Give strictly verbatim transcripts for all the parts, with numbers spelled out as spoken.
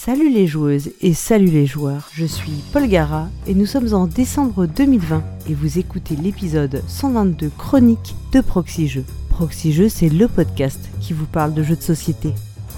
Salut les joueuses et salut les joueurs, je suis Paul Gara et nous sommes en décembre deux mille vingt et vous écoutez l'épisode cent vingt-deux chronique de Proxy Jeux. Proxy Jeux, c'est le podcast qui vous parle de jeux de société.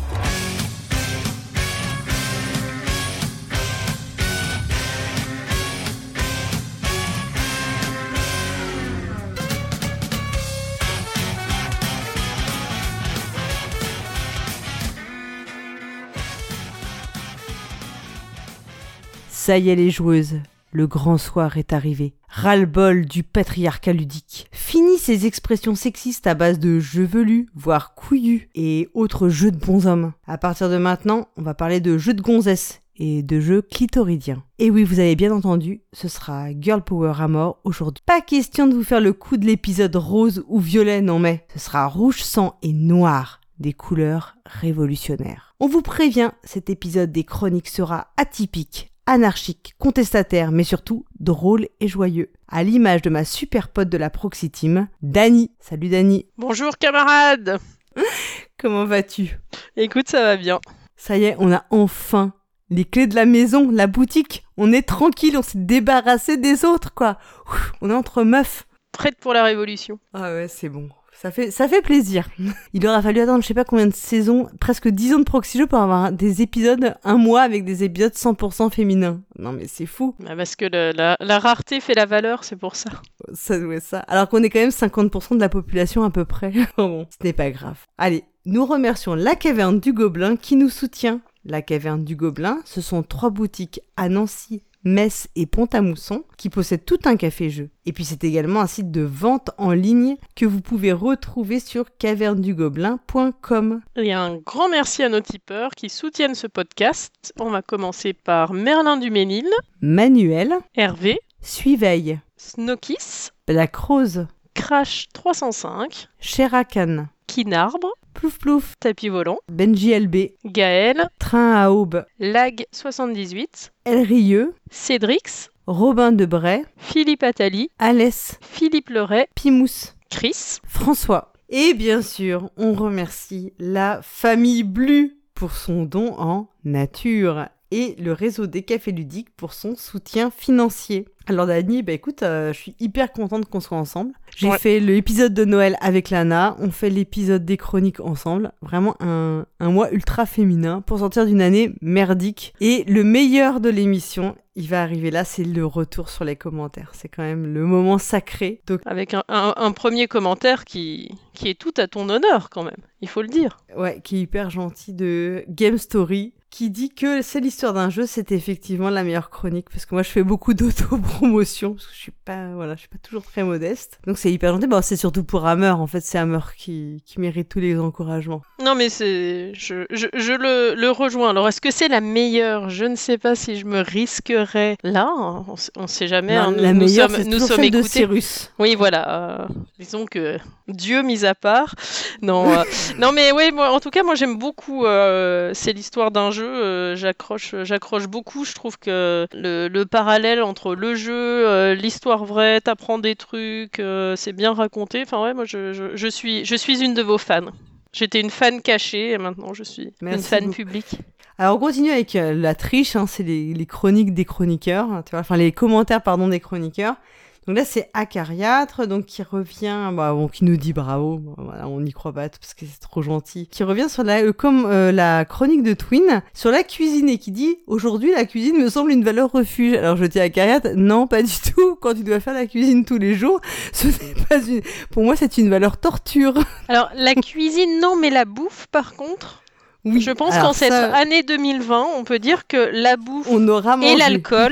Ça y est les joueuses, le grand soir est arrivé. Ras-le-bol du patriarcat ludique. Fini ces expressions sexistes à base de jeux velus, voire couillus, et autres jeux de bonshommes. À partir de maintenant, on va parler de jeux de gonzesses et de jeux clitoridiens. Et oui, vous avez bien entendu, ce sera Girl Power à mort aujourd'hui. Pas question de vous faire le coup de l'épisode rose ou violet, non mais ce sera rouge sang et noir. Des couleurs révolutionnaires. On vous prévient, cet épisode des chroniques sera atypique, anarchique, contestataire, mais surtout drôle et joyeux. À l'image de ma super pote de la Proxy Team, Dani. Salut Dani. Bonjour camarades. Comment vas-tu ? Écoute, ça va bien. Ça y est, on a enfin les clés de la maison, la boutique. On est tranquille, on s'est débarrassé des autres, quoi. Ouf, on est entre meufs. Prête pour la révolution. Ah ouais, c'est bon. Ça fait, ça fait plaisir. Il aura fallu attendre je sais pas combien de saisons, presque dix ans de Proxy Jeux pour avoir des épisodes, un mois avec des épisodes cent pour cent féminins. Non mais c'est fou. Bah parce que le, la, la rareté fait la valeur, c'est pour ça. Ça doit être ça. Alors qu'on est quand même cinquante pour cent de la population à peu près. Bon, ce n'est pas grave. Allez, nous remercions la Caverne du Gobelin qui nous soutient. La Caverne du Gobelin, ce sont trois boutiques à Nancy, Metz et Pont-à-Mousson qui possèdent tout un café-jeu. Et puis c'est également un site de vente en ligne que vous pouvez retrouver sur caverne du gobelin point com. Et un grand merci à nos tipeurs qui soutiennent ce podcast. On va commencer par Merlin du Ménil, Manuel, Hervé, Suiveil, Snokis, Black Rose, Crash trois cent cinq, Sherakan, Kinarbre, Plouf Plouf, Tapis Volant, Benji L B, Gaël, Train à Aube, Lag soixante-dix-huit, El Rieux, Cédrix, Robin Debray, Philippe Attali, Alès, Philippe Leray, Pimous, Chris, François. Et bien sûr, on remercie la famille Blu pour son don en nature et le réseau des cafés ludiques pour son soutien financier. Alors Dani, bah écoute, euh, je suis hyper contente qu'on soit ensemble. J'ai ouais. fait l'épisode de Noël avec Lana, on fait l'épisode des chroniques ensemble. Vraiment un, un mois ultra féminin pour sortir d'une année merdique. Et le meilleur de l'émission, il va arriver là, c'est le retour sur les commentaires. C'est quand même le moment sacré. Donc... Avec un, un, un premier commentaire qui, qui est tout à ton honneur quand même, il faut le dire. Ouais, qui est hyper gentil de Game Story, qui dit que c'est l'histoire d'un jeu, c'est effectivement la meilleure chronique, parce que moi je fais beaucoup d'auto-promotion, parce que je suis pas, voilà, je suis pas toujours très modeste. Donc c'est hyper gentil. Bon, c'est surtout pour Hammer, en fait, c'est Hammer qui, qui mérite tous les encouragements. Non mais c'est, je, je, je le, le rejoins. Alors est-ce que c'est la meilleure ? Je ne sais pas si je me risquerais là. On, on sait jamais. Non, hein, nous, la nous meilleure, sommes, c'est nous toujours sommes celle de écoutés. Cyrus. Oui, voilà. Euh, disons que Dieu mis à part. Non, euh, non mais oui, moi, en tout cas, moi j'aime beaucoup. Euh, c'est l'histoire d'un jeu. Euh, j'accroche, j'accroche beaucoup. Je trouve que le, le parallèle entre le jeu, euh, l'histoire vraie, t'apprends des trucs, euh, c'est bien raconté. Enfin ouais, moi je, je, je suis, je suis une de vos fans. J'étais une fan cachée et maintenant je suis Merci une fan beaucoup. publique. Alors on continue avec euh, la triche, hein, c'est les, les chroniques des chroniqueurs, hein, tu vois, enfin les commentaires pardon des chroniqueurs. Donc là c'est Acariâtre, donc qui revient, bah, bon, qui nous dit bravo, bon, voilà, on n'y croit pas parce que c'est trop gentil, qui revient sur la, euh, comme euh, la chronique de Twin sur la cuisine et qui dit aujourd'hui la cuisine me semble une valeur refuge. Alors je dis à Acariâtre, non pas du tout. Quand tu dois faire la cuisine tous les jours, ce n'est pas une, pour moi c'est une valeur torture. Alors la cuisine non, mais la bouffe par contre. Oui. Je pense Alors, qu'en cette ça, année deux mille vingt, on peut dire que la bouffe on aura mangé. et l'alcool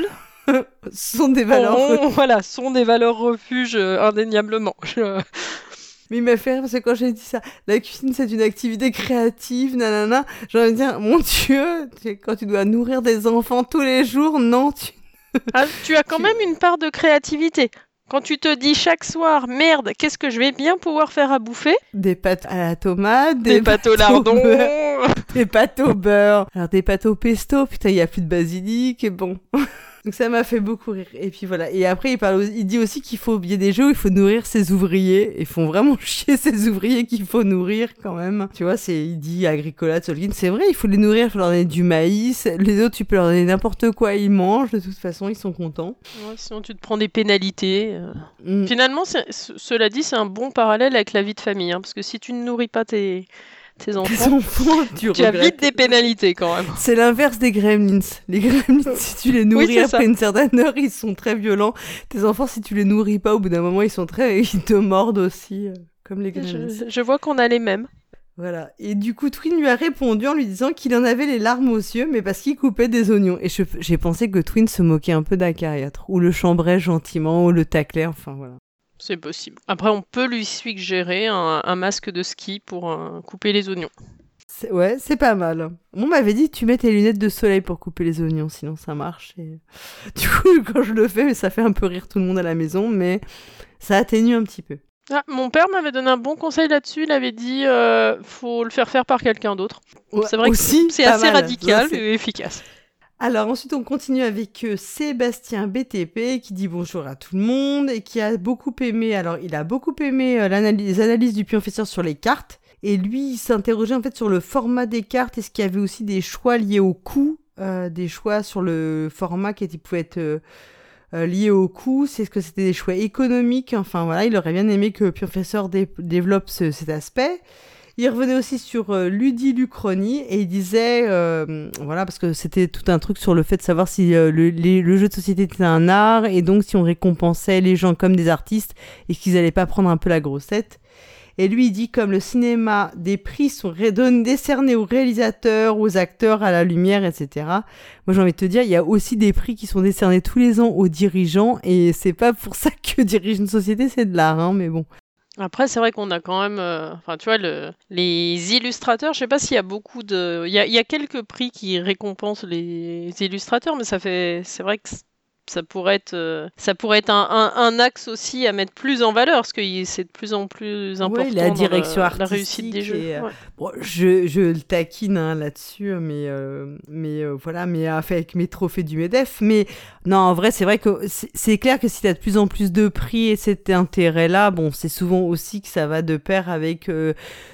sont des valeurs ont, voilà, sont des valeurs refuges euh, indéniablement. Je... Mais il m'a fait rire parce que quand j'ai dit ça, la cuisine c'est une activité créative, nanana, j'ai envie de dire, mon Dieu, quand tu dois nourrir des enfants tous les jours, non, tu... Ah, tu as quand tu... même une part de créativité. Quand tu te dis chaque soir, merde, qu'est-ce que je vais bien pouvoir faire à bouffer ? Des pâtes à la tomate, des, des pâtes au lardon, des pâtes au beurre, alors des pâtes au pesto, putain, il n'y a plus de basilic, et bon... Donc ça m'a fait beaucoup rire. Et puis voilà. Et après, il, parle, il dit aussi qu'il faut, il y a des jeux où il faut nourrir ses ouvriers. Ils font vraiment chier ces ouvriers qu'il faut nourrir quand même. Tu vois, c'est, il dit Agricola, Tolkien, c'est vrai, il faut les nourrir, il faut leur donner du maïs. Les autres, tu peux leur donner n'importe quoi, ils mangent. De toute façon, ils sont contents. Ouais, sinon, tu te prends des pénalités. euh. Mm. Finalement, c'est- c- cela dit, c'est un bon parallèle avec la vie de famille. hein, parce que si tu ne nourris pas tes, tes Les enfants, enfants, tu tu as regrettes. vite des pénalités quand même. C'est l'inverse des gremlins. Les gremlins, si tu les nourris Oui, c'est après ça. une certaine heure, ils sont très violents. Tes enfants, si tu les nourris pas, au bout d'un moment, ils sont très, ils te mordent aussi, euh, comme les gremlins. Je, je vois qu'on a les mêmes. Voilà. Et du coup, Twin lui a répondu en lui disant qu'il en avait les larmes aux yeux, mais parce qu'il coupait des oignons. Et je- j'ai pensé que Twin se moquait un peu d'Acariâtre, ou le chambrait gentiment, ou le taclait, enfin voilà. C'est possible. Après, on peut lui suggérer un, un masque de ski pour euh, couper les oignons. C'est- ouais, c'est pas mal. On m'avait dit tu mets tes lunettes de soleil pour couper les oignons, sinon ça marche. Et... Du coup, quand je le fais, ça fait un peu rire tout le monde à la maison, mais ça atténue un petit peu. Ah, mon père m'avait donné un bon conseil là-dessus. Il avait dit euh, faut le faire faire par quelqu'un d'autre. Ouais, C'est vrai que aussi, c'est pas assez mal. radical Ça, c'est- et efficace. Alors ensuite, on continue avec euh, Sébastien B T P qui dit bonjour à tout le monde et qui a beaucoup aimé. Alors, il a beaucoup aimé euh, l'analyse, les analyses du professeur sur les cartes. Et lui, il s'interrogeait en fait sur le format des cartes. Est-ce qu'il y avait aussi des choix liés au coût, euh, des choix sur le format qui était- pouvaient être euh, euh, liés au coût. C'est ce que c'était des choix économiques. Enfin voilà, il aurait bien aimé que le professeur dé- développe ce- cet aspect. Il revenait aussi sur euh, l'udiluchronie et il disait, euh, voilà, parce que c'était tout un truc sur le fait de savoir si euh, le, les- le jeu de société était un art et donc si on récompensait les gens comme des artistes et qu'ils allaient pas prendre un peu la grossette. Et lui, il dit, comme le cinéma, des prix sont ré- donnés- décernés aux réalisateurs, aux acteurs, à la lumière, et cetera. Moi, j'ai envie de te dire, il y a aussi des prix qui sont décernés tous les ans aux dirigeants et c'est pas pour ça que diriger une société, c'est de l'art, hein, mais bon. Après, c'est vrai qu'on a quand même, euh, enfin, tu vois, le, les illustrateurs. Je sais pas s'il y a beaucoup de, il y a, il y a quelques prix qui récompensent les illustrateurs, mais ça fait, c'est vrai que c- ça pourrait être, euh, ça pourrait être un, un, un axe aussi à mettre plus en valeur, parce que y- c'est de plus en plus important Ouais, la dans direction le- la réussite des artistique jeux. et, euh, Ouais. Bon, je, je le taquine hein, là-dessus, mais, euh, mais euh, voilà, mais euh, fait avec mes trophées du MEDEF. Mais non, en vrai, c'est vrai que c'est, c'est clair que si tu as de plus en plus de prix et cet intérêt-là, bon, c'est souvent aussi que ça va de pair avec euh,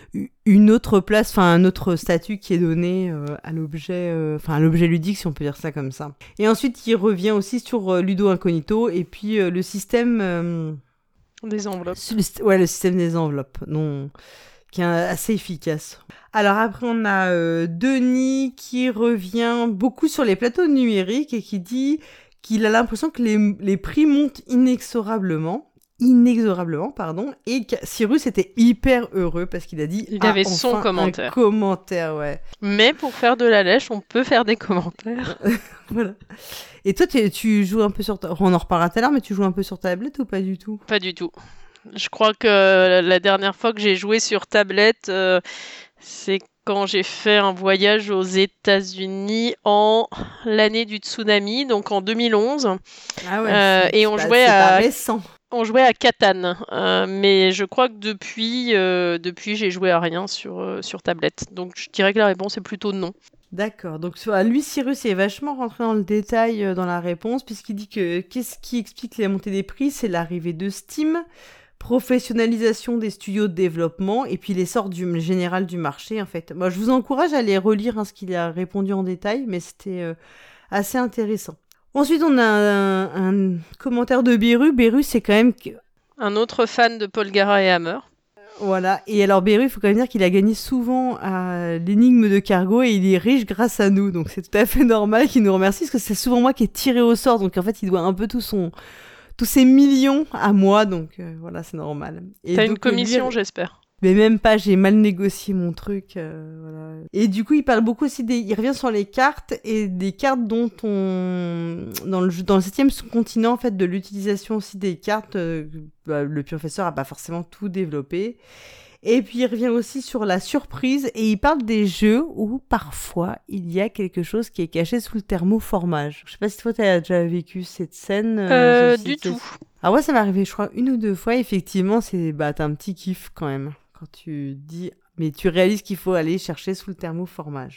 une autre place, enfin un autre statut qui est donné euh, à l'objet, euh, enfin à l'objet ludique, si on peut dire ça comme ça. Et ensuite, il revient aussi sur euh, Ludo Incognito et puis euh, le système. euh, Des enveloppes. sur le, ouais, le système des enveloppes, non, qui est assez efficace. Alors après, on a euh, Denis qui revient beaucoup sur les plateaux numériques et qui dit qu'il a l'impression que les, les prix montent inexorablement. Inexorablement, pardon. Et que Cyrus était hyper heureux parce qu'il a dit... Il ah, avait son enfin, commentaire. Un commentaire, ouais. Mais pour faire de la lèche, on peut faire des commentaires. Voilà. Et toi, tu, tu joues un peu sur... Ta... On en reparlera tout à l'heure, mais tu joues un peu sur tablette ou pas du tout? Pas du tout. Je crois que la dernière fois que j'ai joué sur tablette, euh, c'est quand j'ai fait un voyage aux États-Unis en l'année du tsunami, donc en deux mille onze. Ah ouais, Euh, c'est- et c'est on pas- jouait c'est pas à- récent. On jouait à Catan, euh, mais je crois que depuis, euh, depuis j'ai joué à rien sur, euh, sur tablette. Donc je dirais que la réponse est plutôt non. D'accord, donc soit lui, Cyrus est vachement rentré dans le détail euh, dans la réponse, puisqu'il dit que qu'est-ce qui explique la montée des prix, c'est l'arrivée de Steam, professionnalisation des studios de développement, et puis l'essor du général du marché, en fait. Moi, je vous encourage à aller relire hein, ce qu'il a répondu en détail, mais c'était euh, assez intéressant. Ensuite, on a un, un commentaire de Beru. Beru, c'est quand même... que- Un autre fan de Paul Gara et Hammer. Voilà, et alors Beru, il faut quand même dire qu'il a gagné souvent à l'énigme de Cargo et il est riche grâce à nous, donc c'est tout à fait normal qu'il nous remercie parce que c'est souvent moi qui ai tiré au sort, donc en fait il doit un peu tout son, tous ses millions à moi, donc euh, voilà, c'est normal. Et T'as une donc, commission, lui- j'espère. Mais même pas, j'ai mal négocié mon truc. euh, voilà. Et du coup, il parle beaucoup aussi des... Il revient sur les cartes et des cartes dont on... Dans le, jeu- dans le septième sous-continent, en fait, de l'utilisation aussi des cartes, euh, bah, le professeur a pas forcément tout développé. Et puis, il revient aussi sur la surprise et il parle des jeux où, parfois, il y a quelque chose qui est caché sous le thermoformage. Je sais pas si toi, t'as déjà vécu cette scène. Euh, Sophie, du c'est- tout. Ah ouais, ça m'est arrivé, je crois, une ou deux fois. Effectivement, c'est bah t'as un petit kiff quand même quand tu dis, mais tu réalises qu'il faut aller chercher sous le thermoformage.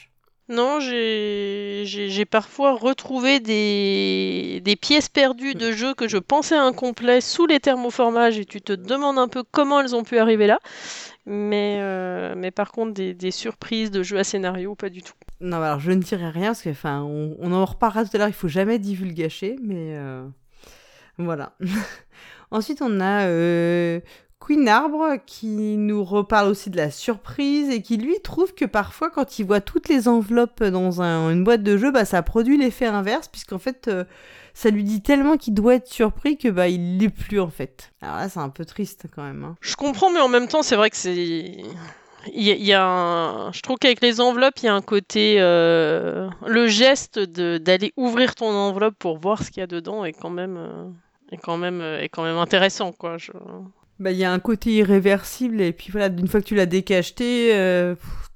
Non, j'ai, j'ai, j'ai parfois retrouvé des, des pièces perdues de jeux que je pensais incomplets sous les thermoformages et tu te demandes un peu comment elles ont pu arriver là. Mais, euh, mais par contre, des, des surprises de jeux à scénario, pas du tout. Non, alors je ne dirai rien parce que, enfin, on, on en reparlera tout à l'heure. Il faut jamais divulgacher, mais euh, voilà. Ensuite, on a euh, Queen Arbre qui nous reparle aussi de la surprise et qui lui trouve que parfois, quand il voit toutes les enveloppes dans un, une boîte de jeu, bah ça produit l'effet inverse puisqu'en fait, euh, ça lui dit tellement qu'il doit être surpris que bah il l'est plus en fait. Alors là, c'est un peu triste quand même. Hein. Je comprends, mais en même temps, c'est vrai que c'est. Il y a, il y a un... Je trouve qu'avec les enveloppes, il y a un côté... euh, Le geste de, d'aller ouvrir ton enveloppe pour voir ce qu'il y a dedans est quand même, euh, est quand même, euh, est quand même intéressant, quoi. Je... Bah, il y a un côté irréversible et puis voilà, d'une fois que tu l'as décacheté, euh,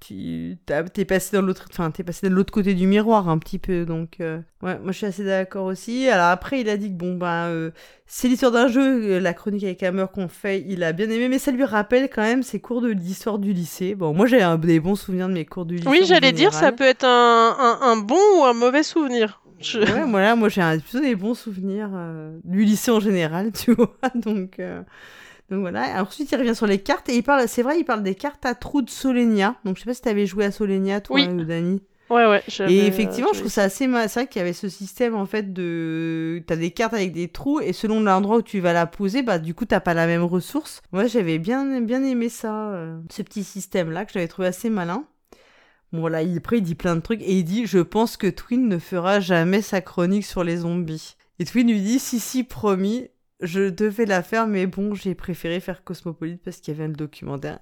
tu t'as, t'es passé dans l'autre, enfin t'es passé de l'autre côté du miroir un petit peu, donc euh, ouais, moi je suis assez d'accord aussi. Alors après, il a dit que bon bah euh, c'est l'histoire d'un jeu, la chronique avec Hammer qu'on fait, il a bien aimé, mais ça lui rappelle quand même ses cours de l'histoire du lycée. Bon, moi j'ai un, des bons souvenirs de mes cours du lycée. Oui, j'allais dire, ça peut être un, un, un bon ou un mauvais souvenir. Je... Ouais, voilà, moi j'ai un, plutôt des bons souvenirs euh, du lycée en général, tu vois, donc. Euh... Donc voilà, ensuite il revient sur les cartes et il parle, c'est vrai, il parle des cartes à trous de Solenia. Donc je sais pas si t'avais joué à Solenia, toi, oui. euh, Dani. Ouais, ouais. Et effectivement, euh, je trouve ça assez mal. C'est vrai qu'il y avait ce système en fait de, t'as des cartes avec des trous et selon l'endroit où tu vas la poser, bah du coup t'as pas la même ressource. Moi j'avais bien, bien aimé ça, euh, ce petit système là que j'avais trouvé assez malin. Bon voilà, il, après il dit plein de trucs et il dit, je pense que Twin ne fera jamais sa chronique sur les zombies. Et Twin lui dit, si si promis. Je devais la faire, mais bon, j'ai préféré faire Cosmopolite parce qu'il y avait le documentaire.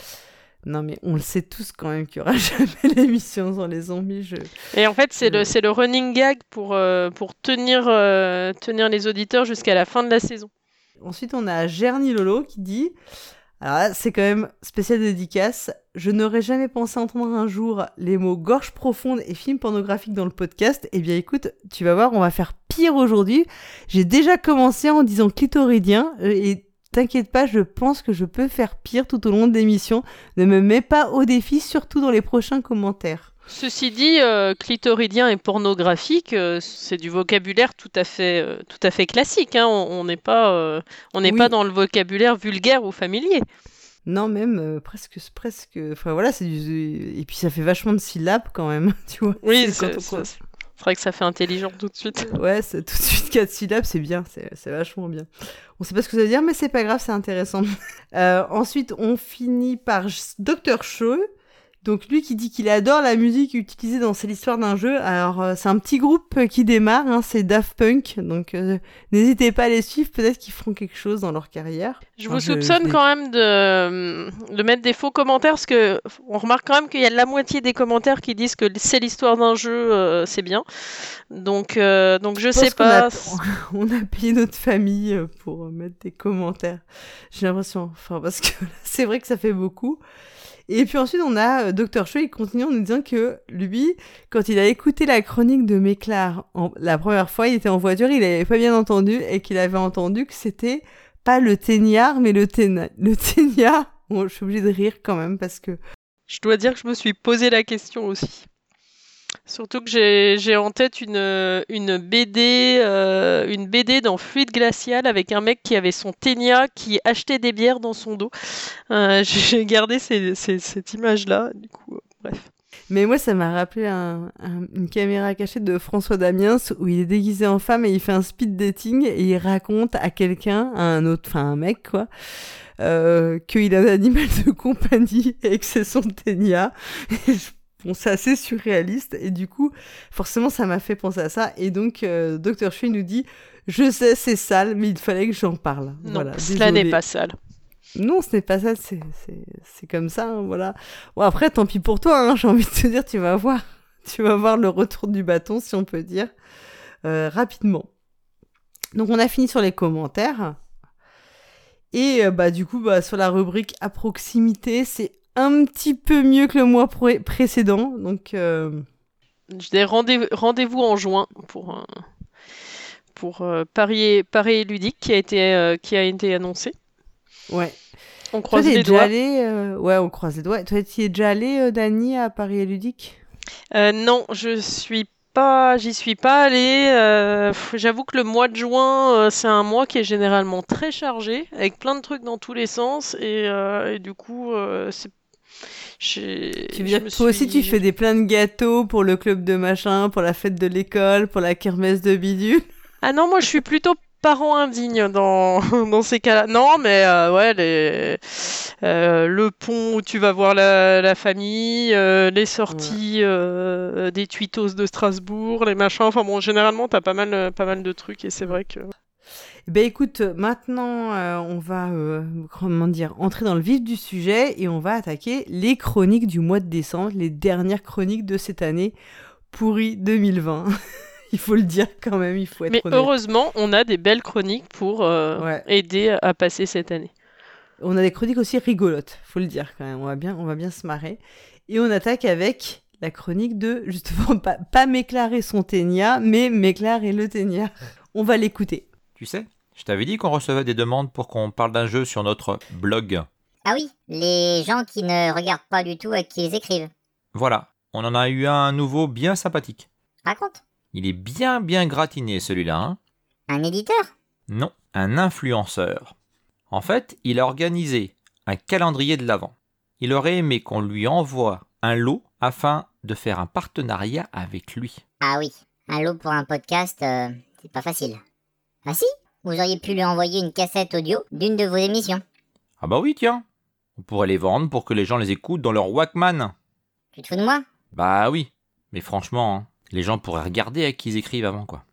Non, mais on le sait tous quand même qu'il n'y aura jamais l'émission sur les zombies. Je... Et en fait, c'est, je... le, c'est le running gag pour, euh, pour tenir, euh, tenir les auditeurs jusqu'à la fin de la saison. Ensuite, on a Gerny Lolo qui dit... Alors là, c'est quand même spécial dédicace. Je n'aurais jamais pensé entendre un jour les mots gorge profonde et film pornographique dans le podcast. Eh bien, écoute, tu vas voir, on va faire pire aujourd'hui. J'ai déjà commencé en disant clitoridien et t'inquiète pas, je pense que je peux faire pire tout au long de l'émission. Ne me mets pas au défi, surtout dans les prochains commentaires. Ceci dit, euh, clitoridien et pornographique, euh, c'est du vocabulaire tout à fait, euh, tout à fait classique. Hein. On n'est pas, euh, on n'est oui. pas dans le vocabulaire vulgaire ou familier. Non, même euh, presque, presque. Enfin voilà, c'est du. Et puis ça fait vachement de syllabes quand même, tu vois. Oui, c'est, c'est, c'est, c'est vrai que ça fait intelligent tout de suite. Ouais, c'est tout de suite quatre syllabes, c'est bien, c'est, c'est vachement bien. On sait pas ce que ça veut dire, mais c'est pas grave, c'est intéressant. euh, ensuite, on finit par docteur Shaw. Donc lui qui dit qu'il adore la musique utilisée dans C'est l'histoire d'un jeu. Alors euh, c'est un petit groupe qui démarre, hein, c'est Daft Punk. Donc euh, n'hésitez pas à les suivre, peut-être qu'ils feront quelque chose dans leur carrière. Je enfin, vous soupçonne je, je quand même de, de mettre des faux commentaires parce que on remarque quand même qu'il y a la moitié des commentaires qui disent que C'est l'histoire d'un jeu, euh, c'est bien. Donc euh, donc je, je sais pas. On a, on a payé notre famille pour mettre des commentaires. J'ai l'impression, enfin parce que c'est vrai que ça fait beaucoup. Et puis ensuite, on a euh, docteur Shaw, il continue en nous disant que lui, quand il a écouté la chronique de Méclar en, la première fois, il était en voiture, il n'avait pas bien entendu et qu'il avait entendu que c'était pas le téniard, mais le, téna- le téniard. Bon, je suis obligée de rire quand même parce que... Je dois dire que je me suis posé la question aussi. Surtout que j'ai, j'ai en tête une, une B D euh, une B D dans Fluide Glacial avec un mec qui avait son ténia qui achetait des bières dans son dos. Euh, j'ai gardé ces, ces, cette image-là, du coup, euh, bref. Mais moi, ça m'a rappelé un, un, une caméra cachée de François Damiens où il est déguisé en femme et il fait un speed dating et il raconte à quelqu'un, à un autre, enfin un mec quoi, euh, qu'il a un animal de compagnie et que c'est son ténia. Et je Bon, c'est assez surréaliste et du coup, forcément, ça m'a fait penser à ça. Et donc, euh, docteur Chui nous dit, je sais, c'est sale, mais il fallait que j'en parle. Non, voilà, cela n'est pas sale. Non, ce n'est pas sale, c'est, c'est, c'est comme ça, hein, voilà. Bon, après, tant pis pour toi, hein, j'ai envie de te dire, tu vas voir, tu vas voir le retour du bâton, si on peut dire, euh, rapidement. Donc, on a fini sur les commentaires. Et euh, bah, du coup, bah, sur la rubrique à proximité, c'est un petit peu mieux que le mois pré- précédent, donc... Euh... J'ai rendez- rendez-vous en juin pour, euh, pour euh, Paris, Paris Ludique qui a été, euh, qui a été annoncé. Ouais. On croise Toi, les doigts. Allé, euh... Ouais, on croise les doigts. Toi, tu y es déjà allé, euh, Dani, à Paris Ludique ? Euh, non, je suis pas, j'y suis pas allée. Euh, pff, j'avoue que le mois de juin, euh, c'est un mois qui est généralement très chargé, avec plein de trucs dans tous les sens, et, euh, et du coup, euh, c'est, j'ai- Tu veux je dire me que toi aussi tu suis. fais des plein de gâteaux pour le club de machin, pour la fête de l'école, pour la kermesse de bidule? Ah non, moi je suis plutôt parent indigne dans, dans ces cas-là. Non, mais euh, ouais, les, euh, le pont où tu vas voir la, la famille, euh, les Ouais. sorties euh, des Twittos de Strasbourg, les machins. Enfin bon, généralement, t'as pas mal, euh, pas mal de trucs et c'est vrai que. Eh ben écoute, maintenant euh, on va euh, comment dire entrer dans le vif du sujet et on va attaquer les chroniques du mois de décembre, les dernières chroniques de cette année pourrie deux mille vingt. Il faut le dire quand même, il faut être Mais honnête. heureusement, on a des belles chroniques pour euh, Ouais. aider à passer cette année. On a des chroniques aussi rigolotes, faut le dire quand même. On va bien, on va bien se marrer. Et on attaque avec la chronique de justement pas, pas Méclar et son ténia, mais Méclar et le ténia. On va l'écouter. Tu sais, je t'avais dit qu'on recevait des demandes pour qu'on parle d'un jeu sur notre blog. Ah oui, les gens qui ne regardent pas du tout et qui les écrivent. Voilà, on en a eu un nouveau bien sympathique. Raconte. Il est bien bien gratiné celui-là, hein? Un éditeur? Non, un influenceur. En fait, il a organisé un calendrier de l'Avent. Il aurait aimé qu'on lui envoie un lot afin de faire un partenariat avec lui. Ah oui, un lot pour un podcast, euh, c'est pas facile. Ah si? Vous auriez pu lui envoyer une cassette audio d'une de vos émissions. Ah bah oui, tiens. On pourrait les vendre pour que les gens les écoutent dans leur Walkman. Tu te fous de moi? Bah oui, mais franchement, hein, les gens pourraient regarder à qui ils écrivent avant, quoi.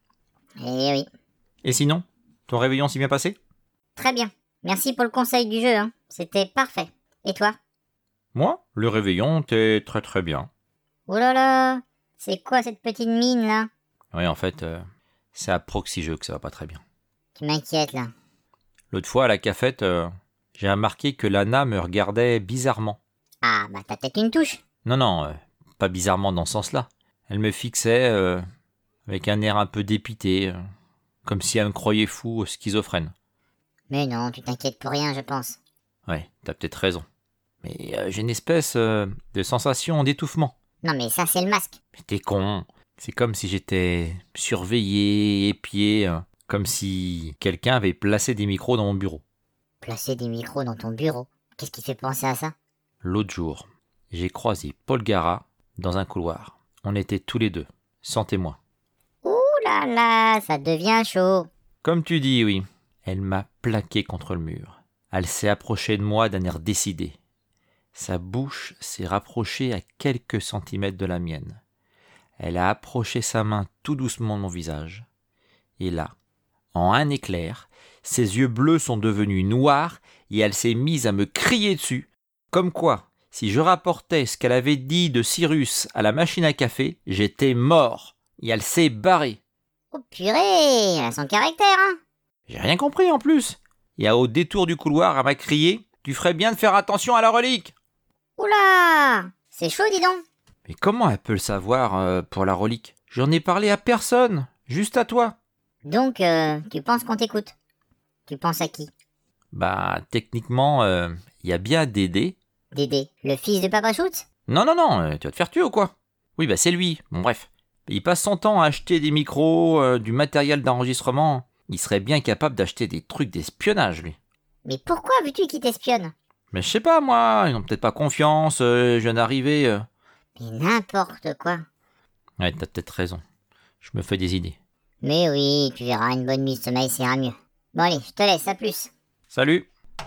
Eh oui. Et sinon, ton réveillon s'est bien passé? Très bien. Merci pour le conseil du jeu, hein. C'était parfait. Et toi? Moi, le réveillon, t'es très très bien. Oh là là, c'est quoi cette petite mine là? Oui, en fait, euh, c'est à Proxy Jeux que ça va pas très bien. Tu m'inquiètes là. L'autre fois, à la cafette, euh, j'ai remarqué que Lana me regardait bizarrement. Ah bah t'as peut-être une touche. Non, non, euh, pas bizarrement dans ce sens-là. Elle me fixait euh, avec un air un peu dépité, euh, comme si elle me croyait fou, schizophrène. Mais non, tu t'inquiètes pour rien, je pense. Ouais, t'as peut-être raison. Mais euh, j'ai une espèce euh, de sensation d'étouffement. Non mais ça c'est le masque. Mais t'es con. C'est comme si j'étais surveillé, épié, euh, comme si quelqu'un avait placé des micros dans mon bureau. Placer des micros dans ton bureau. Qu'est-ce qui fait penser à ça? L'autre jour, j'ai croisé Paul Gara dans un couloir. On était tous les deux, sans témoin. Ouh là là, ça devient chaud. Comme tu dis, oui. Elle m'a plaqué contre le mur. Elle s'est approchée de moi d'un air décidé. Sa bouche s'est rapprochée à quelques centimètres de la mienne. Elle a approché sa main tout doucement de mon visage. Et là, en un éclair, ses yeux bleus sont devenus noirs et elle s'est mise à me crier dessus. Comme quoi, si je rapportais ce qu'elle avait dit de Cyrus à la machine à café, j'étais mort. Et elle s'est barrée. Oh purée, elle a son caractère, hein. J'ai rien compris en plus. Et au détour du couloir, elle m'a crié « Tu ferais bien de faire attention à la relique !» Oula, c'est chaud dis donc. Mais comment elle peut le savoir euh, pour la relique? J'en ai parlé à personne, juste à toi. Donc, euh, tu penses qu'on t'écoute? Tu penses à qui? Bah, techniquement, il euh, y a bien Dédé. Dédé, le fils de Papa Schutz? Non, non, non, euh, tu vas te faire tuer ou quoi? Oui, bah c'est lui. Bon, bref. Il passe son temps à acheter des micros, euh, du matériel d'enregistrement. Il serait bien capable d'acheter des trucs d'espionnage, lui. Mais pourquoi veux-tu qu'il t'espionne? Mais je sais pas, moi, ils n'ont peut-être pas confiance, euh, je viens d'arriver. Euh... Mais n'importe quoi. Ouais, t'as peut-être raison. Je me fais des idées. Mais oui, tu verras, une bonne nuit de sommeil, ça ira mieux. Bon allez, je te laisse, à plus. Salut.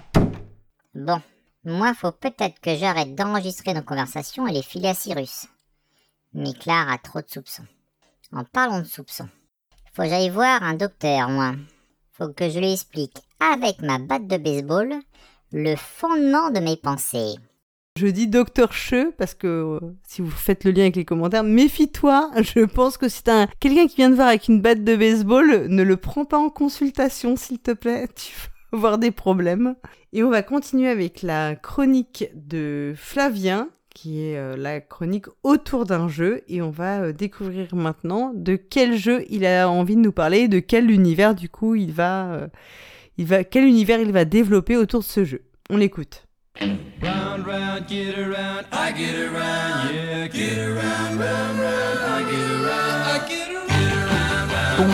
Bon, moi faut peut-être que j'arrête d'enregistrer nos conversations et les filer à Cyrus. Mais Claire a trop de soupçons. En parlant de soupçons, faut que j'aille voir un docteur, moi. Faut que je lui explique, avec ma batte de baseball, le fondement de mes pensées. Je dis docteur Che parce que euh, si vous faites le lien avec les commentaires, méfie-toi. Je pense que si t'as un... quelqu'un qui vient te voir avec une batte de baseball, ne le prends pas en consultation, s'il te plaît. Tu vas avoir des problèmes. Et on va continuer avec la chronique de Flavien, qui est euh, la chronique autour d'un jeu. Et on va euh, découvrir maintenant de quel jeu il a envie de nous parler, de quel univers du coup il va, euh, il va, quel univers il va développer autour de ce jeu. On l'écoute. Round, round, get around, I get around, yeah, get around, round.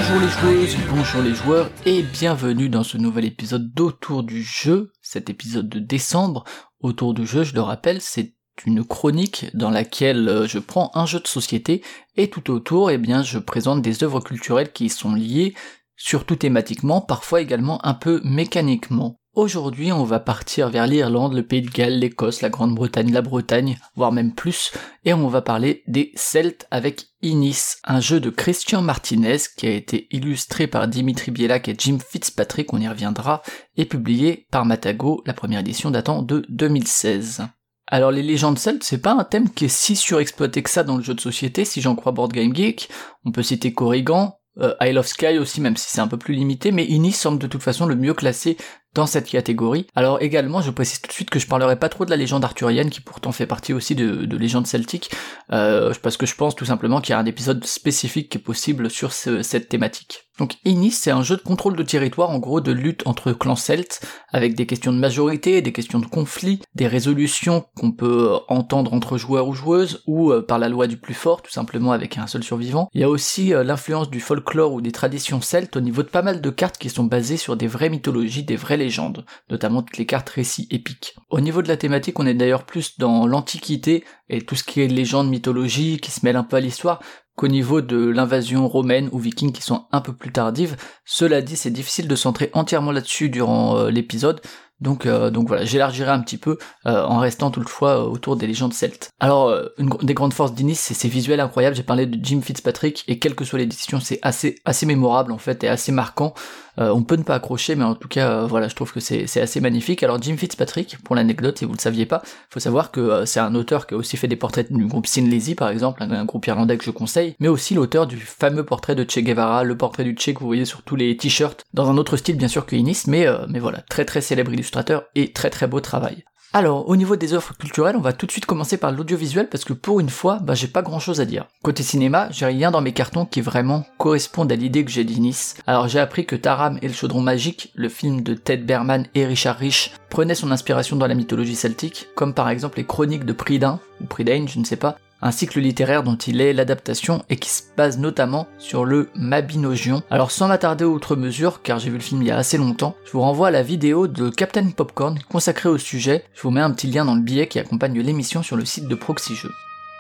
Bonjour les joueuses, bonjour les joueurs et bienvenue dans ce nouvel épisode d'Autour du jeu, cet épisode de décembre. Autour du jeu, je le rappelle, c'est une chronique dans laquelle je prends un jeu de société et tout autour, eh bien, je présente des œuvres culturelles qui y sont liées, surtout thématiquement, parfois également un peu mécaniquement. Aujourd'hui, on va partir vers l'Irlande, le Pays de Galles, l'Écosse, la Grande-Bretagne, la Bretagne, voire même plus, et on va parler des Celtes avec Inis, un jeu de Christian Martinez qui a été illustré par Dimitri Bielak et Jim Fitzpatrick, on y reviendra, et publié par Matago, la première édition datant de deux mille seize. Alors les légendes celtes, c'est pas un thème qui est si surexploité que ça dans le jeu de société, si j'en crois Board Game Geek. On peut citer Corrigan, euh, Isle of Skye aussi, même si c'est un peu plus limité, mais Inis semble de toute façon le mieux classé dans cette catégorie. Alors également, je précise tout de suite que je parlerai pas trop de la légende arthurienne, qui pourtant fait partie aussi de, de légende celtique, euh, parce que je pense tout simplement qu'il y a un épisode spécifique qui est possible sur ce, cette thématique. Donc Inis, c'est un jeu de contrôle de territoire, en gros de lutte entre clans celtes, avec des questions de majorité, des questions de conflit, des résolutions qu'on peut entendre entre joueurs ou joueuses, ou euh, par la loi du plus fort, tout simplement avec un seul survivant. Il y a aussi euh, l'influence du folklore ou des traditions celtes au niveau de pas mal de cartes qui sont basées sur des vraies mythologies, des vraies légendes, notamment toutes les cartes récits épiques. Au niveau de la thématique, on est d'ailleurs plus dans l'Antiquité et tout ce qui est légende, mythologie, qui se mêle un peu à l'histoire, qu'au niveau de l'invasion romaine ou viking qui sont un peu plus tardives. Cela dit, c'est difficile de centrer entièrement là-dessus durant euh, l'épisode, donc euh, donc voilà, j'élargirai un petit peu euh, en restant toutefois euh, autour des légendes celtes. Alors, euh, une des grandes forces d'Inis, c'est ses visuels incroyables, j'ai parlé de Jim Fitzpatrick, et quelle que soit l'édition, c'est assez assez mémorable en fait, et assez marquant. Euh, on peut ne pas accrocher, mais en tout cas, euh, voilà, je trouve que c'est, c'est assez magnifique. Alors Jim Fitzpatrick, pour l'anecdote, si vous le saviez pas, faut savoir que euh, c'est un auteur qui a aussi fait des portraits du groupe Sin Lizzy, par exemple, un, un groupe irlandais que je conseille, mais aussi l'auteur du fameux portrait de Che Guevara, le portrait du Che que vous voyez sur tous les t-shirts, dans un autre style bien sûr que Inis, mais, euh, mais voilà, très très célèbre illustrateur et très très beau travail. Alors, au niveau des œuvres culturelles, on va tout de suite commencer par l'audiovisuel parce que pour une fois, bah, j'ai pas grand chose à dire. Côté cinéma, j'ai rien dans mes cartons qui vraiment correspondent à l'idée que j'ai d'Inis. Alors j'ai appris que Taram et le chaudron magique, le film de Ted Berman et Richard Rich, prenait son inspiration dans la mythologie celtique, comme par exemple les chroniques de Prydain, ou Prydain, je ne sais pas, un cycle littéraire dont il est l'adaptation et qui se base notamment sur le Mabinogion. Alors sans m'attarder outre mesure, car j'ai vu le film il y a assez longtemps, je vous renvoie à la vidéo de Captain Popcorn consacrée au sujet, je vous mets un petit lien dans le billet qui accompagne l'émission sur le site de Proxy Jeux.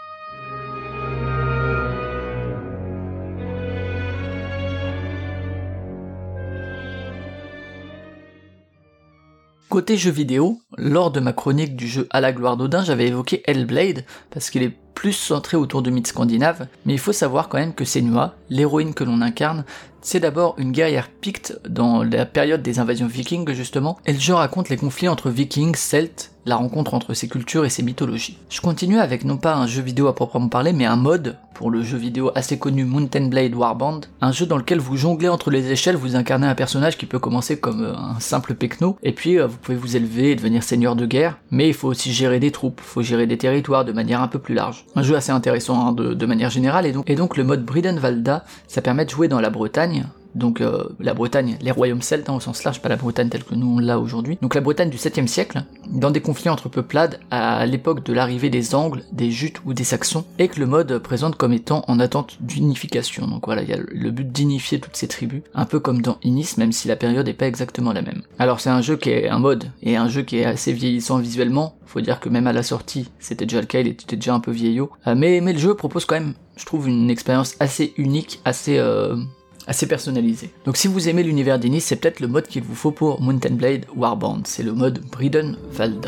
Côté jeux vidéo, lors de ma chronique du jeu à la gloire d'Odin, j'avais évoqué Hellblade, parce qu'il est plus centré autour de mythes scandinaves, mais il faut savoir quand même que Senua, l'héroïne que l'on incarne, c'est d'abord une guerrière picte dans la période des invasions vikings justement, et le jeu raconte les conflits entre vikings, celtes, la rencontre entre ces cultures et ces mythologies. Je continue avec non pas un jeu vidéo à proprement parler, mais un mode pour le jeu vidéo assez connu Mountain Blade Warband, un jeu dans lequel vous jonglez entre les échelles, vous incarnez un personnage qui peut commencer comme un simple pecno, et puis vous pouvez vous élever et devenir seigneur de guerre, mais il faut aussi gérer des troupes, il faut gérer des territoires de manière un peu plus large. Un jeu assez intéressant hein, de, de manière générale, et donc, et donc le mode Bridenvalda, ça permet de jouer dans la Bretagne, donc euh, la Bretagne, les royaumes celtes hein, au sens large, pas la Bretagne telle que nous on l'a aujourd'hui, donc la Bretagne du septième siècle, dans des conflits entre peuplades à l'époque de l'arrivée des Angles, des Jutes ou des Saxons, et que le mode présente comme étant en attente d'unification. Donc voilà, il y a le but d'unifier toutes ces tribus, un peu comme dans Inis, même si la période n'est pas exactement la même. Alors c'est un jeu qui est un mode, et un jeu qui est assez vieillissant visuellement, faut dire que même à la sortie, c'était déjà le cas, il était déjà un peu vieillot, euh, mais, mais le jeu propose quand même, je trouve, une expérience assez unique, assez... Euh, assez personnalisé. Donc si vous aimez l'univers d'Inis, c'est peut-être le mode qu'il vous faut pour Mountain Blade Warband, c'est le mode Bridenvalda.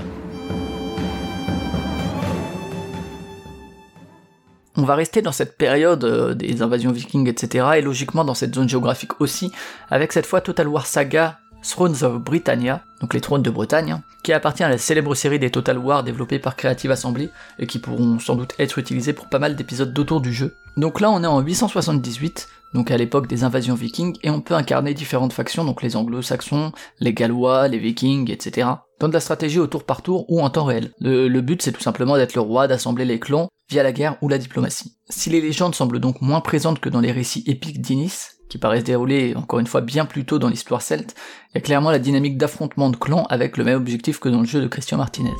On va rester dans cette période euh, des invasions vikings, et cetera, et logiquement dans cette zone géographique aussi, avec cette fois Total War Saga Thrones of Britannia, donc les trônes de Bretagne, qui appartient à la célèbre série des Total War développée par Creative Assembly, et qui pourront sans doute être utilisés pour pas mal d'épisodes d'autour du jeu. Donc là on est en huit cent soixante-dix-huit, donc à l'époque des invasions vikings, et on peut incarner différentes factions, donc les anglo-saxons, les gallois, les vikings, et cetera, dans de la stratégie au tour par tour ou en temps réel. Le, le but c'est tout simplement d'être le roi, d'assembler les clans, via la guerre ou la diplomatie. Si les légendes semblent donc moins présentes que dans les récits épiques d'Inis, qui paraissent dérouler encore une fois bien plus tôt dans l'histoire celte, il y a clairement la dynamique d'affrontement de clans avec le même objectif que dans le jeu de Christian Martinez.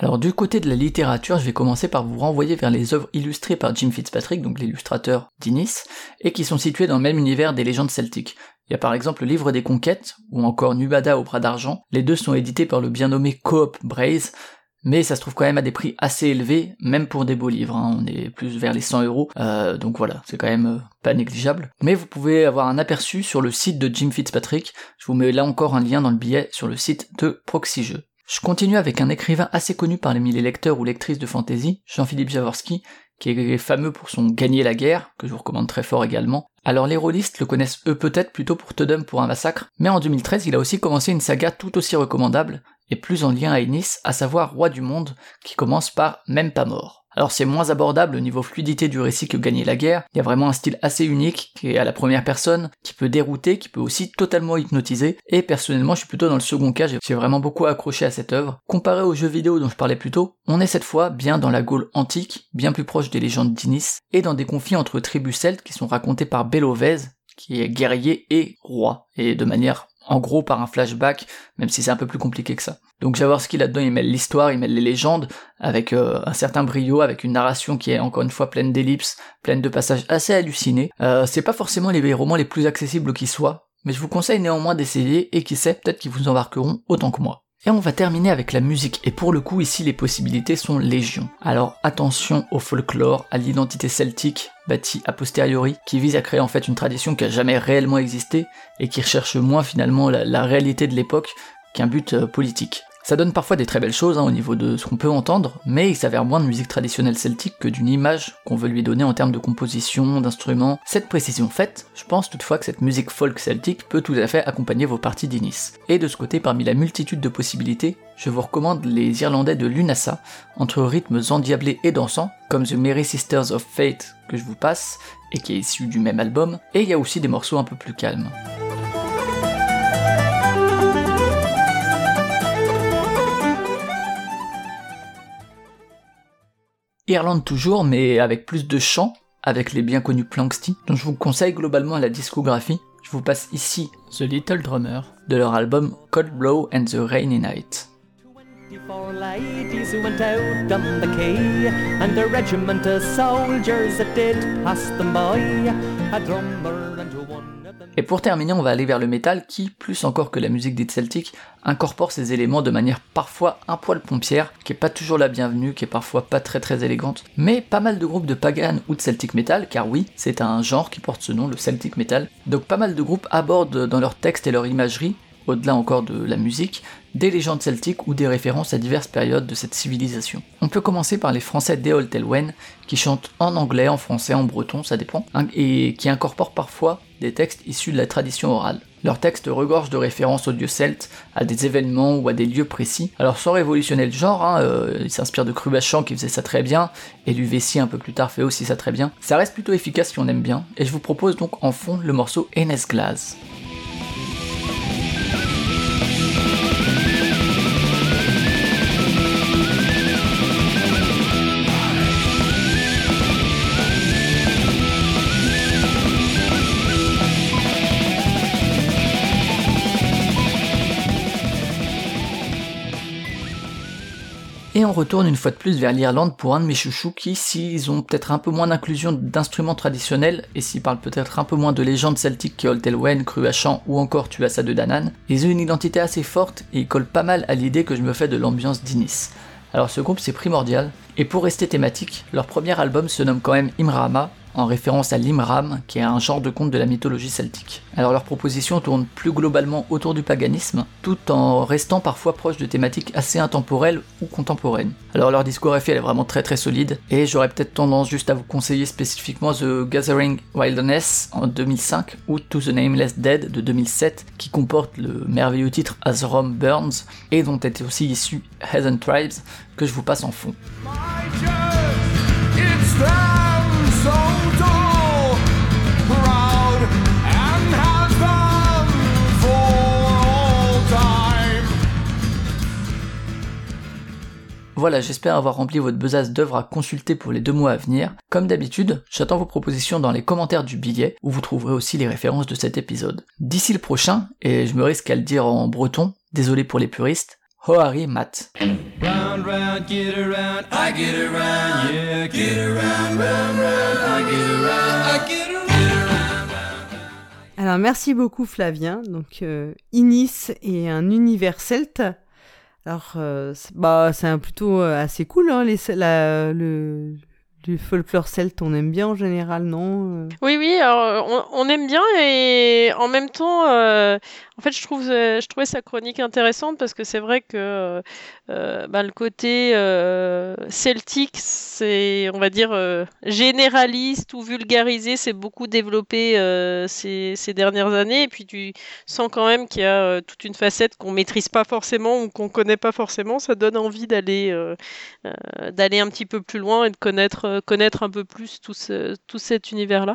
Alors du côté de la littérature, je vais commencer par vous renvoyer vers les œuvres illustrées par Jim Fitzpatrick, donc l'illustrateur d'Innis, et qui sont situées dans le même univers des légendes celtiques. Il y a par exemple le Livre des Conquêtes, ou encore Nuada au bras d'argent. Les deux sont édités par le bien nommé Coop Braze, mais ça se trouve quand même à des prix assez élevés, même pour des beaux livres, hein. On est plus vers les cent euros, euh, donc voilà, c'est quand même euh, pas négligeable. Mais vous pouvez avoir un aperçu sur le site de Jim Fitzpatrick, je vous mets là encore un lien dans le billet sur le site de Proxy Jeux. Je continue avec un écrivain assez connu parmi les lecteurs ou lectrices de fantasy, Jean-Philippe Jaworski, qui est fameux pour son Gagner la guerre, que je vous recommande très fort également. Alors les rôlistes le connaissent eux peut-être plutôt pour Totem pour un massacre, mais en deux mille treize il a aussi commencé une saga tout aussi recommandable, et plus en lien à Innis, à savoir Roi du Monde, qui commence par Même pas mort. Alors c'est moins abordable au niveau fluidité du récit que Gagner la guerre, il y a vraiment un style assez unique, qui est à la première personne, qui peut dérouter, qui peut aussi totalement hypnotiser, et personnellement je suis plutôt dans le second cas, j'ai vraiment beaucoup accroché à cette œuvre. Comparé aux jeux vidéo dont je parlais plus tôt, on est cette fois bien dans la Gaule antique, bien plus proche des légendes d'Innis, et dans des conflits entre tribus celtes qui sont racontés par Belovez, qui est guerrier et roi, et de manière en gros par un flashback, même si c'est un peu plus compliqué que ça. Donc Jaworski là-dedans il mêle l'histoire, il mêle les légendes, avec euh, un certain brio, avec une narration qui est encore une fois pleine d'ellipses, pleine de passages assez hallucinés. Euh, c'est pas forcément les romans les plus accessibles qui soient, mais je vous conseille néanmoins d'essayer, et qui sait, peut-être qu'ils vous embarqueront autant que moi. Et on va terminer avec la musique, et pour le coup ici les possibilités sont légion. Alors attention au folklore, à l'identité celtique, bâtie a posteriori, qui vise à créer en fait une tradition qui a jamais réellement existé, et qui recherche moins finalement la, la réalité de l'époque qu'un but euh, politique. Ça donne parfois des très belles choses hein, au niveau de ce qu'on peut entendre, mais il s'avère moins de musique traditionnelle celtique que d'une image qu'on veut lui donner en termes de composition, d'instruments. Cette précision faite, je pense toutefois que cette musique folk celtique peut tout à fait accompagner vos parties d'Innis. Et de ce côté, parmi la multitude de possibilités, je vous recommande les Irlandais de Lunasa, entre rythmes endiablés et dansants, comme The Merry Sisters of Fate que je vous passe, et qui est issu du même album, et il y a aussi des morceaux un peu plus calmes. Irlande toujours, mais avec plus de chants, avec les bien connus Planxty, dont je vous conseille globalement la discographie. Je vous passe ici The Little Drummer, de leur album Cold Blow and the Rainy Night. Twenty-four ladies who went out on the quay, and a regiment of soldiers that did pass them by, a drummer and one of them. Et pour terminer, on va aller vers le métal qui, plus encore que la musique dite celtique, incorpore ces éléments de manière parfois un poil pompière, qui est pas toujours la bienvenue, qui est parfois pas très très élégante, mais pas mal de groupes de pagan ou de celtic metal, car oui, c'est un genre qui porte ce nom, le celtic metal, donc pas mal de groupes abordent dans leurs textes et leur imagerie, au-delà encore de la musique, des légendes celtiques ou des références à diverses périodes de cette civilisation. On peut commencer par les Français d'Eol Telwen, qui chantent en anglais, en français, en breton, ça dépend, et qui incorporent parfois des textes issus de la tradition orale. Leurs textes regorgent de références aux dieux celtes, à des événements ou à des lieux précis. Alors sans révolutionner le genre, hein, euh, ils s'inspirent de Crubachan qui faisait ça très bien, et l'U V C un peu plus tard fait aussi ça très bien. Ça reste plutôt efficace si on aime bien, et je vous propose donc en fond le morceau Enes Glass. Et on retourne une fois de plus vers l'Irlande pour un de mes chouchous qui, s'ils ont peut-être un peu moins d'inclusion d'instruments traditionnels, et s'ils parlent peut-être un peu moins de légendes celtiques que Oltelwen, Cruachan ou encore Tuatha de Danann, ils ont une identité assez forte et ils collent pas mal à l'idée que je me fais de l'ambiance d'Innis. Alors ce groupe c'est primordial, et pour rester thématique, leur premier album se nomme quand même Imrama, en référence à l'Imram, qui est un genre de conte de la mythologie celtique. Alors leur proposition tourne plus globalement autour du paganisme, tout en restant parfois proche de thématiques assez intemporelles ou contemporaines. Alors leur discographie elle est vraiment très très solide, et j'aurais peut-être tendance juste à vous conseiller spécifiquement The Gathering Wilderness en deux mille cinq, ou To the Nameless Dead de deux mille sept, qui comporte le merveilleux titre As Rome Burns, et dont était aussi issu Heathen Tribes, que je vous passe en fond. Voilà, j'espère avoir rempli votre besace d'œuvres à consulter pour les deux mois à venir. Comme d'habitude, j'attends vos propositions dans les commentaires du billet, où vous trouverez aussi les références de cet épisode. D'ici le prochain, et je me risque à le dire en breton, désolé pour les puristes, Hoari Mat. Round, round, get around, I get around, yeah, get around, round, round, I get around, I get around. Alors merci beaucoup Flavien. Donc euh, Inis est un univers celte. Alors euh, c'est, bah c'est un plutôt euh, assez cool hein, les, la, le du folklore celte, on aime bien en général, non? Oui, oui, alors, on, on aime bien et en même temps, euh, en fait, je trouve, je trouvais sa chronique intéressante parce que c'est vrai que euh, bah, le côté euh, celtique, c'est, on va dire, euh, généraliste ou vulgarisé, c'est beaucoup développé euh, ces, ces dernières années. Et puis tu sens quand même qu'il y a euh, toute une facette qu'on maîtrise pas forcément ou qu'on connaît pas forcément. Ça donne envie d'aller, euh, euh, d'aller un petit peu plus loin et de connaître connaître un peu plus tout, ce, tout cet univers-là.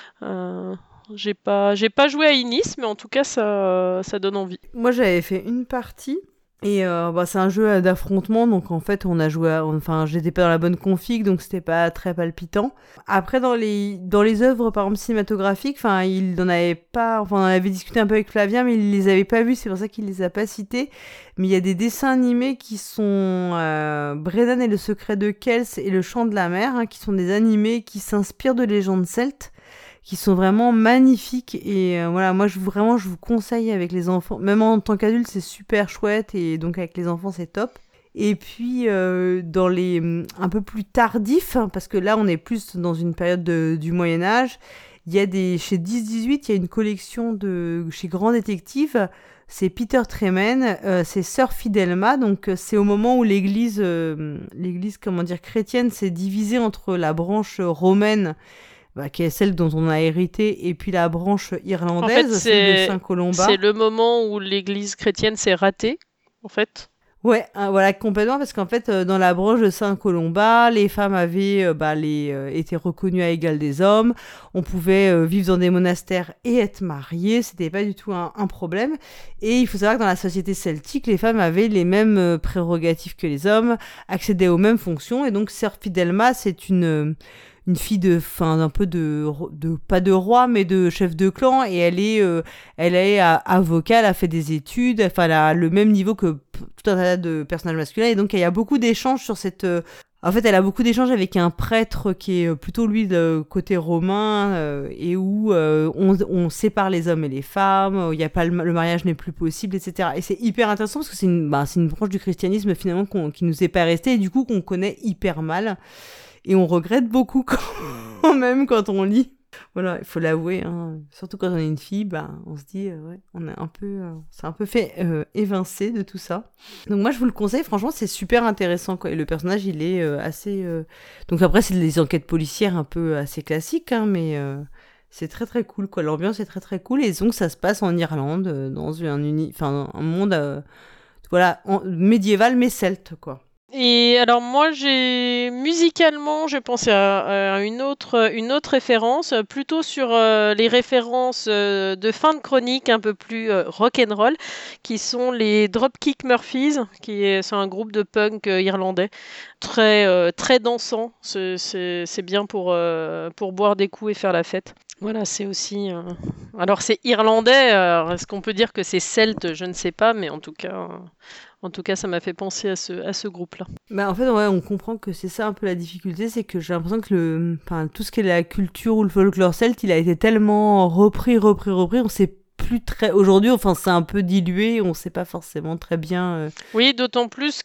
Euh, j'ai pas, j'ai pas joué à Inis, mais en tout cas, ça, ça donne envie. Moi, j'avais fait une partie. Et euh, bah, c'est un jeu d'affrontement, donc en fait on a joué, à, enfin j'étais pas dans la bonne config, donc c'était pas très palpitant. Après dans les dans les œuvres par exemple cinématographiques, enfin il en avait pas, enfin on en avait discuté un peu avec Flavien, mais il les avait pas vus, c'est pour ça qu'il les a pas cités. Mais il y a des dessins animés qui sont euh, Brennan et le secret de Kells et le chant de la mer, hein, qui sont des animés qui s'inspirent de légendes celtes, qui sont vraiment magnifiques et euh, voilà, moi je vous vraiment je vous conseille avec les enfants, même en tant qu'adulte c'est super chouette et donc avec les enfants c'est top. Et puis euh, dans les un peu plus tardifs, hein, parce que là on est plus dans une période de, du Moyen-Âge, il y a des chez dix dix-huit, il y a une collection de chez Grand Détective, c'est Peter Tremen, euh, c'est Sœur Fidelma, donc euh, c'est au moment où l'église euh, l'église comment dire chrétienne s'est divisée entre la branche romaine, bah, qui est celle dont on a hérité, et puis la branche irlandaise, en fait, c'est, celle de Saint-Colomba. C'est le moment où l'église chrétienne s'est ratée, en fait. Ouais, hein, voilà, complètement, parce qu'en fait, euh, dans la branche de Saint-Colomba, les femmes avaient euh, bah, les, euh, été reconnues à égal des hommes, on pouvait euh, vivre dans des monastères et être mariées, c'était pas du tout un, un problème. Et il faut savoir que dans la société celtique, les femmes avaient les mêmes euh, prérogatives que les hommes, accédaient aux mêmes fonctions, et donc Sœur Fidelma, c'est une... Euh, une fille de fin un peu de de pas de roi mais de chef de clan, et elle est euh, elle est avocate, elle a fait des études, enfin elle a le même niveau que tout un tas de personnages masculins, et donc il y a beaucoup d'échanges sur cette euh, en fait elle a beaucoup d'échanges avec un prêtre qui est plutôt lui de côté romain, euh, et où euh, on, on sépare les hommes et les femmes, il y a pas le, le mariage n'est plus possible, etc. Et c'est hyper intéressant parce que c'est une bah, c'est une branche du christianisme finalement qu'on, qui nous est pas restée et du coup qu'on connaît hyper mal. Et on regrette beaucoup quand même quand on lit. Voilà, il faut l'avouer, hein. Surtout quand on est une fille, bah, on se dit, euh, ouais, on a un peu, euh, c'est un peu fait euh, évincer de tout ça. Donc moi, je vous le conseille, franchement, c'est super intéressant, quoi. Et le personnage, il est euh, assez... Euh... Donc après, c'est des enquêtes policières un peu assez classiques, hein, mais euh, c'est très très cool, quoi. L'ambiance est très très cool, et donc ça se passe en Irlande, euh, dans un, uni... enfin, un monde euh, voilà, en... médiéval, mais celte, quoi. Et alors moi, j'ai musicalement, j'ai pensé à, à une autre une autre référence, plutôt sur euh, les références euh, de fin de chronique un peu plus euh, rock'n'roll, qui sont les Dropkick Murphys, qui est c'est un groupe de punk euh, irlandais très euh, très dansant. C'est c'est c'est bien pour euh, pour boire des coups et faire la fête. Voilà, c'est aussi. Euh... Alors c'est irlandais. Alors, est-ce qu'on peut dire que c'est celte? Je ne sais pas, mais en tout cas. Euh... En tout cas, ça m'a fait penser à ce, à ce groupe-là. Bah, en fait, ouais, on comprend que c'est ça un peu la difficulté, c'est que j'ai l'impression que le, enfin, tout ce qui est la culture ou le folklore celte, il a été tellement repris, repris, repris, on sait plus très... Aujourd'hui, enfin, c'est un peu dilué, on sait pas forcément très bien... Euh... Oui, d'autant plus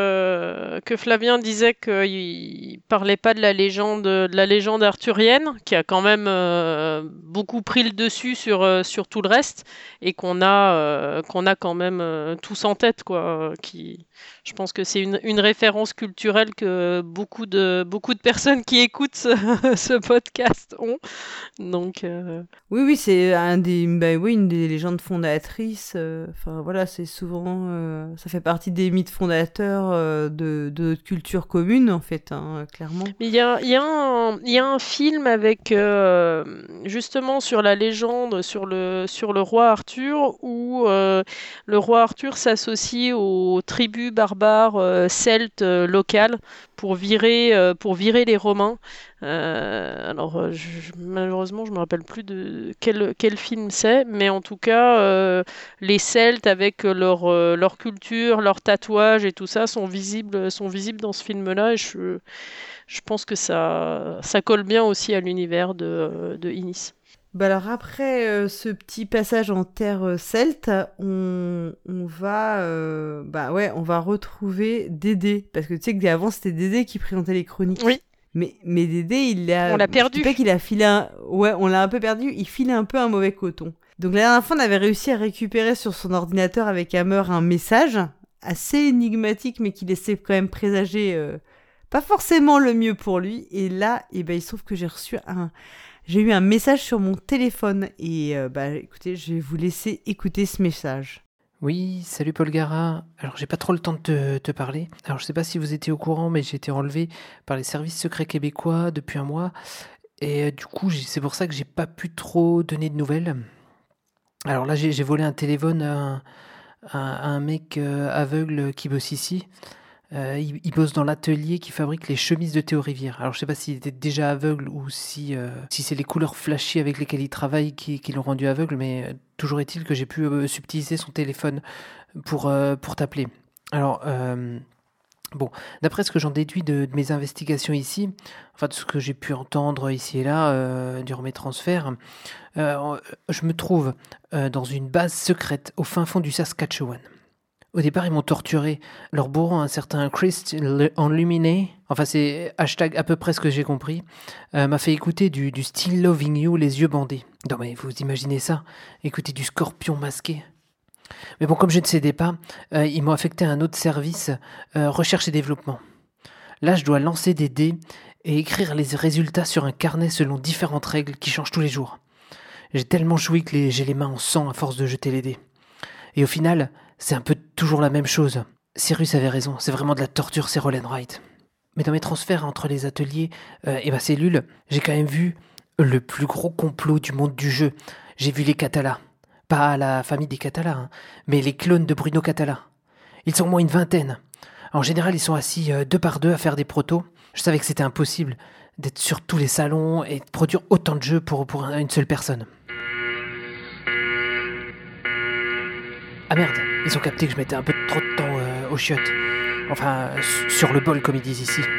que, que Flavien disait qu'il parlait pas de la légende, de la légende arthurienne, qui a quand même euh, beaucoup pris le dessus sur, euh, sur tout le reste, et qu'on a, euh, qu'on a quand même euh, tous en tête, quoi. Qui, je pense que c'est une, une référence culturelle que beaucoup de, beaucoup de personnes qui écoutent ce, ce podcast ont. Donc, euh... Oui, oui, c'est un des, bah, oui, une des légendes fondatrices. Enfin, euh, voilà, c'est souvent... Euh, ça fait partie des mythes fondateurs euh, de, de notre culture commune, en fait, hein, clairement. Mais il y a, y, a un, y a un film avec, euh, justement, sur la légende, sur le, sur le roi Arthur, où euh, le roi Arthur s'associe aux tribus barbares euh, celtes euh, locales pour virer, euh, pour virer les Romains. Euh, alors, je, je- malheureusement, je me rappelle plus de quel, quel film c'est, mais en tout cas, euh, les Celtes avec leur, euh, leur culture, leurs tatouages et tout ça sont visibles, sont visibles dans ce film-là. Et je, je pense que ça, ça colle bien aussi à l'univers de, de Innis. Bah alors après euh, ce petit passage en terre euh, celte, on, on va euh, bah ouais, on va retrouver Dédé parce que tu sais que avant c'était Dédé qui présentait les chroniques. Oui. Mais mais Dédé, il l'a On l'a je dis perdu. pas qu'il a filé un ouais, on l'a un peu perdu, il filait un peu un mauvais coton. Donc la dernière fois, on avait réussi à récupérer sur son ordinateur avec Hammer un message assez énigmatique mais qui laissait quand même présager euh, pas forcément le mieux pour lui et là, eh ben il se trouve que j'ai reçu un J'ai eu un message sur mon téléphone et euh, bah écoutez, je vais vous laisser écouter ce message. Oui, salut Paul Gara. Alors j'ai pas trop le temps de te, te parler. Alors je sais pas si vous étiez au courant, mais j'ai été enlevé par les services secrets québécois depuis un mois. Et euh, du coup, j'ai- c'est pour ça que j'ai pas pu trop donner de nouvelles. Alors là, j'ai j'ai volé un téléphone à un, à un mec euh, aveugle qui bosse ici. Euh, il, il bosse dans l'atelier qui fabrique les chemises de Théo Rivière. Alors je sais pas s'il était déjà aveugle ou si, euh, si c'est les couleurs flashy avec lesquelles il travaille qui, qui l'ont rendu aveugle, mais euh, toujours est-il que j'ai pu euh, subtiliser son téléphone pour, euh, pour t'appeler. Alors, euh, bon, d'après ce que j'en déduis de, de mes investigations ici, enfin de ce que j'ai pu entendre ici et là euh, durant mes transferts, euh, je me trouve euh, dans une base secrète au fin fond du Saskatchewan. Au départ, ils m'ont torturé. Leur bourreau, un certain Chris Enluminé, enfin c'est hashtag à peu près ce que j'ai compris, euh, m'a fait écouter du, du Still Loving You les yeux bandés. Non mais vous imaginez ça, écouter du Scorpion masqué. Mais bon, comme je ne cédais pas, euh, ils m'ont affecté à un autre service, euh, recherche et développement. Là, je dois lancer des dés et écrire les résultats sur un carnet selon différentes règles qui changent tous les jours. J'ai tellement joui que les- j'ai les mains en sang à force de jeter les dés. Et au final, c'est un peu toujours la même chose. Cyrus avait raison, c'est vraiment de la torture, c'est Roll and Write. Mais dans mes transferts entre les ateliers euh, et ma cellule, j'ai quand même vu le plus gros complot du monde du jeu. J'ai vu les Catalas. Pas la famille des Catalas, hein, mais les clones de Bruno Catala. Ils sont au moins une vingtaine. En général, ils sont assis euh, deux par deux à faire des protos. Je savais que c'était impossible d'être sur tous les salons et de produire autant de jeux pour, pour une seule personne. Ah merde, ils ont capté que je mettais un peu trop de temps euh, aux chiottes. Enfin, euh, sur le bol, comme ils disent ici.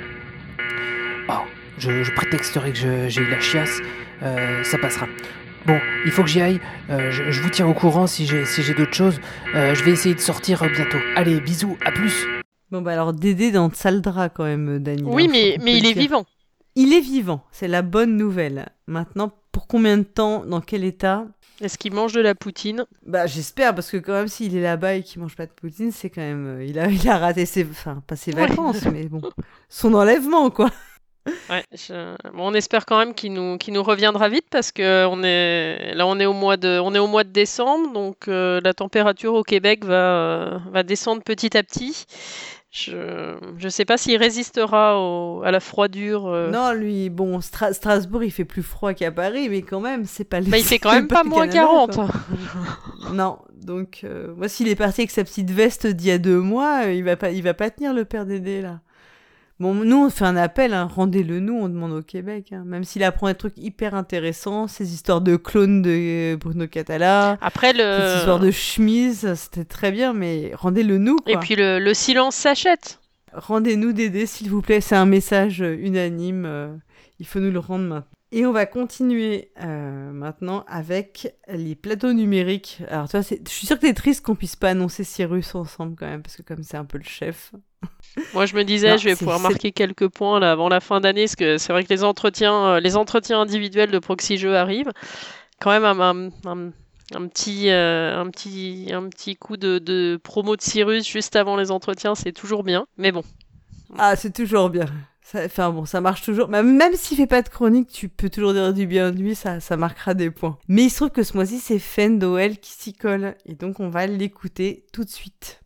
Oh, je, je prétexterai que je- j'ai eu la chiasse, euh, ça passera. Bon, il faut que j'y aille, euh, je, je vous tiens au courant si j'ai si j'ai d'autres choses. Euh, je vais essayer de sortir euh, bientôt. Allez, bisous, à plus. Bon bah alors Dédé dans de sales draps quand même, Dany. Oui, hein, mais, faut- on mais peut il le est dire. vivant. Il est vivant, c'est la bonne nouvelle. Maintenant, pour combien de temps, dans quel état? Est-ce qu'il mange de la poutine? Bah j'espère, parce que quand même s'il est là-bas et qu'il mange pas de poutine, c'est quand même... euh, il, a, il a raté ses... Enfin, pas ses Ouais. vacances, mais bon, son enlèvement quoi. Ouais, je- bon, on espère quand même qu'il nous, qu'il nous reviendra vite parce que on est là, on est au mois de, on est au mois de décembre, donc euh, la température au Québec va, euh, va descendre petit à petit. Je je sais pas s'il résistera au- à la froidure. euh. Non, lui, bon, Stra- Strasbourg, il fait plus froid qu'à Paris, mais quand même, c'est pas le... Bah, il fait quand c'est même pas le moins Canada, quarante. quoi. Non, donc, euh, moi, s'il est parti avec sa petite veste d'il y a deux mois, euh, il va pas, il va pas tenir le père Dédé, là. Bon, nous, on fait un appel, hein, rendez-le nous, on demande au Québec, hein. Même s'il apprend des trucs hyper intéressants, ces histoires de clones de Bruno Catala, Après ces le histoires de chemise, c'était très bien, mais rendez-le nous, quoi. et puis le, le silence s'achète. Rendez-nous Dédé, s'il vous plaît. C'est un message euh, unanime. euh, il faut nous le rendre maintenant. Et on va continuer euh, maintenant avec les plateaux numériques. Alors, toi, c'est... je suis sûre que t'es triste qu'on puisse pas annoncer Cyrus ensemble quand même, parce que comme c'est un peu le chef. Moi, je me disais, Non, je vais c'est- pouvoir c'est- marquer quelques points là avant la fin d'année, parce que c'est vrai que les entretiens, euh, les entretiens individuels de Proxy Jeux arrivent. Quand même, un, un, un- un petit, euh, un petit, un petit coup de, de promo de Cyrus juste avant les entretiens, c'est toujours bien. Mais bon, Ah, c'est toujours bien. Ça... Enfin bon, ça marche toujours. Même, même s'il fait pas de chronique, tu peux toujours dire du bien de lui, ça, ça marquera des points. Mais il se trouve que ce mois-ci, c'est Fendoel qui s'y colle. Et donc, on va l'écouter tout de suite.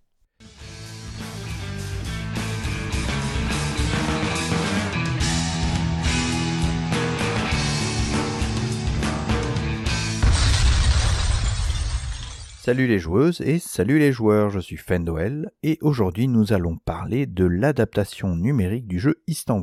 Salut les joueuses et salut les joueurs, je suis Fendoel et aujourd'hui nous allons parler de l'adaptation numérique du jeu Istanbul.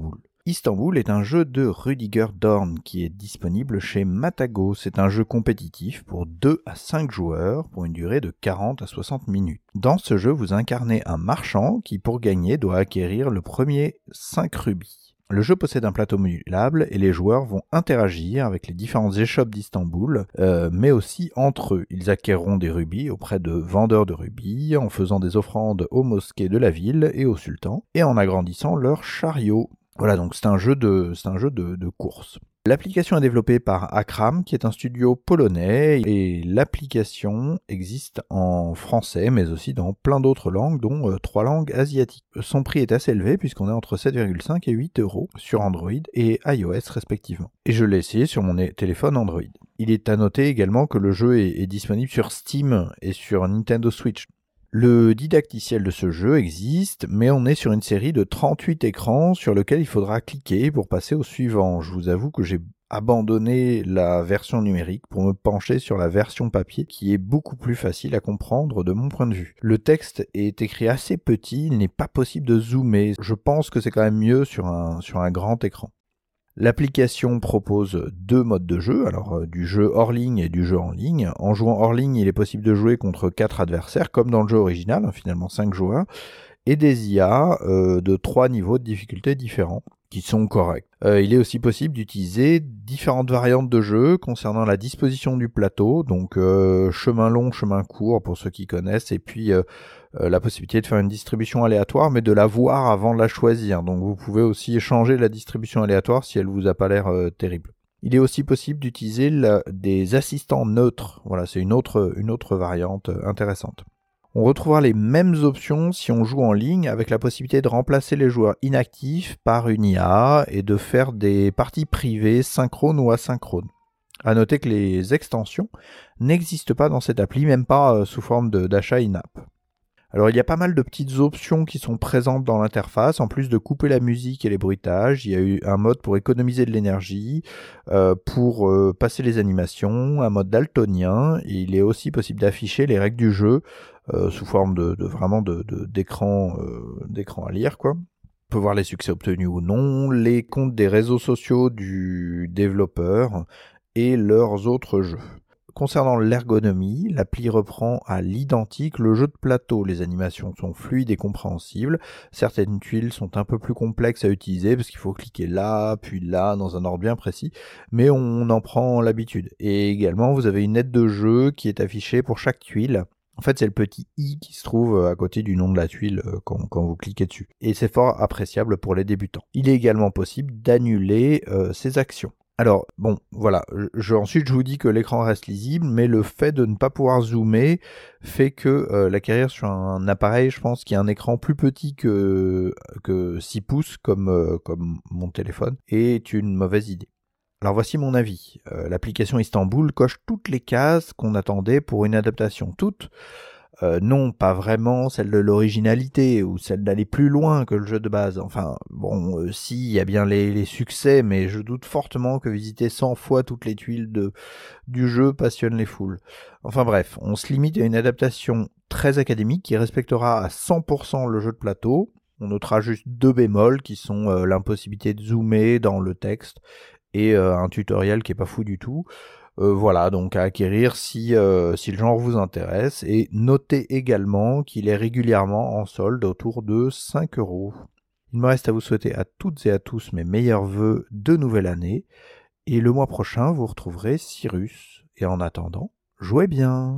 Istanbul est un jeu de Rudiger Dorn qui est disponible chez Matago. C'est un jeu compétitif pour deux à cinq joueurs pour une durée de quarante à soixante minutes. Dans ce jeu, vous incarnez un marchand qui, pour gagner, doit acquérir le premier cinq rubis. Le jeu possède un plateau modulable et les joueurs vont interagir avec les différentes échoppes d'Istanbul, euh, mais aussi entre eux. Ils acquerront des rubis auprès de vendeurs de rubis, en faisant des offrandes aux mosquées de la ville et au sultan, et en agrandissant leur chariot. Voilà, donc c'est un jeu de, c'est un jeu de, de course. L'application est développée par Akram, qui est un studio polonais, et l'application existe en français, mais aussi dans plein d'autres langues, dont euh, trois langues asiatiques. Son prix est assez élevé, puisqu'on est entre sept virgule cinq et huit euros sur Android et iOS respectivement. Et je l'ai essayé sur mon téléphone Android. Il est à noter également que le jeu est, est disponible sur Steam et sur Nintendo Switch. Le didacticiel de ce jeu existe, mais on est sur une série de trente-huit écrans sur lequel il faudra cliquer pour passer au suivant. Je vous avoue que j'ai abandonné la version numérique pour me pencher sur la version papier qui est beaucoup plus facile à comprendre de mon point de vue. Le texte est écrit assez petit, il n'est pas possible de zoomer. Je pense que c'est quand même mieux sur un, sur un grand écran. L'application propose deux modes de jeu, alors euh, du jeu hors ligne et du jeu en ligne. En jouant hors ligne, il est possible de jouer contre quatre adversaires, comme dans le jeu original, hein, finalement cinq joueurs, et des I A euh, de trois niveaux de difficulté différents, qui sont corrects. Euh, il est aussi possible d'utiliser différentes variantes de jeu concernant la disposition du plateau, donc euh, chemin long, chemin court pour ceux qui connaissent, et puis euh, euh, la possibilité de faire une distribution aléatoire, mais de la voir avant de la choisir. Donc vous pouvez aussi changer la distribution aléatoire si elle vous a pas l'air euh, terrible. Il est aussi possible d'utiliser la, des assistants neutres. Voilà, c'est une autre, une autre variante euh, intéressante. On retrouvera les mêmes options si on joue en ligne, avec la possibilité de remplacer les joueurs inactifs par une I A et de faire des parties privées synchrones ou asynchrones. À noter que les extensions n'existent pas dans cette appli, même pas euh, sous forme de, d'achat in-app. Alors il y a pas mal de petites options qui sont présentes dans l'interface, en plus de couper la musique et les bruitages. Il y a eu un mode pour économiser de l'énergie, euh, pour euh, passer les animations, un mode daltonien, et il est aussi possible d'afficher les règles du jeu euh, sous forme de, de vraiment de, de, d'écran, euh, d'écran à lire, quoi. On peut voir les succès obtenus ou non, les comptes des réseaux sociaux du développeur et leurs autres jeux. Concernant l'ergonomie, l'appli reprend à l'identique le jeu de plateau. Les animations sont fluides et compréhensibles. Certaines tuiles sont un peu plus complexes à utiliser parce qu'il faut cliquer là, puis là, dans un ordre bien précis, mais on en prend l'habitude. Et également, vous avez une aide de jeu qui est affichée pour chaque tuile. En fait, c'est le petit i qui se trouve à côté du nom de la tuile quand, quand vous cliquez dessus. Et c'est fort appréciable pour les débutants. Il est également possible d'annuler euh, ces actions. Alors, bon, voilà, je, ensuite je vous dis que l'écran reste lisible, mais le fait de ne pas pouvoir zoomer fait que euh, l'acquérir sur un appareil, je pense, qui a un écran plus petit que, que six pouces, comme, euh, comme mon téléphone, est une mauvaise idée. Alors voici mon avis. Euh, l'application Istanbul coche toutes les cases qu'on attendait pour une adaptation. Toutes Euh, non, pas vraiment celle de l'originalité ou celle d'aller plus loin que le jeu de base. Enfin, bon, euh, si, il y a bien les, les succès, mais je doute fortement que visiter cent fois toutes les tuiles de, du jeu passionne les foules. Enfin bref, on se limite à une adaptation très académique qui respectera à cent pour cent le jeu de plateau. On notera juste deux bémols qui sont euh, l'impossibilité de zoomer dans le texte et euh, un tutoriel qui est pas fou du tout. Euh, voilà, donc à acquérir si, euh, si le genre vous intéresse. Et notez également qu'il est régulièrement en solde autour de cinq euros. Il me reste à vous souhaiter à toutes et à tous mes meilleurs vœux de nouvelle année. Et le mois prochain, vous retrouverez Cyrus. Et en attendant, jouez bien!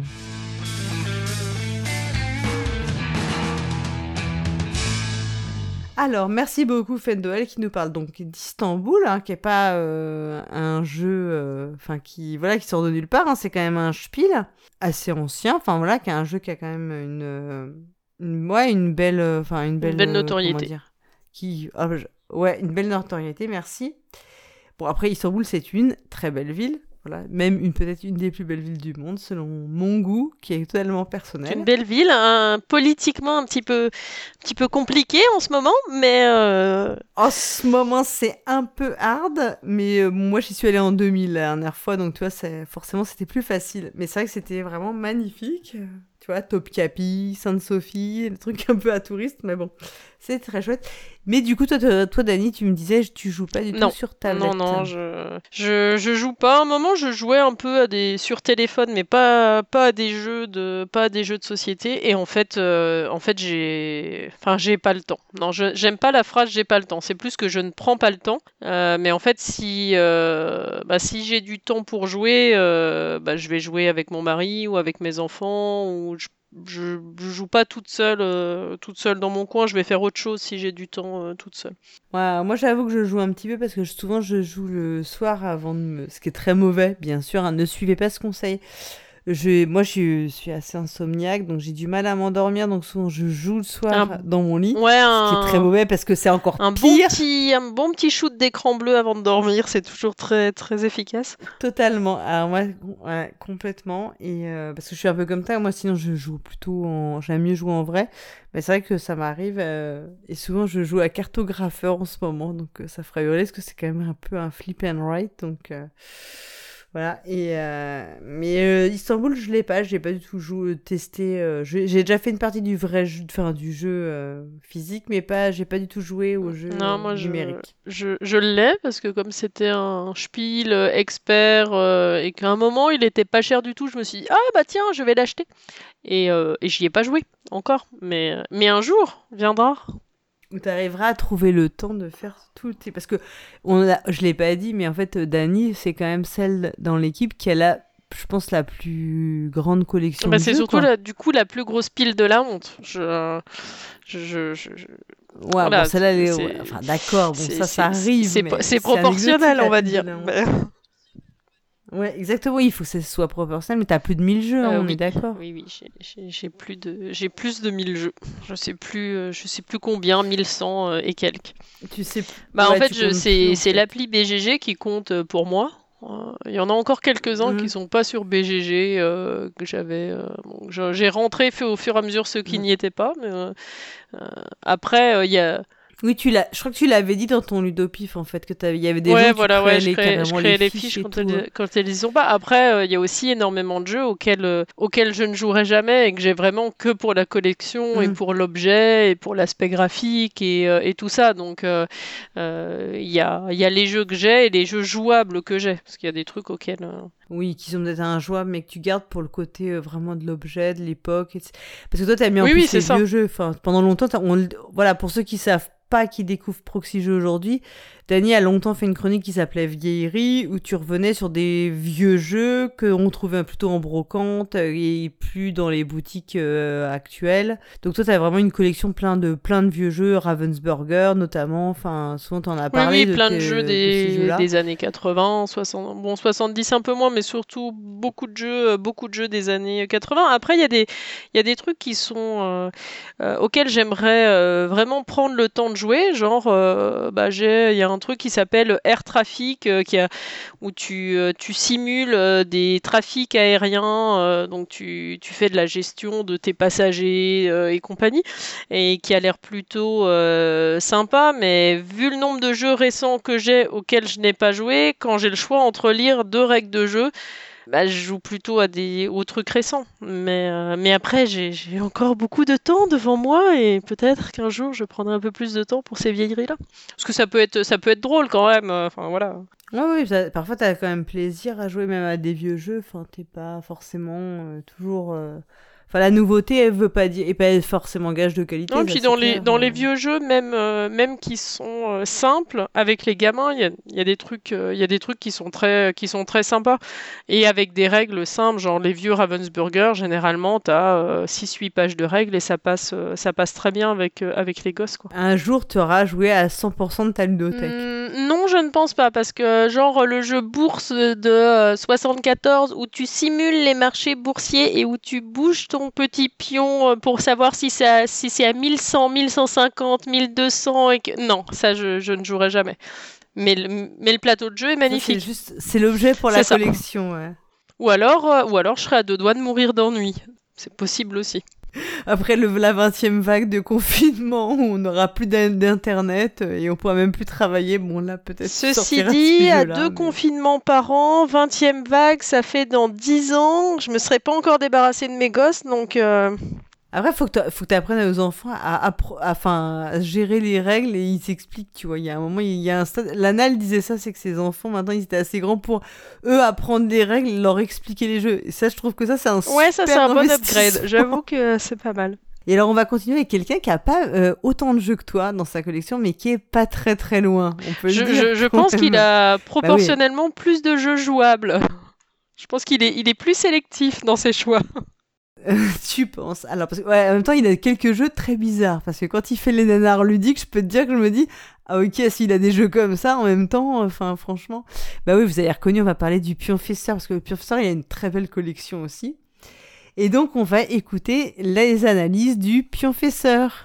Alors, merci beaucoup Fendoel qui nous parle donc d'Istanbul, hein, qui est pas euh, un jeu, enfin euh, qui voilà, qui sort de nulle part. Hein, c'est quand même un spiel assez ancien, enfin voilà, qui est un jeu qui a quand même une, une ouais, une belle, enfin une belle, une belle notoriété. Comment dire, qui, oh, je, ouais, une belle notoriété. Merci. Bon après, Istanbul c'est une très belle ville. Voilà, même une peut-être une des plus belles villes du monde selon mon goût, qui est totalement personnel. C'est une belle ville, hein, politiquement un petit peu, un petit peu compliqué en ce moment, mais euh... en ce moment c'est un peu hard, mais euh, moi j'y suis allée en deux mille la dernière fois, donc tu vois, c'est, forcément c'était plus facile. Mais c'est vrai que c'était vraiment magnifique. tu vois, Topkapi, Sainte-Sophie, des trucs un peu à touristes, mais bon, c'est très chouette. Mais du coup, toi, toi, toi Dani, tu me disais, tu joues pas du Non. tout sur tablette. Non, non, je... je je joue pas. À un moment, je jouais un peu à des sur téléphone, mais pas pas à des jeux de pas à des jeux de société. Et en fait, euh, en fait, j'ai, enfin, j'ai pas le temps. Non, je j'aime pas la phrase j'ai pas le temps. C'est plus que je ne prends pas le temps. Euh, mais en fait, si euh, bah si j'ai du temps pour jouer, euh, bah je vais jouer avec mon mari ou avec mes enfants ou je Je, je joue pas toute seule, euh, toute seule dans mon coin. Je vais faire autre chose si j'ai du temps euh, toute seule. Ouais, moi, j'avoue que je joue un petit peu parce que je- souvent je joue le soir avant de me... Ce qui est très mauvais, bien sûr. Hein, ne suivez pas ce conseil. Je... Moi, je suis, je suis assez insomniaque, donc j'ai du mal à m'endormir. Donc souvent, je joue le soir Un- dans mon lit. Ouais, Ce qui est très un, mauvais parce que c'est encore un bon pire. petit, un bon petit shoot d'écran bleu avant de dormir, c'est toujours très, très efficace. Totalement. Alors moi, ouais, complètement. Et euh, parce que je suis un peu comme ça. Moi, sinon, je joue plutôt en. J'aime mieux jouer en vrai. Mais c'est vrai que ça m'arrive. euh, Et souvent, je joue à cartographeur en ce moment. Donc, euh, ça fera hurler parce que c'est quand même un peu un flip and write. Donc, euh, voilà. Et euh, mais euh, Istanbul, je l'ai pas. J'ai pas du tout joué, testé. euh, je- J'ai déjà fait une partie du vrai jeu, enfin du jeu euh, physique, mais pas. J'ai pas du tout joué au jeu Non, euh, moi je, numérique. je, je l'ai parce que comme c'était un spiel euh, expert euh, et qu'à un moment il était pas cher du tout, je me suis dit ah bah tiens, je vais l'acheter. Et, euh, et j'y ai pas joué encore, mais, mais un jour viendra. Où tu arriveras à trouver le temps de faire tout. tes- Parce que on a... je l'ai pas dit, mais en fait, Dani, c'est quand même celle dans l'équipe qui a la, je pense, la plus grande collection Bah, de c'est jeux, surtout quoi. la, du coup la plus grosse pile de la honte. Je, je, je, je- je- Ouais, voilà, bon, celle-là, elle est... c'est- ouais, enfin, d'accord, bon, c'est- ça, c'est- ça arrive, c'est mais po- c'est anecdotique, proportionnel, la on va pile de dire. la honte. Mais- Ouais, exactement, il faut que ce soit proportionnel, mais t'as plus de mille jeux, hein, Euh, on oui. est d'accord. Oui, oui, j'ai- j'ai j'ai plus de j'ai plus de mille jeux. Je sais plus, euh, je sais plus combien, mille cent euh, et quelques. Tu sais... Bah en ouais, fait, tu je- comptes c'est plus, en c'est fait. l'appli B G G qui compte euh, pour moi. Euh, Il y en a encore quelques-uns qui Mhm. sont pas sur B G G euh, que j'avais. euh, bon, je- j'ai rentré fait au fur et à mesure ceux qui Mhm. n'y étaient pas. Mais euh, euh, après, euh, il y a Oui, tu l'as... je crois que tu l'avais dit dans ton ludopif, en fait, que t'avais... il y avait des ouais, gens voilà, qui ouais, créaient je les, crée, je carrément crée les les fiches fiches et quand tout. elles, hein. quand elles y sont pas. Après, euh, il y a aussi énormément de jeux auxquels, euh, auxquels je ne jouerai jamais et que j'ai vraiment que pour la collection et Mm. pour l'objet et pour l'aspect graphique et, euh, et tout ça. Donc, euh, euh, il y a, il y a les jeux que j'ai et les jeux jouables que j'ai. Parce qu'il y a des trucs auxquels... euh, Oui, qui sont peut-être injouables, mais que tu gardes pour le côté euh, vraiment de l'objet, de l'époque. et cetera. Parce que toi, t'as mis en Oui, plus oui, c'est les ça. vieux jeux. Enfin, pendant longtemps, t'as- on... voilà, pour ceux qui savent pas, qui découvrent Proxy Jeux aujourd'hui, Dany a longtemps fait une chronique qui s'appelait Vieillerie, où tu revenais sur des vieux jeux qu'on trouvait plutôt en brocante euh, et plus dans les boutiques euh, actuelles. Donc toi, t'as vraiment une collection plein de, plein de vieux jeux, Ravensburger notamment. Enfin, souvent, t'en as Oui, parlé oui, de, plein de tes- jeux de ces des, jeux-là. des années quatre-vingts, soixante, bon, soixante-dix un peu moins, mais surtout beaucoup de jeux, euh, beaucoup de jeux des années quatre-vingts. Après, il y a des, il y a des trucs qui sont euh, euh, auxquels j'aimerais euh, vraiment prendre le temps de jouer. Genre, euh, bah, j'ai, il y a un truc qui s'appelle Air Traffic, euh, qui a, où tu, euh, tu simules euh, des trafics aériens, euh, donc tu, tu fais de la gestion de tes passagers euh, et compagnie, et qui a l'air plutôt euh, sympa, mais vu le nombre de jeux récents que j'ai auxquels je n'ai pas joué, quand j'ai le choix entre lire deux règles de jeu, bah, je joue plutôt à des aux trucs récents. Mais, euh, mais après, j'ai, j'ai encore beaucoup de temps devant moi et peut-être qu'un jour je prendrai un peu plus de temps pour ces vieilleries-là. Parce que ça peut être, ça peut être drôle quand même. euh, Enfin voilà. Ouais, oui, ça- parfois t'as quand même plaisir à jouer même à des vieux jeux. Enfin, t'es pas forcément euh, toujours. euh, Enfin, la nouveauté, elle veut pas dire, et pas forcément gage de qualité. Non, et ça, puis c'est dans les, clair, dans euh. les vieux jeux, même, euh, même qui sont euh, simples, avec les gamins, il y a, il y a des trucs, euh, il y a des trucs qui sont très, qui sont très sympas. Et avec des règles simples, genre les vieux Ravensburger, généralement, t'as euh, six huit pages de règles et ça passe, euh, ça passe très bien avec, euh, avec les gosses, quoi. Un jour, tu auras joué à cent pour cent de ta ludothèque. Hmm, non, je ne pense pas, parce que genre le jeu bourse de euh, soixante-quatorze, où tu simules les marchés boursiers et où tu bouges ton petit pion euh, pour savoir si c'est à, si c'est à mille cent, mille cent cinquante, mille deux cents, et que... non, ça je, je ne jouerai jamais. Mais le, mais le plateau de jeu est Ça, magnifique. C'est juste, c'est l'objet pour la C'est ça. collection. Ouais. Ou alors, euh, ou alors je serais à deux doigts de mourir d'ennui. C'est possible aussi. après le, la vingtième vague de confinement où on n'aura plus d'internet et on pourra même plus travailler, bon là peut-être... Ceci dit, à deux mais... confinements par an, vingtième vague, ça fait dans dix ans, je me serais pas encore débarrassée de mes gosses, donc... Euh... Après, faut que tu apprennes aux enfants à, à, à, à, à gérer les règles et ils s'expliquent, tu vois. Il y a un moment, il y a un stade... Lana, elle disait ça, c'est que ses enfants, maintenant, ils étaient assez grands pour, eux, apprendre les règles, leur expliquer les jeux. Et ça, je trouve que ça, c'est un super Ouais, ça, c'est un bon upgrade. J'avoue que c'est pas mal. Et alors, on va continuer avec quelqu'un qui a pas euh, autant de jeux que toi dans sa collection, mais qui est pas très très loin, on peut je, le dire. Je, je pense qu'il a proportionnellement bah oui. plus de jeux jouables. Je pense qu'il est, il est plus sélectif dans ses choix. Euh, tu penses? Alors, parce que, ouais, en même temps, il a quelques jeux très bizarres. Parce que quand il fait les nanars ludiques, je peux te dire que je me dis, ah ok, s'il a des jeux comme ça en même temps, enfin, franchement. Bah oui, vous avez reconnu, on va parler du Pionfesseur, parce que le Pionfesseur, il a une très belle collection aussi. Et donc, on va écouter les analyses du Pionfesseur.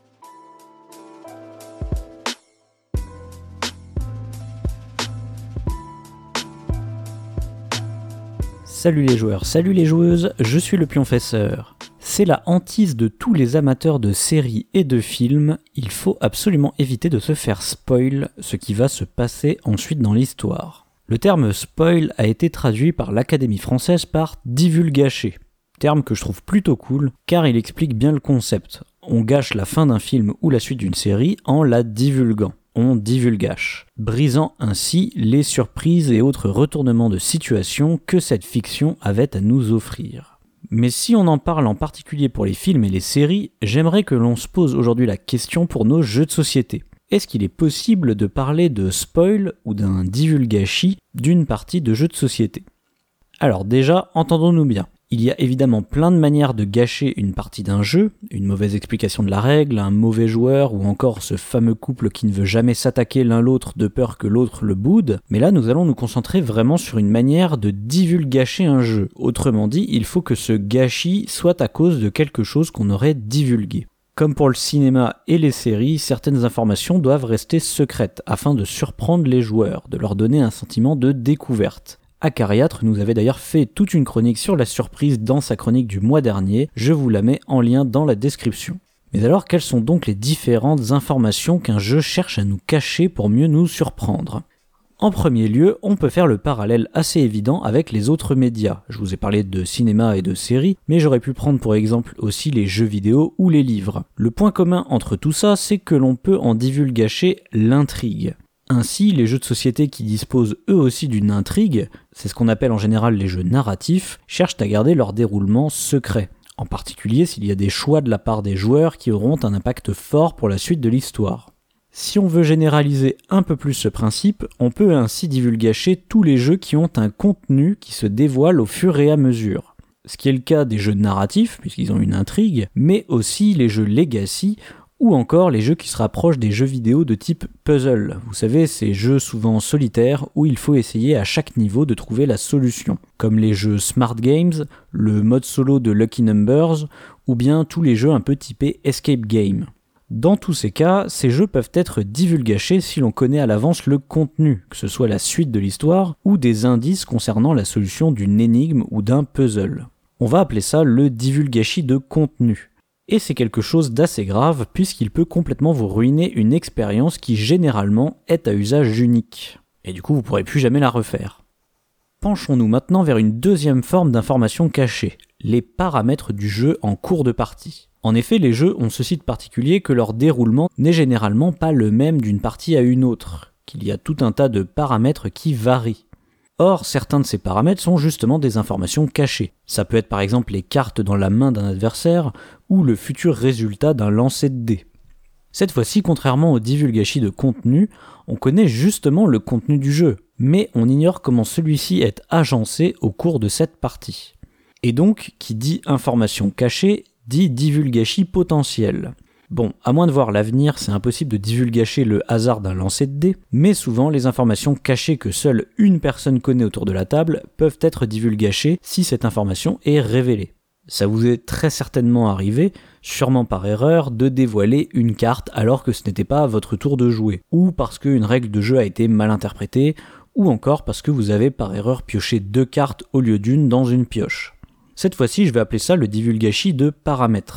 Salut les joueurs, salut les joueuses, je suis le Pionfesseur. C'est la hantise de tous les amateurs de séries et de films, il faut absolument éviter de se faire spoil ce qui va se passer ensuite dans l'histoire. Le terme spoil a été traduit par l'Académie française par divulgacher, terme que je trouve plutôt cool car il explique bien le concept. On gâche la fin d'un film ou la suite d'une série en la divulguant. On divulgâche, brisant ainsi les surprises et autres retournements de situation que cette fiction avait à nous offrir. Mais si on en parle en particulier pour les films et les séries, j'aimerais que l'on se pose aujourd'hui la question pour nos jeux de société. Est-ce qu'il est possible de parler de spoil ou d'un divulgachis d'une partie de jeux de société ? Alors déjà, entendons-nous bien. Il y a évidemment plein de manières de gâcher une partie d'un jeu, une mauvaise explication de la règle, un mauvais joueur ou encore ce fameux couple qui ne veut jamais s'attaquer l'un l'autre de peur que l'autre le boude, mais là nous allons nous concentrer vraiment sur une manière de divulgacher un jeu. Autrement dit, il faut que ce gâchis soit à cause de quelque chose qu'on aurait divulgué. Comme pour le cinéma et les séries, certaines informations doivent rester secrètes afin de surprendre les joueurs, de leur donner un sentiment de découverte. Acariâtre nous avait d'ailleurs fait toute une chronique sur la surprise dans sa chronique du mois dernier, je vous la mets en lien dans la description. Mais alors, quelles sont donc les différentes informations qu'un jeu cherche à nous cacher pour mieux nous surprendre ? En premier lieu, on peut faire le parallèle assez évident avec les autres médias. Je vous ai parlé de cinéma et de séries, mais j'aurais pu prendre pour exemple aussi les jeux vidéo ou les livres. Le point commun entre tout ça, c'est que l'on peut en divulgacher l'intrigue. Ainsi, les jeux de société qui disposent eux aussi d'une intrigue, c'est ce qu'on appelle en général les jeux narratifs, cherchent à garder leur déroulement secret. En particulier s'il y a des choix de la part des joueurs qui auront un impact fort pour la suite de l'histoire. Si on veut généraliser un peu plus ce principe, on peut ainsi divulgacher tous les jeux qui ont un contenu qui se dévoile au fur et à mesure. Ce qui est le cas des jeux narratifs, puisqu'ils ont une intrigue, mais aussi les jeux legacy, ou encore les jeux qui se rapprochent des jeux vidéo de type puzzle. Vous savez, ces jeux souvent solitaires où il faut essayer à chaque niveau de trouver la solution. Comme les jeux Smart Games, le mode solo de Lucky Numbers, ou bien tous les jeux un peu typés Escape Game. Dans tous ces cas, ces jeux peuvent être divulgachés si l'on connaît à l'avance le contenu, que ce soit la suite de l'histoire ou des indices concernant la solution d'une énigme ou d'un puzzle. On va appeler ça le divulgachis de contenu. Et c'est quelque chose d'assez grave puisqu'il peut complètement vous ruiner une expérience qui généralement est à usage unique. Et du coup vous ne pourrez plus jamais la refaire. Penchons-nous maintenant vers une deuxième forme d'information cachée, les paramètres du jeu en cours de partie. En effet, les jeux ont ceci de particulier que leur déroulement n'est généralement pas le même d'une partie à une autre, qu'il y a tout un tas de paramètres qui varient. Or, certains de ces paramètres sont justement des informations cachées. Ça peut être par exemple les cartes dans la main d'un adversaire ou le futur résultat d'un lancer de dés. Cette fois-ci, contrairement au divulgachis de contenu, on connaît justement le contenu du jeu, mais on ignore comment celui-ci est agencé au cours de cette partie. Et donc, qui dit information cachée, dit divulgachis potentiel. Bon, à moins de voir l'avenir, c'est impossible de divulgacher le hasard d'un lancer de dés, mais souvent les informations cachées que seule une personne connaît autour de la table peuvent être divulgachées si cette information est révélée. Ça vous est très certainement arrivé, sûrement par erreur, de dévoiler une carte alors que ce n'était pas votre tour de jouer, ou parce qu'une règle de jeu a été mal interprétée, ou encore parce que vous avez par erreur pioché deux cartes au lieu d'une dans une pioche. Cette fois-ci, je vais appeler ça le divulgachis de paramètres.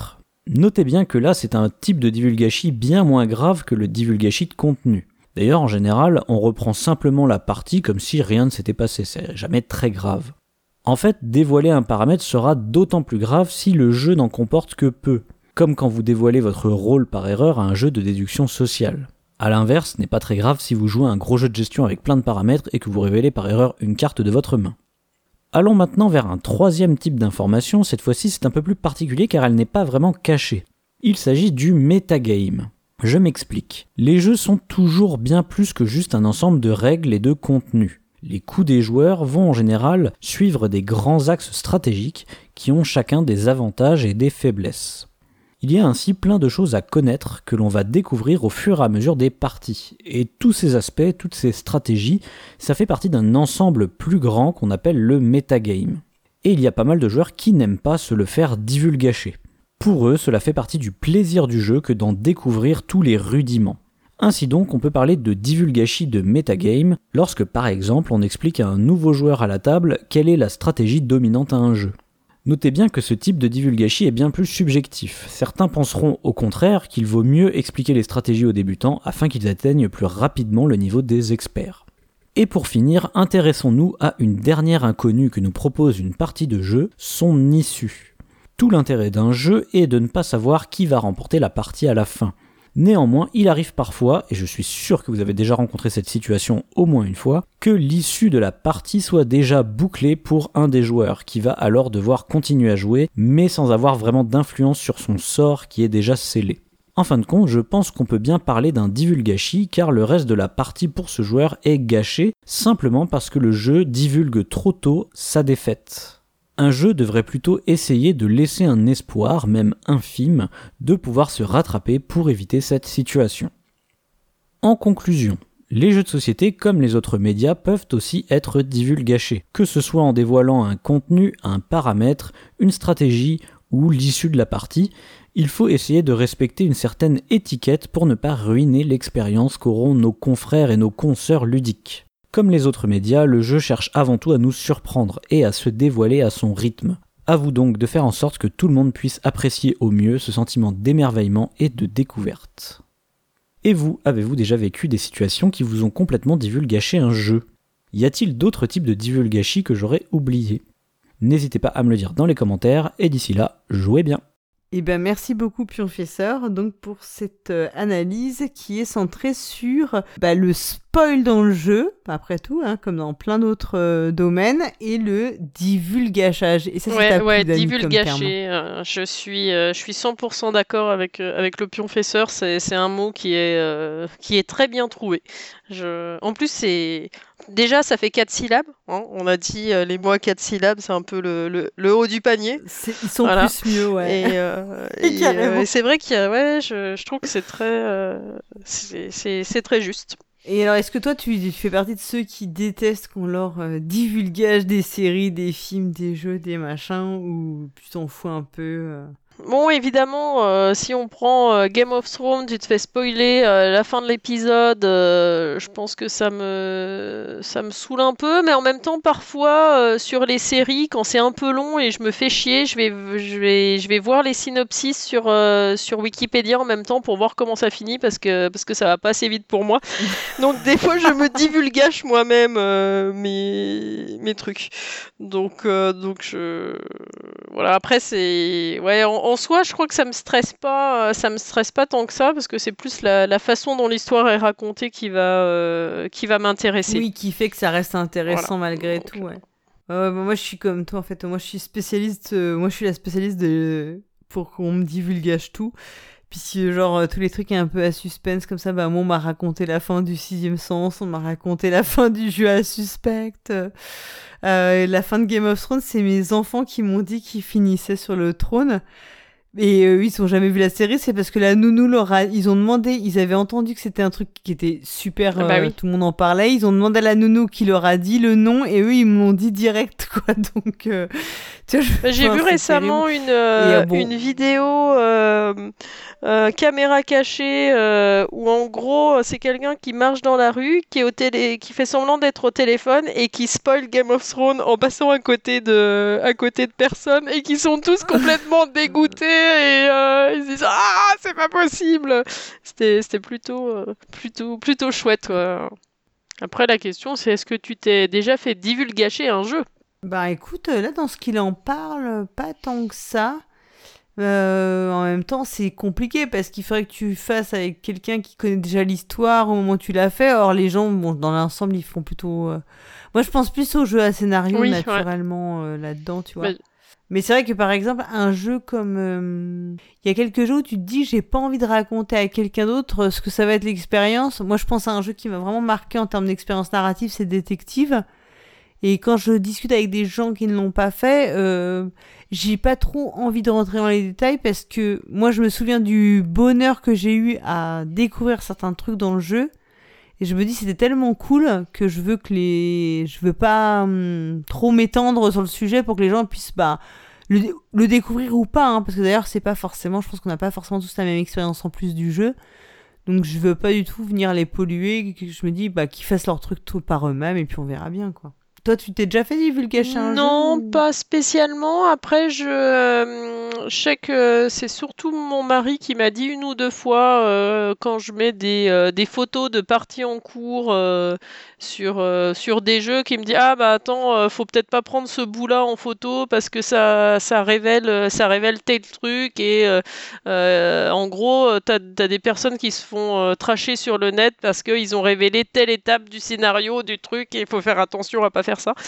Notez bien que là, c'est un type de divulgachi bien moins grave que le divulgachi de contenu. D'ailleurs, en général, on reprend simplement la partie comme si rien ne s'était passé, c'est jamais très grave. En fait, dévoiler un paramètre sera d'autant plus grave si le jeu n'en comporte que peu, comme quand vous dévoilez votre rôle par erreur à un jeu de déduction sociale. A l'inverse, ce n'est pas très grave si vous jouez à un gros jeu de gestion avec plein de paramètres et que vous révélez par erreur une carte de votre main. Allons maintenant vers un troisième type d'information, cette fois-ci c'est un peu plus particulier car elle n'est pas vraiment cachée. Il s'agit du metagame. Je m'explique. Les jeux sont toujours bien plus que juste un ensemble de règles et de contenus. Les coups des joueurs vont en général suivre des grands axes stratégiques qui ont chacun des avantages et des faiblesses. Il y a ainsi plein de choses à connaître que l'on va découvrir au fur et à mesure des parties. Et tous ces aspects, toutes ces stratégies, ça fait partie d'un ensemble plus grand qu'on appelle le metagame. Et il y a pas mal de joueurs qui n'aiment pas se le faire divulgacher. Pour eux, cela fait partie du plaisir du jeu que d'en découvrir tous les rudiments. Ainsi donc, on peut parler de divulgachi de metagame lorsque par exemple on explique à un nouveau joueur à la table quelle est la stratégie dominante à un jeu. Notez bien que ce type de divulgachi est bien plus subjectif. Certains penseront au contraire qu'il vaut mieux expliquer les stratégies aux débutants afin qu'ils atteignent plus rapidement le niveau des experts. Et pour finir, intéressons-nous à une dernière inconnue que nous propose une partie de jeu, son issue. Tout l'intérêt d'un jeu est de ne pas savoir qui va remporter la partie à la fin. Néanmoins, il arrive parfois, et je suis sûr que vous avez déjà rencontré cette situation au moins une fois, que l'issue de la partie soit déjà bouclée pour un des joueurs, qui va alors devoir continuer à jouer, mais sans avoir vraiment d'influence sur son sort qui est déjà scellé. En fin de compte, je pense qu'on peut bien parler d'un divulgachi, car le reste de la partie pour ce joueur est gâché, simplement parce que le jeu divulgue trop tôt sa défaite. Un jeu devrait plutôt essayer de laisser un espoir, même infime, de pouvoir se rattraper pour éviter cette situation. En conclusion, les jeux de société, comme les autres médias, peuvent aussi être divulgachés, que ce soit en dévoilant un contenu, un paramètre, une stratégie ou l'issue de la partie. Il faut essayer de respecter une certaine étiquette pour ne pas ruiner l'expérience qu'auront nos confrères et nos consoeurs ludiques. Comme les autres médias, le jeu cherche avant tout à nous surprendre et à se dévoiler à son rythme. À vous donc de faire en sorte que tout le monde puisse apprécier au mieux ce sentiment d'émerveillement et de découverte. Et vous, avez-vous déjà vécu des situations qui vous ont complètement divulgaché un jeu ? Y a-t-il d'autres types de divulgachi que j'aurais oublié ? N'hésitez pas à me le dire dans les commentaires, et d'ici là, jouez bien. Eh ben merci beaucoup Pionfesseur donc pour cette euh, analyse qui est centrée sur bah, le spoil dans le jeu, après tout, hein, comme dans plein d'autres euh, domaines, et le divulgachage. Et ça, ouais, c'est ouais, plus divulgacher. Euh, je suis, euh, je suis cent pour cent d'accord avec euh, avec le Pionfesseur. C'est c'est un mot qui est euh, qui est très bien trouvé. Je... En plus, c'est déjà ça fait quatre syllabes. Hein. On a dit euh, les mots à quatre syllabes, c'est un peu le, le, le haut du panier. C'est... Ils sont voilà. plus mieux, ouais. Et, euh, et, euh, et c'est vrai qu'il y a, ouais, je, je trouve que c'est très, euh, c'est, c'est, c'est très juste. Et alors, est-ce que toi, tu, tu fais partie de ceux qui détestent qu'on leur euh, divulgage des séries, des films, des jeux, des machins, ou tu t'en fous un peu euh... Bon, évidemment, euh, si on prend euh, Game of Thrones, tu te fais spoiler euh, la fin de l'épisode, euh, je pense que ça me ça me saoule un peu, mais en même temps, parfois, euh, sur les séries, quand c'est un peu long et je me fais chier, je vais, je vais, je vais voir les synopsis sur, euh, sur Wikipédia en même temps pour voir comment ça finit, parce que, parce que ça va pas assez vite pour moi. Donc, des fois, je me divulgage moi-même euh, mes, mes trucs. Donc, euh, donc je... Voilà, après, c'est... Ouais, en, en soi, je crois que ça me stresse pas, ça me stresse pas tant que ça, parce que c'est plus la, la façon dont l'histoire est racontée qui va, euh, qui va m'intéresser. Oui, qui fait que ça reste intéressant voilà. malgré Donc, tout, ouais. Euh, moi, je suis comme toi, en fait. Moi, je suis spécialiste... Euh, moi, je suis la spécialiste de... pour qu'on me divulgage tout. Puis si, genre, tous les trucs un peu à suspense, comme ça, bah, moi, on m'a raconté la fin du Sixième Sens, on m'a raconté la fin du jeu à suspect... Euh, la fin de Game of Thrones, c'est mes enfants qui m'ont dit qu'ils finissaient sur le trône. Et euh, ils n'ont jamais vu la série, c'est parce que la nounou leur a... Ils ont demandé, ils avaient entendu que c'était un truc qui était super, ah bah euh, oui. tout le monde en parlait. Ils ont demandé à la nounou qui leur a dit le nom, et eux, ils me l'ont dit direct, quoi. Donc, euh, tu vois, je... J'ai enfin, vu récemment une, euh, et, euh, bon... une vidéo... Euh... euh, caméra cachée, euh, où en gros c'est quelqu'un qui marche dans la rue, qui est au télé, qui fait semblant d'être au téléphone et qui spoil Game of Thrones en passant à côté de, à côté de personnes et qui sont tous complètement dégoûtés et euh, ils se disent ah c'est pas possible. C'était, c'était plutôt, euh, plutôt, plutôt chouette. Quoi. Après la question c'est est-ce que tu t'es déjà fait divulgacher un jeu? Bah écoute, là dans ce qu'il en parle, pas tant que ça. Euh, en même temps, c'est compliqué parce qu'il faudrait que tu fasses avec quelqu'un qui connaît déjà l'histoire au moment où tu l'as fait. Or, les gens, bon, dans l'ensemble, ils font plutôt. Euh... Moi, je pense plus aux jeux à scénario Oui, naturellement euh, là-dedans, tu vois. Mais- Mais c'est vrai que par exemple, un jeu comme. euh, Il y a quelques jeux où tu te dis, j'ai pas envie de raconter à quelqu'un d'autre ce que ça va être l'expérience. Moi, je pense à un jeu qui m'a vraiment marqué en termes d'expérience narrative, c'est Détective. Et quand je discute avec des gens qui ne l'ont pas fait, euh, j'ai pas trop envie de rentrer dans les détails parce que moi je me souviens du bonheur que j'ai eu à découvrir certains trucs dans le jeu et je me dis c'était tellement cool que je veux que les, je veux pas hum, trop m'étendre sur le sujet pour que les gens puissent bah le, le découvrir ou pas hein, parce que d'ailleurs c'est pas forcément, je pense qu'on n'a pas forcément tous la même expérience en plus du jeu. Donc je veux pas du tout venir les polluer, que je me dis bah qu'ils fassent leur truc tout par eux-mêmes et puis on verra bien quoi. Toi, tu t'es déjà fait divulgacher un jeu Non, ou- pas spécialement. Après, je, euh, je sais que c'est surtout mon mari qui m'a dit une ou deux fois euh, quand je mets des, euh, des photos de parties en cours euh, sur, euh, sur des jeux, qui me dit ah bah attends, euh, faut peut-être pas prendre ce bout-là en photo parce que ça, ça révèle, ça révèle tel truc et euh, euh, en gros, t'as, t'as des personnes qui se font euh, tracher sur le net parce qu'ils ont révélé telle étape du scénario, du truc et il faut faire attention à pas faire ça.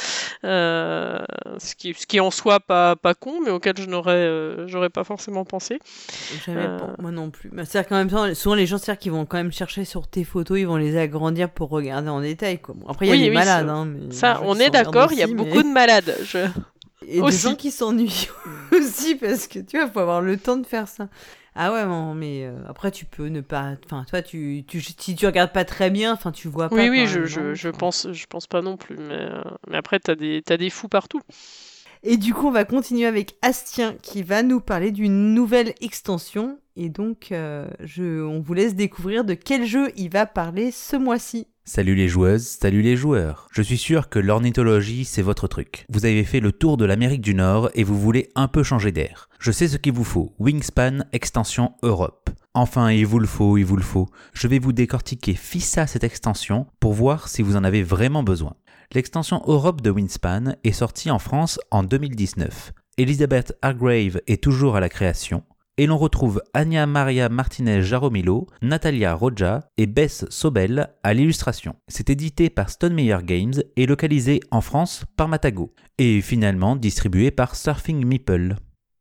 Euh, ce, qui, ce qui en soit pas, pas con, mais auquel je n'aurais euh, j'aurais pas forcément pensé. Jamais, Euh. bon, moi non plus. Mais c'est-à-dire qu'en même temps, souvent les gens, c'est-à-dire qu'ils vont quand même chercher sur tes photos, ils vont les agrandir pour regarder en détail. Quoi. Bon, après, il y a Oui, des oui, malades. ça- Hein, mais Ça, des gens on qui est s'emmerdent d'accord, il y a aussi, beaucoup mais- de malades. Je... Et des aussi. gens qui s'ennuient aussi, parce que tu vois, faut avoir le temps de faire ça. Ah ouais, non, mais euh, après, tu peux ne pas. Enfin, toi, tu, tu, si tu regardes pas très bien, enfin, tu vois pas. Oui, oui, quand je, même, je, non je Enfin. pense, je pense pas non plus, mais, euh, mais après, t'as des, t'as des fous partout. Et du coup, on va continuer avec Astien qui va nous parler d'une nouvelle extension. Et donc, euh, je, on vous laisse découvrir de quel jeu il va parler ce mois-ci. Salut les joueuses, salut les joueurs. Je suis sûr que l'ornithologie, c'est votre truc. Vous avez fait le tour de l'Amérique du Nord et vous voulez un peu changer d'air. Je sais ce qu'il vous faut. Wingspan Extension Europe. Enfin, il vous le faut, il vous le faut. Je vais vous décortiquer fissa cette extension pour voir si vous en avez vraiment besoin. L'extension Europe de Wingspan est sortie en France en deux mille dix-neuf. Elizabeth Hargrave est toujours à la création. Et l'on retrouve Anya Maria Martinez Jaromilo, Natalia Roja et Bess Sobel à l'illustration. C'est édité par Stonemeyer Games et localisé en France par Matago. Et finalement distribué par Surfing Meeple.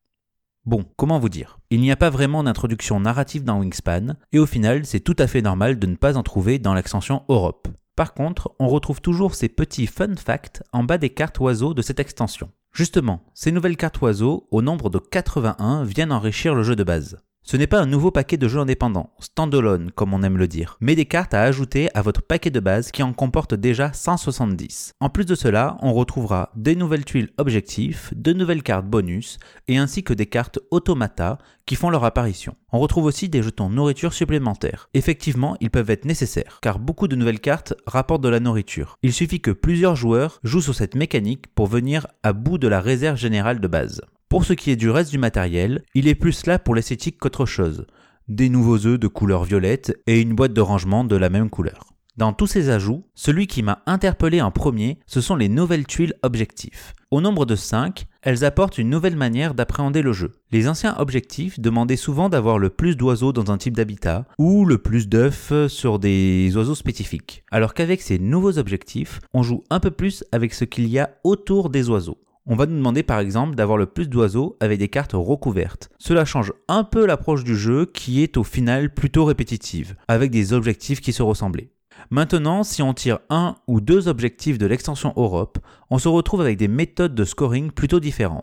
Bon, comment vous dire ? Il n'y a pas vraiment d'introduction narrative dans Wingspan, et au final, c'est tout à fait normal de ne pas en trouver dans l'extension Europe. Par contre, on retrouve toujours ces petits fun facts en bas des cartes oiseaux de cette extension. Justement, ces nouvelles cartes oiseaux, au nombre de quatre-vingt-un, viennent enrichir le jeu de base. Ce n'est pas un nouveau paquet de jeux indépendants, standalone comme on aime le dire, mais des cartes à ajouter à votre paquet de base qui en comporte déjà cent soixante-dix. En plus de cela, on retrouvera des nouvelles tuiles objectifs, de nouvelles cartes bonus, et ainsi que des cartes automata qui font leur apparition. On retrouve aussi des jetons nourriture supplémentaires. Effectivement, ils peuvent être nécessaires, car beaucoup de nouvelles cartes rapportent de la nourriture. Il suffit que plusieurs joueurs jouent sur cette mécanique pour venir à bout de la réserve générale de base. Pour ce qui est du reste du matériel, il est plus là pour l'esthétique qu'autre chose. Des nouveaux œufs de couleur violette et une boîte de rangement de la même couleur. Dans tous ces ajouts, celui qui m'a interpellé en premier, ce sont les nouvelles tuiles objectifs. Au nombre de cinq, elles apportent une nouvelle manière d'appréhender le jeu. Les anciens objectifs demandaient souvent d'avoir le plus d'oiseaux dans un type d'habitat ou le plus d'œufs sur des oiseaux spécifiques. Alors qu'avec ces nouveaux objectifs, on joue un peu plus avec ce qu'il y a autour des oiseaux. On va nous demander par exemple d'avoir le plus d'oiseaux avec des cartes recouvertes. Cela change un peu l'approche du jeu qui est au final plutôt répétitive, avec des objectifs qui se ressemblaient. Maintenant, si on tire un ou deux objectifs de l'extension Europe, on se retrouve avec des méthodes de scoring plutôt différentes.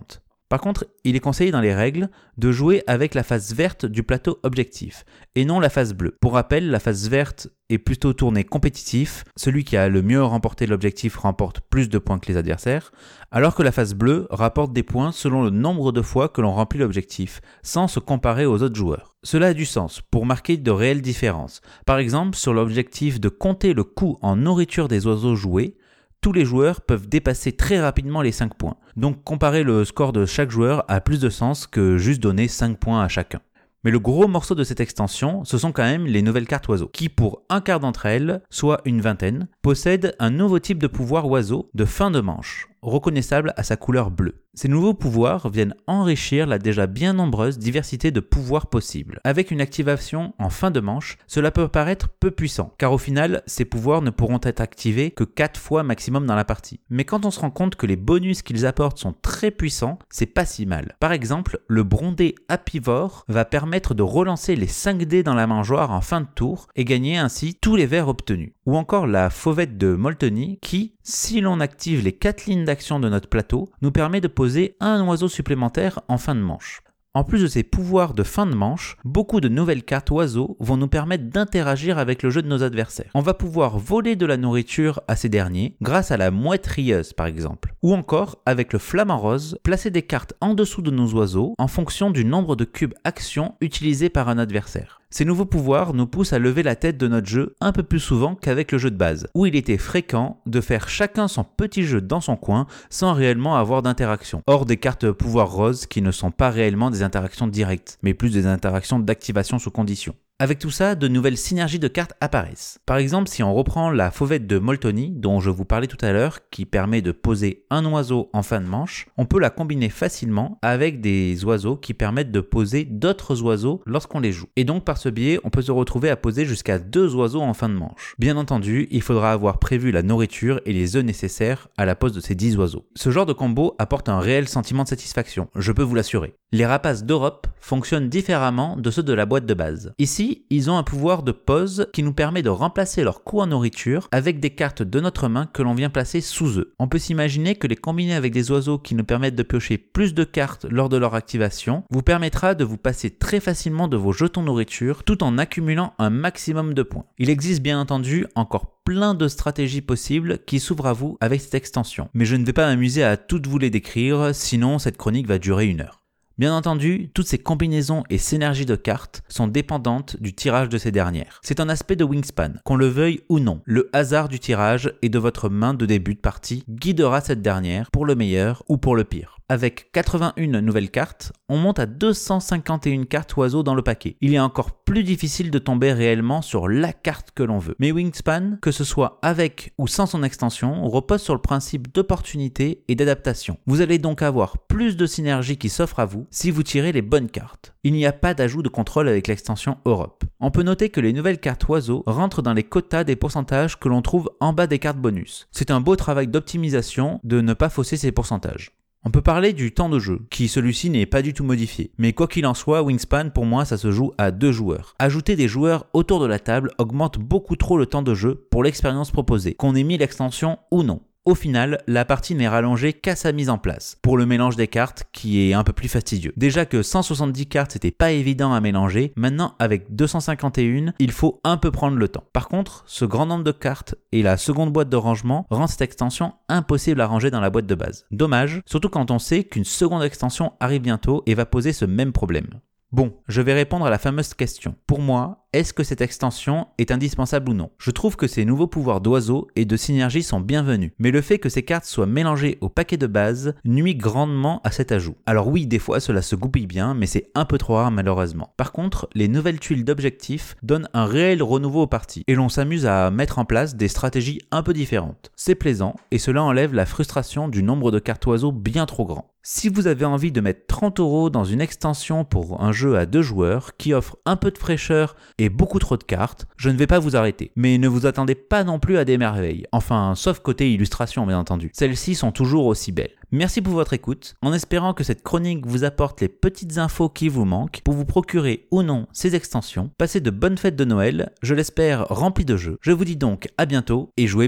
Par contre, il est conseillé dans les règles de jouer avec la face verte du plateau objectif et non la face bleue. Pour rappel, la face verte est plutôt tournée compétitif, celui qui a le mieux remporté l'objectif remporte plus de points que les adversaires, alors que la face bleue rapporte des points selon le nombre de fois que l'on remplit l'objectif, sans se comparer aux autres joueurs. Cela a du sens pour marquer de réelles différences. Par exemple, sur l'objectif de compter le coût en nourriture des oiseaux joués, tous les joueurs peuvent dépasser très rapidement les cinq points. Donc comparer le score de chaque joueur a plus de sens que juste donner cinq points à chacun. Mais le gros morceau de cette extension, ce sont quand même les nouvelles cartes oiseaux, qui pour un quart d'entre elles, soit une vingtaine, possèdent un nouveau type de pouvoir oiseau de fin de manche, reconnaissable à sa couleur bleue. Ces nouveaux pouvoirs viennent enrichir la déjà bien nombreuse diversité de pouvoirs possibles. Avec une activation en fin de manche, cela peut paraître peu puissant, car au final, ces pouvoirs ne pourront être activés que quatre fois maximum dans la partie. Mais quand on se rend compte que les bonus qu'ils apportent sont très puissants, c'est pas si mal. Par exemple, le Brondé Apivore va permettre de relancer les cinq dés dans la mangeoire en fin de tour et gagner ainsi tous les verres obtenus. Ou encore la Fauvette de Molteni qui, si l'on active les quatre lignes d'action de notre plateau, nous permet de poser un oiseau supplémentaire en fin de manche. En plus de ces pouvoirs de fin de manche, beaucoup de nouvelles cartes oiseaux vont nous permettre d'interagir avec le jeu de nos adversaires. On va pouvoir voler de la nourriture à ces derniers grâce à la mouette rieuse par exemple. Ou encore, avec le flamant rose, placer des cartes en dessous de nos oiseaux en fonction du nombre de cubes actions utilisés par un adversaire. Ces nouveaux pouvoirs nous poussent à lever la tête de notre jeu un peu plus souvent qu'avec le jeu de base, où il était fréquent de faire chacun son petit jeu dans son coin sans réellement avoir d'interaction. Hors des cartes pouvoir rose qui ne sont pas réellement des interactions directes, mais plus des interactions d'activation sous condition. Avec tout ça, de nouvelles synergies de cartes apparaissent. Par exemple, si on reprend la Fauvette de Molteni, dont je vous parlais tout à l'heure, qui permet de poser un oiseau en fin de manche, on peut la combiner facilement avec des oiseaux qui permettent de poser d'autres oiseaux lorsqu'on les joue. Et donc par ce biais, on peut se retrouver à poser jusqu'à deux oiseaux en fin de manche. Bien entendu, il faudra avoir prévu la nourriture et les œufs nécessaires à la pose de ces dix oiseaux. Ce genre de combo apporte un réel sentiment de satisfaction, je peux vous l'assurer. Les rapaces d'Europe fonctionnent différemment de ceux de la boîte de base. Ici, ils ont un pouvoir de pause qui nous permet de remplacer leur coût en nourriture avec des cartes de notre main que l'on vient placer sous eux. On peut s'imaginer que les combiner avec des oiseaux qui nous permettent de piocher plus de cartes lors de leur activation vous permettra de vous passer très facilement de vos jetons nourriture tout en accumulant un maximum de points. Il existe bien entendu encore plein de stratégies possibles qui s'ouvrent à vous avec cette extension, mais je ne vais pas m'amuser à toutes vous les décrire, sinon cette chronique va durer une heure. Bien entendu, toutes ces combinaisons et synergies de cartes sont dépendantes du tirage de ces dernières. C'est un aspect de Wingspan, qu'on le veuille ou non. Le hasard du tirage et de votre main de début de partie guidera cette dernière pour le meilleur ou pour le pire. Avec quatre-vingt-une nouvelles cartes, on monte à deux cent cinquante et une cartes oiseaux dans le paquet. Il est encore plus difficile de tomber réellement sur la carte que l'on veut. Mais Wingspan, que ce soit avec ou sans son extension, repose sur le principe d'opportunité et d'adaptation. Vous allez donc avoir plus de synergie qui s'offre à vous si vous tirez les bonnes cartes. Il n'y a pas d'ajout de contrôle avec l'extension Europe. On peut noter que les nouvelles cartes oiseaux rentrent dans les quotas des pourcentages que l'on trouve en bas des cartes bonus. C'est un beau travail d'optimisation de ne pas fausser ces pourcentages. On peut parler du temps de jeu, qui celui-ci n'est pas du tout modifié. Mais quoi qu'il en soit, Wingspan, pour moi, ça se joue à deux joueurs. Ajouter des joueurs autour de la table augmente beaucoup trop le temps de jeu pour l'expérience proposée, qu'on ait mis l'extension ou non. Au final, la partie n'est rallongée qu'à sa mise en place, pour le mélange des cartes qui est un peu plus fastidieux. Déjà que cent soixante-dix cartes c'était pas évident à mélanger, maintenant avec deux cent cinquante et une, il faut un peu prendre le temps. Par contre, ce grand nombre de cartes et la seconde boîte de rangement rend cette extension impossible à ranger dans la boîte de base. Dommage, surtout quand on sait qu'une seconde extension arrive bientôt et va poser ce même problème. Bon, je vais répondre à la fameuse question. Pour moi, est-ce que cette extension est indispensable ou non ? Je trouve que ces nouveaux pouvoirs d'oiseaux et de synergie sont bienvenus, mais le fait que ces cartes soient mélangées au paquet de base nuit grandement à cet ajout. Alors oui, des fois cela se goupille bien, mais c'est un peu trop rare malheureusement. Par contre, les nouvelles tuiles d'objectifs donnent un réel renouveau aux parties, et l'on s'amuse à mettre en place des stratégies un peu différentes. C'est plaisant, et cela enlève la frustration du nombre de cartes oiseaux bien trop grand. Si vous avez envie de mettre trente euros dans une extension pour un jeu à deux joueurs qui offre un peu de fraîcheur et beaucoup trop de cartes, je ne vais pas vous arrêter. Mais ne vous attendez pas non plus à des merveilles. Enfin, sauf côté illustration bien entendu. Celles-ci sont toujours aussi belles. Merci pour votre écoute, en espérant que cette chronique vous apporte les petites infos qui vous manquent pour vous procurer ou non ces extensions. Passez de bonnes fêtes de Noël, je l'espère remplies de jeux. Je vous dis donc à bientôt et jouez bien.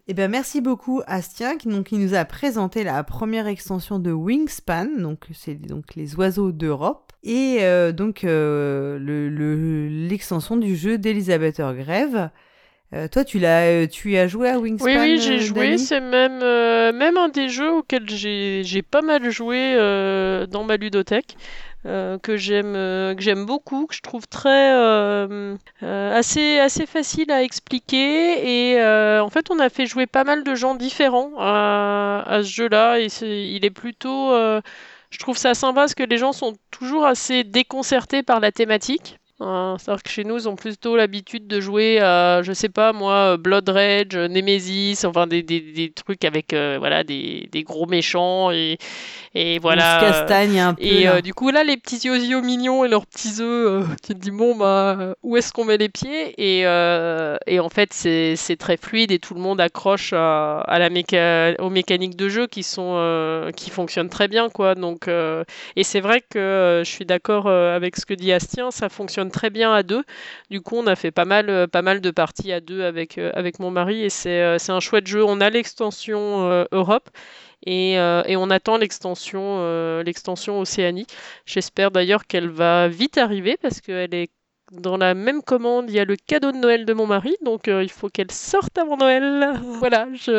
Eh ben merci beaucoup Astien qui, donc, qui nous a présenté la première extension de Wingspan, donc c'est donc les oiseaux d'Europe, et euh, donc euh, le, le, l'extension du jeu d'Elisabeth Grève. Euh, toi, tu l'as, tu y as joué à Wingspan? Oui, oui, j'ai euh, joué. Dany C'est même, euh, même un des jeux auxquels j'ai, j'ai pas mal joué euh, dans ma ludothèque. Euh, que j'aime euh, que j'aime beaucoup, que je trouve très euh, euh, assez assez facile à expliquer et euh, en fait on a fait jouer pas mal de gens différents à, à ce jeu-là et c'est, il est plutôt euh, je trouve ça sympa parce que les gens sont toujours assez déconcertés par la thématique. Euh, c'est-à-dire que chez nous, ils ont plutôt l'habitude de jouer à, je sais pas moi, Blood Rage, Nemesis, enfin des, des, des trucs avec euh, voilà des, des gros méchants et, et voilà. On se castagne un peu. Et là. euh, du coup là, les petits yeux mignons et leurs petits œufs, euh, tu te dis bon bah où est-ce qu'on met les pieds et, euh, et en fait c'est, c'est très fluide et tout le monde accroche à, à la méca- aux mécaniques de jeu qui sont euh, qui fonctionnent très bien quoi. Donc euh, et c'est vrai que euh, je suis d'accord euh, avec ce que dit Astien, ça fonctionne très bien à deux. Du coup, on a fait pas mal, euh, pas mal de parties à deux avec, euh, avec mon mari et c'est, euh, c'est un chouette jeu. On a l'extension euh, Europe et, euh, et on attend l'extension, euh, l'extension Océanie. J'espère d'ailleurs qu'elle va vite arriver parce qu'elle est dans la même commande. Il y a le cadeau de Noël de mon mari, donc euh, il faut qu'elle sorte avant Noël. Voilà, je...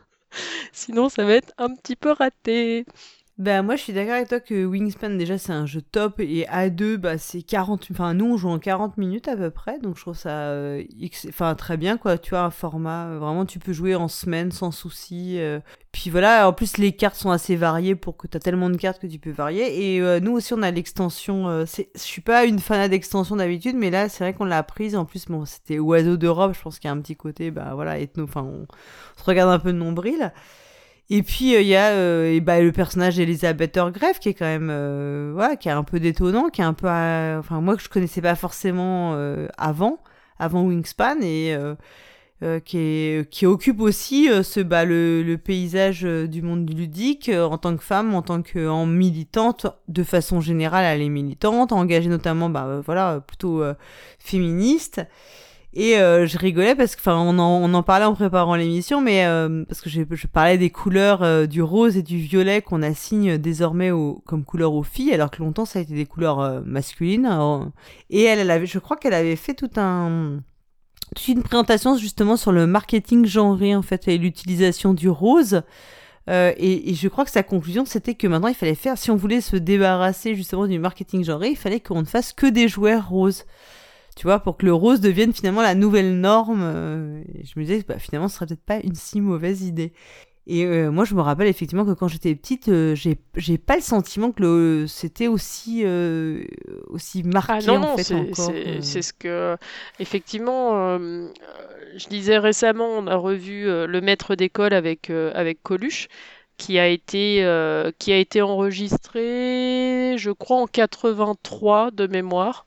sinon ça va être un petit peu raté. Bah moi je suis d'accord avec toi que Wingspan déjà c'est un jeu top et à deux bah c'est quarante, enfin nous on joue en quarante minutes à peu près donc je trouve ça euh, ex... enfin très bien quoi, tu vois un format euh, vraiment tu peux jouer en semaine sans souci euh. Puis voilà en plus les cartes sont assez variées pour que t'as tellement de cartes que tu peux varier et euh, nous aussi on a l'extension euh, c'est... je suis pas une fanat d'extension d'habitude mais là c'est vrai qu'on l'a prise en plus bon c'était Oiseaux d'Europe, je pense qu'il y a un petit côté bah voilà ethno, enfin on... on se regarde un peu de nombril. Et puis il euh, y a euh, et bah, le personnage d'Elisabeth Grève qui est quand même euh, voilà qui est un peu détonnant, qui est un peu euh, enfin moi que je connaissais pas forcément euh, avant avant Wingspan et euh, euh, qui est, qui occupe aussi euh, ce bah le, le paysage euh, du monde du ludique euh, en tant que femme, en tant que en militante de façon générale elle est militante, engagée notamment bah euh, voilà plutôt euh, féministe. Et euh, je rigolais parce que, enfin, on en, on en parlait en préparant l'émission, mais euh, parce que je, je parlais des couleurs euh, du rose et du violet qu'on assigne désormais au, comme couleurs aux filles, alors que longtemps ça a été des couleurs euh, masculines. Alors, et elle, elle avait, je crois qu'elle avait fait tout un, toute une présentation justement sur le marketing genré en fait et l'utilisation du rose. Euh, et, et je crois que sa conclusion c'était que maintenant il fallait faire, si on voulait se débarrasser justement du marketing genré, il fallait qu'on ne fasse que des jouets roses. Tu vois, pour que le rose devienne finalement la nouvelle norme. Euh, et je me disais, bah, finalement, ce serait peut-être pas une si mauvaise idée. Et euh, moi, je me rappelle effectivement que quand j'étais petite, euh, j'ai, j'ai pas le sentiment que le, c'était aussi, euh, aussi marqué ah non, en non, fait c'est, encore. C'est, euh... c'est ce que, effectivement, euh, je disais récemment, on a revu euh, Le Maître d'école avec, euh, avec Coluche, qui a été, euh, qui a été enregistré, je crois, en quatre-vingt-trois de mémoire.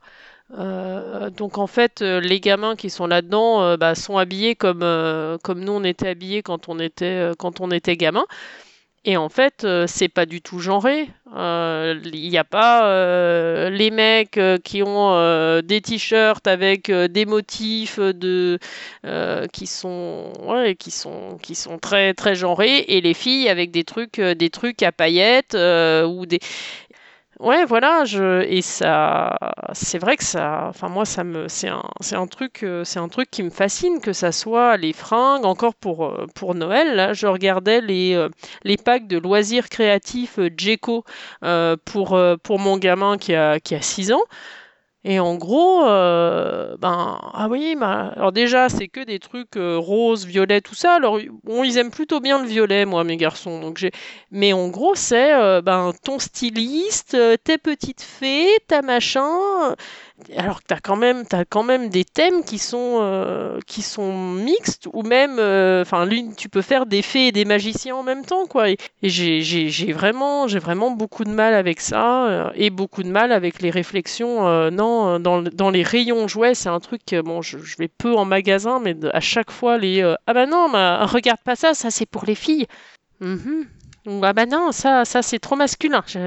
Euh, donc en fait, euh, les gamins qui sont là-dedans euh, bah, sont habillés comme, euh, comme nous on était habillés quand on était, euh, quand on était gamin. Et en fait, euh, c'est pas du tout genré. Il euh, n'y a pas euh, les mecs euh, qui ont euh, des t-shirts avec euh, des motifs de euh, qui sont ouais, qui sont qui sont très très genrés et les filles avec des trucs euh, des trucs à paillettes euh, ou des Ouais, voilà, je et ça, c'est vrai que ça, enfin moi ça me, c'est un, c'est un truc, euh, c'est un truc qui me fascine que ça soit les fringues. Encore pour euh, pour Noël, là, je regardais les euh, les packs de loisirs créatifs euh, Djeco euh, pour euh, pour mon gamin qui a qui a six ans. Et en gros, euh, ben, ah oui, bah, alors déjà, c'est que des trucs euh, roses, violets, tout ça. Alors, bon, ils aiment plutôt bien le violet, moi, mes garçons. Donc j'ai... Mais en gros, c'est euh, ben, ton styliste, euh, tes petites fées, ta machin. Alors que t'as quand même, t'as quand même des thèmes qui sont, euh, qui sont mixtes, ou même, enfin, euh, l'une, tu peux faire des fées et des magiciens en même temps, quoi. Et, et j'ai, j'ai, j'ai vraiment, j'ai vraiment beaucoup de mal avec ça, euh, et beaucoup de mal avec les réflexions. Euh, non, dans, dans les rayons jouets, c'est un truc, bon, je, je vais peu en magasin, mais de, à chaque fois, les, euh, ah bah non, bah, regarde pas ça, ça c'est pour les filles. Mm-hmm. Ah bah non, ça, ça c'est trop masculin. Je...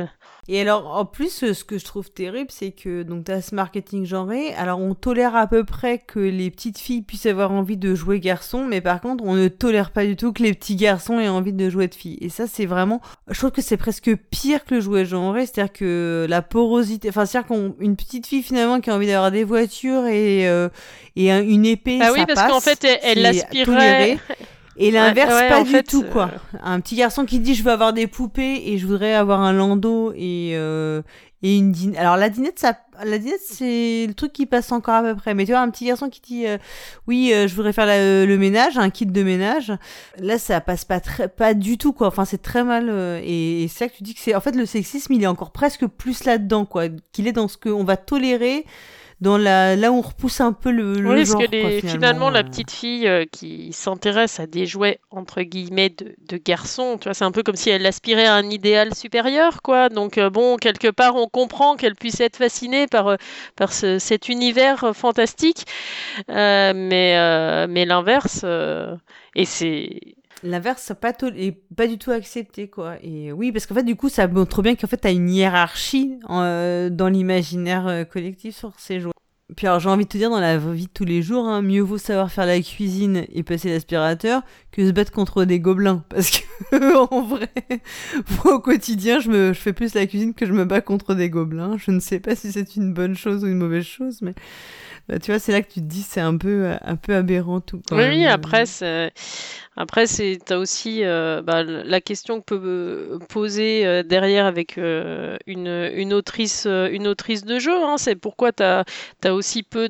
Et alors, en plus, ce que je trouve terrible, c'est que donc t'as ce marketing genré. Alors, on tolère à peu près que les petites filles puissent avoir envie de jouer garçons, mais par contre, on ne tolère pas du tout que les petits garçons aient envie de jouer de filles. Et ça, c'est vraiment... Je trouve que c'est presque pire que le jouet genré, c'est-à-dire que la porosité... Enfin, c'est-à-dire qu'une petite fille, finalement, qui a envie d'avoir des voitures et, euh, et un, une épée, ah ça oui, parce passe, qu'en fait, elle, elle c'est l'aspirait... toléré. Et l'inverse, ouais, ouais, pas en du fait, tout, euh... quoi. Un petit garçon qui dit « je veux avoir des poupées et je voudrais avoir un landau et, euh, et une dinette ». Alors la dinette, ça, la dinette, c'est le truc qui passe encore à peu près. Mais tu vois, un petit garçon qui dit euh, « oui, euh, je voudrais faire la, le ménage, un kit de ménage », là, ça passe pas, très, pas du tout, quoi. Enfin, c'est très mal. Euh, et, et c'est ça que tu dis que c'est... En fait, le sexisme, il est encore presque plus là-dedans, quoi. Qu'il est dans ce qu'on va tolérer... Dans la, là où on repousse un peu le, le oui, genre. parce que les, quoi, finalement, finalement, euh... la petite fille euh, qui s'intéresse à des jouets, entre guillemets, de, de garçons, tu vois, c'est un peu comme si elle aspirait à un idéal supérieur, quoi. Donc, euh, bon, quelque part, on comprend qu'elle puisse être fascinée par, euh, par ce, cet univers euh, fantastique. Euh, mais, euh, mais l'inverse, euh, et c'est... L'inverse, pas, to- est pas du tout accepté, quoi. Et oui, parce qu'en fait, du coup, ça montre bien qu'en fait, t'as une hiérarchie euh, dans l'imaginaire euh, collectif sur ces jouets. Puis alors, j'ai envie de te dire, dans la vie de tous les jours, hein, mieux vaut savoir faire la cuisine et passer l'aspirateur que se battre contre des gobelins. Parce que, en vrai, moi, au quotidien, je, me, je fais plus la cuisine que je me bats contre des gobelins. Je ne sais pas si c'est une bonne chose ou une mauvaise chose, mais... Bah, tu vois, c'est là que tu te dis c'est un peu, un peu aberrant tout. Quand oui, même. oui, après, c'est... Après, c'est... t'as aussi euh, bah, la question que peut poser euh, derrière avec euh, une, une, autrice, euh, une autrice de jeu. Hein, c'est pourquoi t'as, t'as aussi peu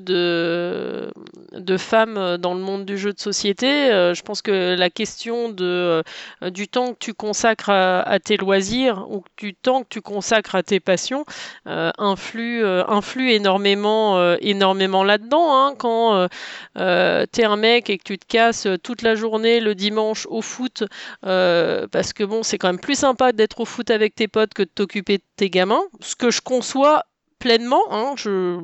de, de femmes dans le monde du jeu de société. Euh, je pense que la question de, euh, du temps que tu consacres à, à tes loisirs ou du temps que tu consacres à tes passions euh, influe, euh, influe énormément, euh, énormément là-dedans. Hein, quand euh, euh, t'es un mec et que tu te casses toute la journée le dimanche au foot, euh, parce que bon, c'est quand même plus sympa d'être au foot avec tes potes que de t'occuper de tes gamins, ce que je conçois pleinement. Hein, je...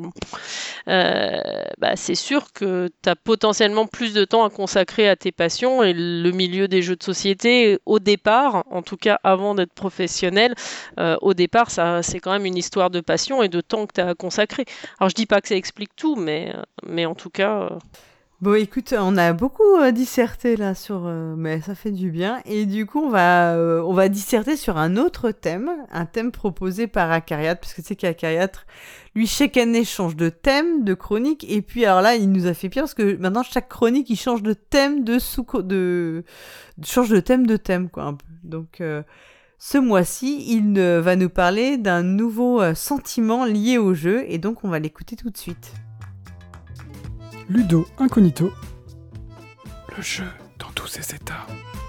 euh, bah, c'est sûr que tu as potentiellement plus de temps à consacrer à tes passions, et le milieu des jeux de société, au départ, en tout cas avant d'être professionnel, euh, au départ, ça, c'est quand même une histoire de passion et de temps que tu as à consacrer. Alors je dis pas que ça explique tout, mais, mais en tout cas... Euh... Bon, écoute, on a beaucoup euh, disserté là sur, euh, mais ça fait du bien. Et du coup, on va, euh, on va disserter sur un autre thème, un thème proposé par Acariat, parce que c'est qu'Acariat, lui, chaque année change de thème, de chronique. Et puis, alors là, il nous a fait pire parce que maintenant, chaque chronique, il change de thème, de sous, de, change de thème, de thème, quoi, un peu. Donc, euh, ce mois-ci, il euh, va nous parler d'un nouveau euh, sentiment lié au jeu, et donc, on va l'écouter tout de suite. Ludo Incognito, le jeu dans tous ses états.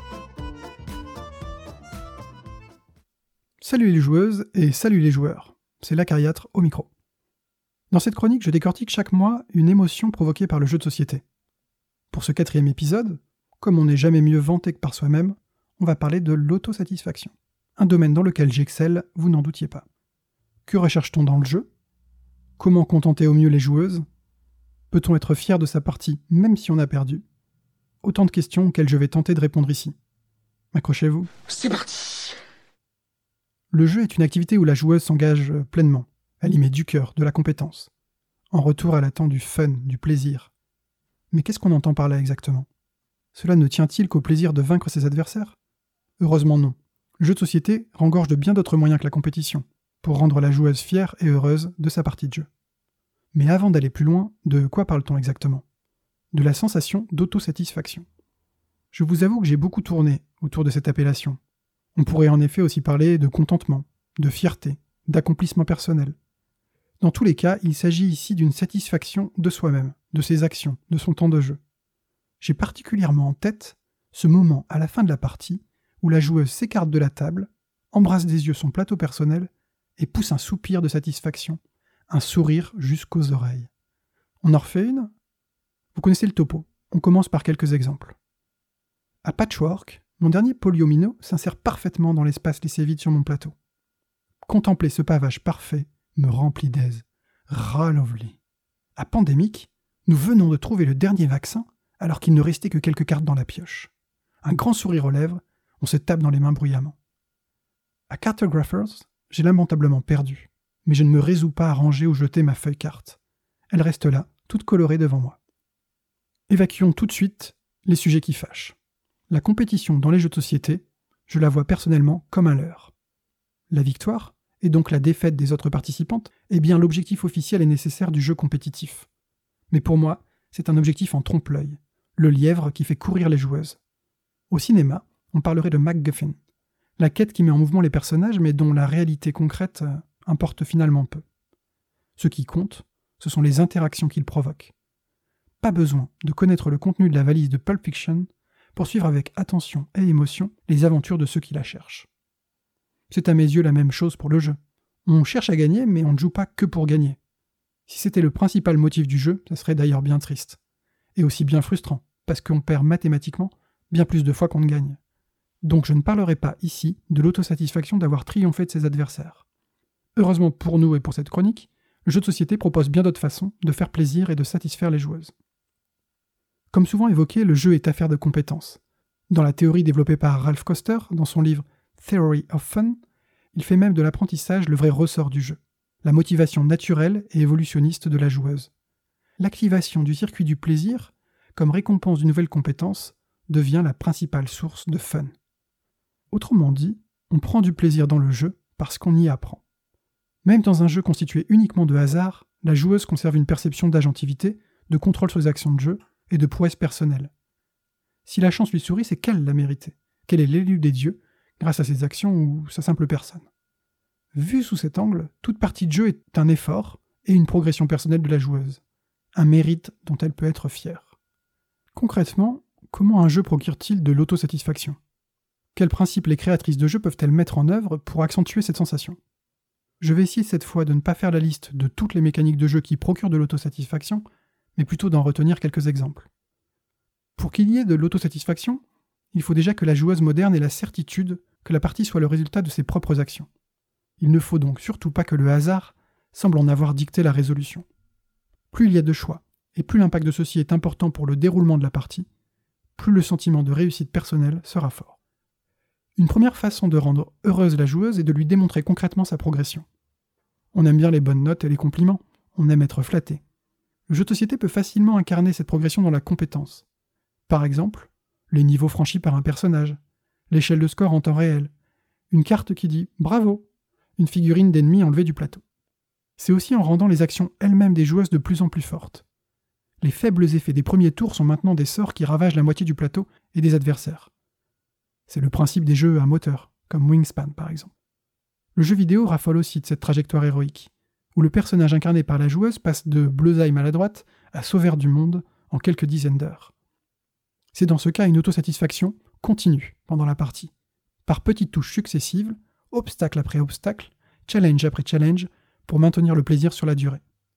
Salut les joueuses et salut les joueurs, c'est l'Acariâtre au micro. Dans cette chronique, je décortique chaque mois une émotion provoquée par le jeu de société. Pour ce quatrième épisode, comme on n'est jamais mieux vanté que par soi-même, on va parler de l'autosatisfaction, un domaine dans lequel j'excelle, vous n'en doutiez pas. Que recherche-t-on dans le jeu ? Comment contenter au mieux les joueuses ? Peut-on être fier de sa partie, même si on a perdu ? Autant de questions auxquelles je vais tenter de répondre ici. Accrochez-vous. C'est parti ! Le jeu est une activité où la joueuse s'engage pleinement. Elle y met du cœur, de la compétence. En retour, elle attend du fun, du plaisir. Mais qu'est-ce qu'on entend par là exactement ? Cela ne tient-il qu'au plaisir de vaincre ses adversaires ? Heureusement non. Le jeu de société regorge de bien d'autres moyens que la compétition, pour rendre la joueuse fière et heureuse de sa partie de jeu. Mais avant d'aller plus loin, de quoi parle-t-on exactement ? De la sensation d'autosatisfaction. Je vous avoue que j'ai beaucoup tourné autour de cette appellation. On pourrait en effet aussi parler de contentement, de fierté, d'accomplissement personnel. Dans tous les cas, il s'agit ici d'une satisfaction de soi-même, de ses actions, de son temps de jeu. J'ai particulièrement en tête ce moment à la fin de la partie où la joueuse s'écarte de la table, embrasse des yeux son plateau personnel et pousse un soupir de satisfaction. Un sourire jusqu'aux oreilles. On en refait une ? Vous connaissez le topo, on commence par quelques exemples. À Patchwork, mon dernier polyomino s'insère parfaitement dans l'espace laissé vide sur mon plateau. Contempler ce pavage parfait me remplit d'aise. Ra-lovely. À Pandémique, nous venons de trouver le dernier vaccin alors qu'il ne restait que quelques cartes dans la pioche. Un grand sourire aux lèvres, on se tape dans les mains bruyamment. À Cartographers, j'ai lamentablement perdu, mais je ne me résous pas à ranger ou jeter ma feuille carte. Elle reste là, toute colorée devant moi. Évacuons tout de suite les sujets qui fâchent. La compétition dans les jeux de société, je la vois personnellement comme un leurre. La victoire, et donc la défaite des autres participantes, est bien l'objectif officiel et nécessaire du jeu compétitif. Mais pour moi, c'est un objectif en trompe-l'œil, le lièvre qui fait courir les joueuses. Au cinéma, on parlerait de MacGuffin, la quête qui met en mouvement les personnages mais dont la réalité concrète euh, importe finalement peu. Ce qui compte, ce sont les interactions qu'ils provoquent. Pas besoin de connaître le contenu de la valise de Pulp Fiction pour suivre avec attention et émotion les aventures de ceux qui la cherchent. C'est à mes yeux la même chose pour le jeu. On cherche à gagner, mais on ne joue pas que pour gagner. Si c'était le principal motif du jeu, ça serait d'ailleurs bien triste. Et aussi bien frustrant, parce qu'on perd mathématiquement bien plus de fois qu'on ne gagne. Donc je ne parlerai pas ici de l'autosatisfaction d'avoir triomphé de ses adversaires. Heureusement pour nous et pour cette chronique, le jeu de société propose bien d'autres façons de faire plaisir et de satisfaire les joueuses. Comme souvent évoqué, le jeu est affaire de compétences. Dans la théorie développée par Ralph Koster, dans son livre Theory of Fun, il fait même de l'apprentissage le vrai ressort du jeu, la motivation naturelle et évolutionniste de la joueuse. L'activation du circuit du plaisir, comme récompense d'une nouvelle compétence, devient la principale source de fun. Autrement dit, on prend du plaisir dans le jeu parce qu'on y apprend. Même dans un jeu constitué uniquement de hasard, la joueuse conserve une perception d'agentivité, de contrôle sur les actions de jeu et de prouesse personnelle. Si la chance lui sourit, c'est qu'elle l'a mérité, qu'elle est l'élu des dieux, grâce à ses actions ou sa simple personne. Vu sous cet angle, toute partie de jeu est un effort et une progression personnelle de la joueuse, un mérite dont elle peut être fière. Concrètement, comment un jeu procure-t-il de l'autosatisfaction ? Quels principes les créatrices de jeux peuvent-elles mettre en œuvre pour accentuer cette sensation ? Je vais essayer cette fois de ne pas faire la liste de toutes les mécaniques de jeu qui procurent de l'autosatisfaction, mais plutôt d'en retenir quelques exemples. Pour qu'il y ait de l'autosatisfaction, il faut déjà que la joueuse moderne ait la certitude que la partie soit le résultat de ses propres actions. Il ne faut donc surtout pas que le hasard semble en avoir dicté la résolution. Plus il y a de choix, et plus l'impact de ceci est important pour le déroulement de la partie, plus le sentiment de réussite personnelle sera fort. Une première façon de rendre heureuse la joueuse est de lui démontrer concrètement sa progression. On aime bien les bonnes notes et les compliments, on aime être flatté. Le jeu de société peut facilement incarner cette progression dans la compétence. Par exemple, les niveaux franchis par un personnage, l'échelle de score en temps réel, une carte qui dit « bravo », une figurine d'ennemi enlevée du plateau. C'est aussi en rendant les actions elles-mêmes des joueuses de plus en plus fortes. Les faibles effets des premiers tours sont maintenant des sorts qui ravagent la moitié du plateau et des adversaires. C'est le principe des jeux à moteur, comme Wingspan par exemple. Le jeu vidéo raffole aussi de cette trajectoire héroïque, où le personnage incarné par la joueuse passe de Bleuzaï maladroite à sauveur du monde en quelques dizaines d'heures. C'est dans ce cas une autosatisfaction continue pendant la partie, par petites touches successives, obstacle après obstacle, challenge après challenge, pour maintenir le plaisir sur la durée.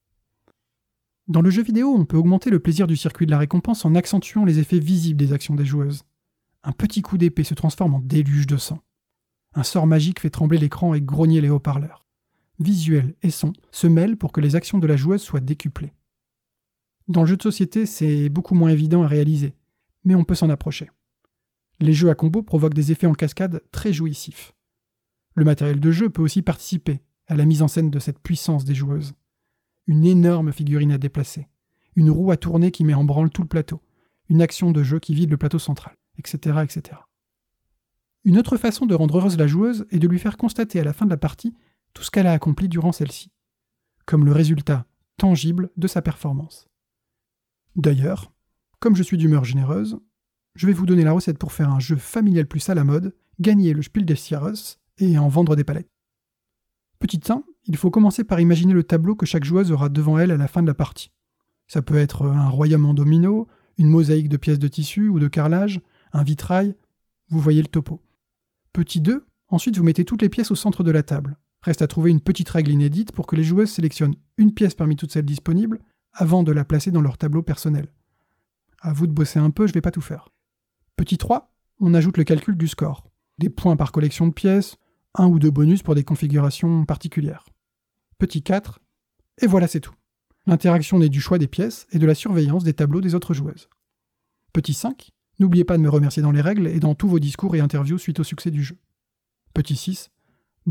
Dans le jeu vidéo, on peut augmenter le plaisir du circuit de la récompense en accentuant les effets visibles des actions des joueuses. Un petit coup d'épée se transforme en déluge de sang. Un sort magique fait trembler l'écran et grogner les haut-parleurs. Visuel et son se mêlent pour que les actions de la joueuse soient décuplées. Dans le jeu de société, c'est beaucoup moins évident à réaliser, mais on peut s'en approcher. Les jeux à combo provoquent des effets en cascade très jouissifs. Le matériel de jeu peut aussi participer à la mise en scène de cette puissance des joueuses. Une énorme figurine à déplacer, une roue à tourner qui met en branle tout le plateau, une action de jeu qui vide le plateau central, et cetera, et cetera. Une autre façon de rendre heureuse la joueuse est de lui faire constater à la fin de la partie tout ce qu'elle a accompli durant celle-ci, comme le résultat tangible de sa performance. D'ailleurs, comme je suis d'humeur généreuse, je vais vous donner la recette pour faire un jeu familial plus à la mode, gagner le Spiel des Jahres et en vendre des palettes. Petit un, il faut commencer par imaginer le tableau que chaque joueuse aura devant elle à la fin de la partie. Ça peut être un royaume en domino, une mosaïque de pièces de tissu ou de carrelage, un vitrail, vous voyez le topo. Petit deux, ensuite vous mettez toutes les pièces au centre de la table. Reste à trouver une petite règle inédite pour que les joueuses sélectionnent une pièce parmi toutes celles disponibles avant de la placer dans leur tableau personnel. À vous de bosser un peu, je vais pas tout faire. Petit trois, on ajoute le calcul du score. Des points par collection de pièces, un ou deux bonus pour des configurations particulières. Petit quatre, et voilà c'est tout. L'interaction naît du choix des pièces et de la surveillance des tableaux des autres joueuses. Petit cinq, n'oubliez pas de me remercier dans les règles et dans tous vos discours et interviews suite au succès du jeu. Petit six, bon,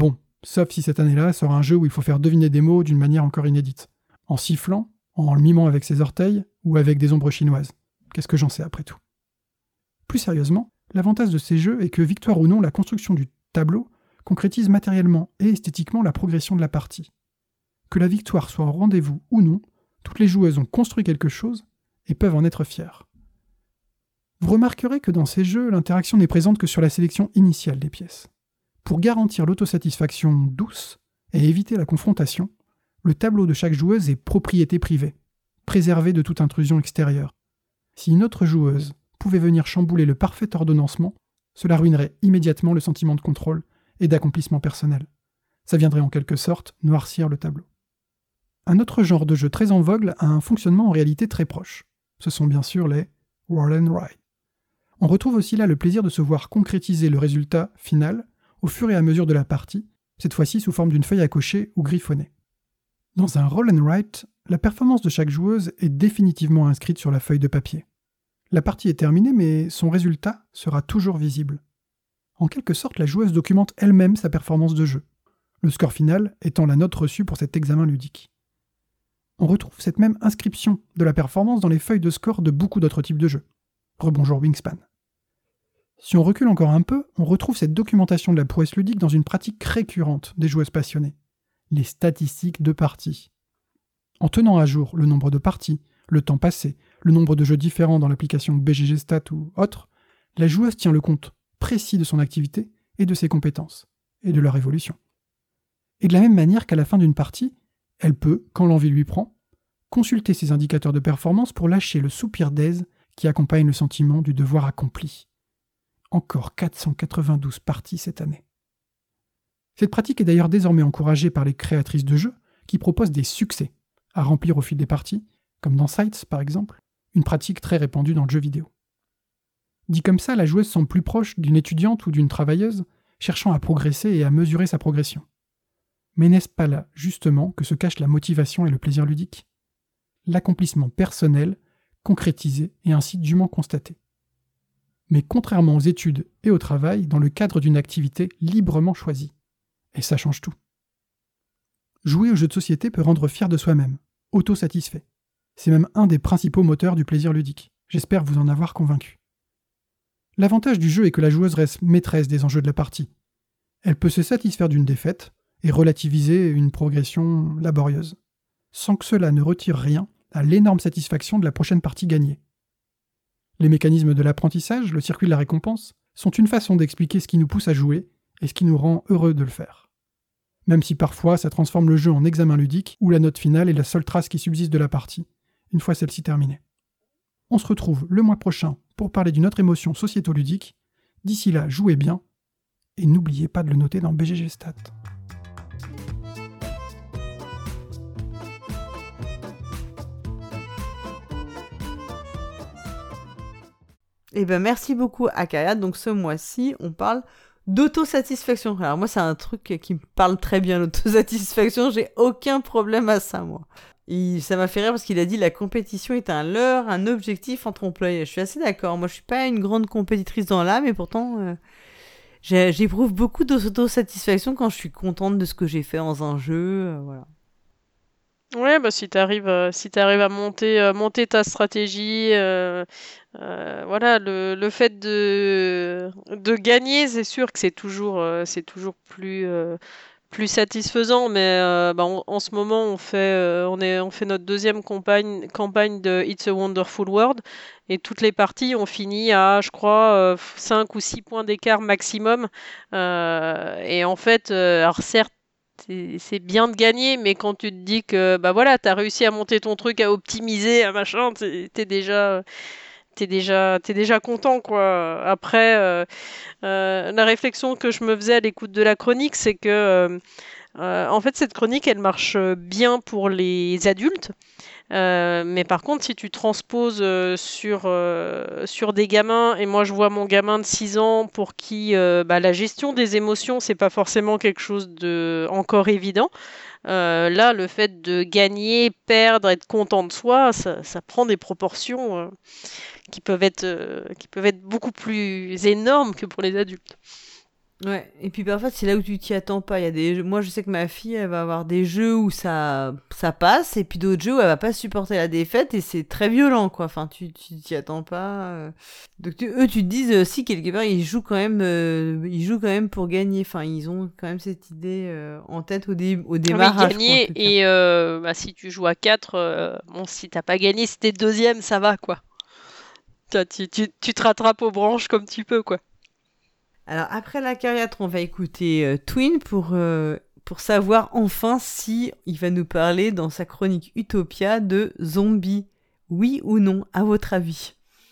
Sauf si cette année-là sort un jeu où il faut faire deviner des mots d'une manière encore inédite. En sifflant, en le mimant avec ses orteils, ou avec des ombres chinoises. Qu'est-ce que j'en sais après tout? Plus sérieusement, l'avantage de ces jeux est que, victoire ou non, la construction du tableau concrétise matériellement et esthétiquement la progression de la partie. Que la victoire soit au rendez-vous ou non, toutes les joueuses ont construit quelque chose et peuvent en être fières. Vous remarquerez que dans ces jeux, l'interaction n'est présente que sur la sélection initiale des pièces. Pour garantir l'autosatisfaction douce et éviter la confrontation, le tableau de chaque joueuse est propriété privée, préservé de toute intrusion extérieure. Si une autre joueuse pouvait venir chambouler le parfait ordonnancement, cela ruinerait immédiatement le sentiment de contrôle et d'accomplissement personnel. Ça viendrait en quelque sorte noircir le tableau. Un autre genre de jeu très en vogue a un fonctionnement en réalité très proche. Ce sont bien sûr les roll and ride. On retrouve aussi là le plaisir de se voir concrétiser le résultat final au fur et à mesure de la partie, cette fois-ci sous forme d'une feuille à cocher ou griffonnée. Dans un roll and write, la performance de chaque joueuse est définitivement inscrite sur la feuille de papier. La partie est terminée, mais son résultat sera toujours visible. En quelque sorte, la joueuse documente elle-même sa performance de jeu, le score final étant la note reçue pour cet examen ludique. On retrouve cette même inscription de la performance dans les feuilles de score de beaucoup d'autres types de jeux. Rebonjour Wingspan. Si on recule encore un peu, on retrouve cette documentation de la prouesse ludique dans une pratique récurrente des joueuses passionnées, les statistiques de parties. En tenant à jour le nombre de parties, le temps passé, le nombre de jeux différents dans l'application B G G Stat ou autre, la joueuse tient le compte précis de son activité et de ses compétences, et de leur évolution. Et de la même manière qu'à la fin d'une partie, elle peut, quand l'envie lui prend, consulter ses indicateurs de performance pour lâcher le soupir d'aise qui accompagne le sentiment du devoir accompli. Encore quatre cent quatre-vingt-douze parties cette année. Cette pratique est d'ailleurs désormais encouragée par les créatrices de jeux qui proposent des succès à remplir au fil des parties, comme dans Sites par exemple, une pratique très répandue dans le jeu vidéo. Dit comme ça, la joueuse semble plus proche d'une étudiante ou d'une travailleuse cherchant à progresser et à mesurer sa progression. Mais n'est-ce pas là, justement, que se cache la motivation et le plaisir ludique? L'accomplissement personnel, concrétisé et ainsi dûment constaté. Mais contrairement aux études et au travail, dans le cadre d'une activité librement choisie. Et ça change tout. Jouer aux jeux de société peut rendre fier de soi-même, autosatisfait. C'est même un des principaux moteurs du plaisir ludique. J'espère vous en avoir convaincu. L'avantage du jeu est que la joueuse reste maîtresse des enjeux de la partie. Elle peut se satisfaire d'une défaite et relativiser une progression laborieuse, sans que cela ne retire rien à l'énorme satisfaction de la prochaine partie gagnée. Les mécanismes de l'apprentissage, le circuit de la récompense, sont une façon d'expliquer ce qui nous pousse à jouer et ce qui nous rend heureux de le faire. Même si parfois ça transforme le jeu en examen ludique où la note finale est la seule trace qui subsiste de la partie, une fois celle-ci terminée. On se retrouve le mois prochain pour parler d'une autre émotion sociéto-ludique. D'ici là, jouez bien et n'oubliez pas de le noter dans B G G Stat. Eh ben merci beaucoup Akaya. Donc ce mois-ci, on parle d'autosatisfaction. Alors moi, c'est un truc qui me parle très bien, l'autosatisfaction. J'ai aucun problème à ça, moi. Et ça m'a fait rire parce qu'il a dit la compétition est un leurre, un objectif en trompe-l'œil. Je suis assez d'accord. Moi, je suis pas une grande compétitrice dans l'âme, mais pourtant, euh, j'ai- j'éprouve beaucoup d'autosatisfaction quand je suis contente de ce que j'ai fait dans un jeu. euh, voilà. Ouais, bah si t'arrives, euh, si t'arrives à monter, euh, monter ta stratégie, euh, euh, voilà, le, le fait de, de gagner, c'est sûr que c'est toujours, euh, c'est toujours plus, euh, plus satisfaisant. Mais euh, bah, en, en ce moment, on fait, euh, on est, on fait notre deuxième campagne, campagne de It's a Wonderful World, et toutes les parties ont fini à, je crois, cinq ou six points d'écart maximum. Euh, et en fait, euh, alors certes, c'est c'est bien de gagner, mais quand tu te dis que bah voilà, t'as réussi à monter ton truc, à optimiser, à machin, t'es t'es déjà, t'es déjà, t'es déjà content, quoi. Après, euh, euh, la réflexion que je me faisais à l'écoute de la chronique, c'est que euh, euh, en fait, cette chronique, elle marche bien pour les adultes. Euh, mais par contre, si tu transposes euh, sur, euh, sur des gamins, et moi je vois mon gamin de six ans pour qui euh, bah, la gestion des émotions, c'est pas forcément quelque chose de encore évident. Euh, là, le fait de gagner, perdre, être content de soi, ça, ça prend des proportions euh, qui peuvent être, euh, qui peuvent être beaucoup plus énormes que pour les adultes. Ouais, et puis parfois c'est là où tu t'y attends pas. Il y a des... Moi je sais que ma fille elle va avoir des jeux où ça, ça passe, et puis d'autres jeux où elle va pas supporter la défaite, et c'est très violent quoi. Enfin, tu tu t'y attends pas. euh. Donc tu- eux tu te dis, euh, si quelque part ils jouent quand même, euh, ils jouent quand même pour gagner. Enfin, ils ont quand même cette idée euh, en tête au, dé... au Oui, démarrage. gagner, quoi, en tout cas. et euh, bah, si tu joues à quatre, euh, bon, si t'as pas gagné, si t'es deuxième, ça va, quoi. Toi, Tu, tu, tu te rattrapes aux branches comme tu peux, quoi. Alors après la cariatre, on va écouter euh, Twin pour, euh, pour savoir enfin si il va nous parler dans sa chronique Utopia de zombies. Oui ou non, à votre avis?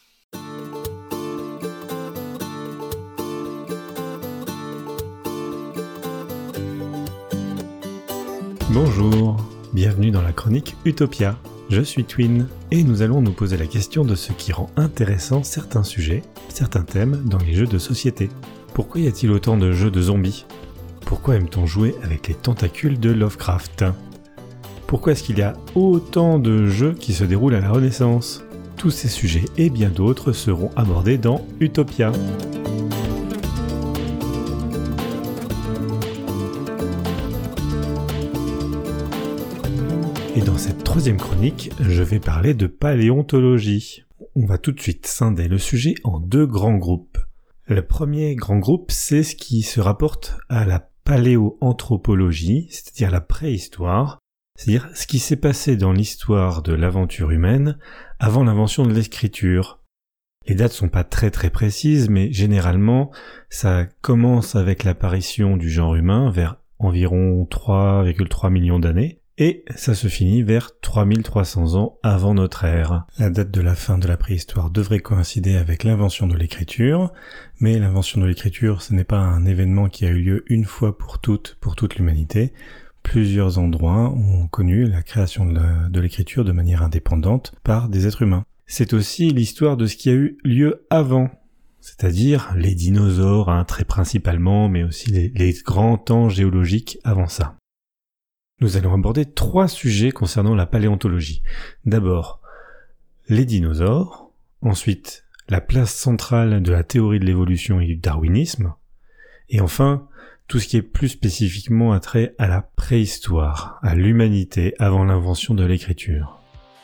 Bonjour, bienvenue dans la chronique Utopia. Je suis Twin, et nous allons nous poser la question de ce qui rend intéressant certains sujets, certains thèmes dans les jeux de société. Pourquoi y a-t-il autant de jeux de zombies? Pourquoi aime-t-on jouer avec les tentacules de Lovecraft? Pourquoi est-ce qu'il y a autant de jeux qui se déroulent à la Renaissance? Tous ces sujets et bien d'autres seront abordés dans Utopia. Et dans cette troisième chronique, je vais parler de paléontologie. On va tout de suite scinder le sujet en deux grands groupes. Le premier grand groupe, c'est ce qui se rapporte à la paléoanthropologie, c'est-à-dire la préhistoire, c'est-à-dire ce qui s'est passé dans l'histoire de l'aventure humaine avant l'invention de l'écriture. Les dates sont pas très très précises, mais généralement, ça commence avec l'apparition du genre humain vers environ trois virgule trois millions d'années, et ça se finit vers trois mille trois cents ans avant notre ère. La date de la fin de la préhistoire devrait coïncider avec l'invention de l'écriture, mais l'invention de l'écriture, ce n'est pas un événement qui a eu lieu une fois pour toutes, pour toute l'humanité. Plusieurs endroits ont connu la création de, la, de l'écriture de manière indépendante par des êtres humains. C'est aussi l'histoire de ce qui a eu lieu avant, c'est-à-dire les dinosaures, hein, très principalement, mais aussi les, les grands temps géologiques avant ça. Nous allons aborder trois sujets concernant la paléontologie. D'abord, les dinosaures, ensuite, la place centrale de la théorie de l'évolution et du darwinisme, et enfin, tout ce qui est plus spécifiquement attrait à la préhistoire, à l'humanité avant l'invention de l'écriture.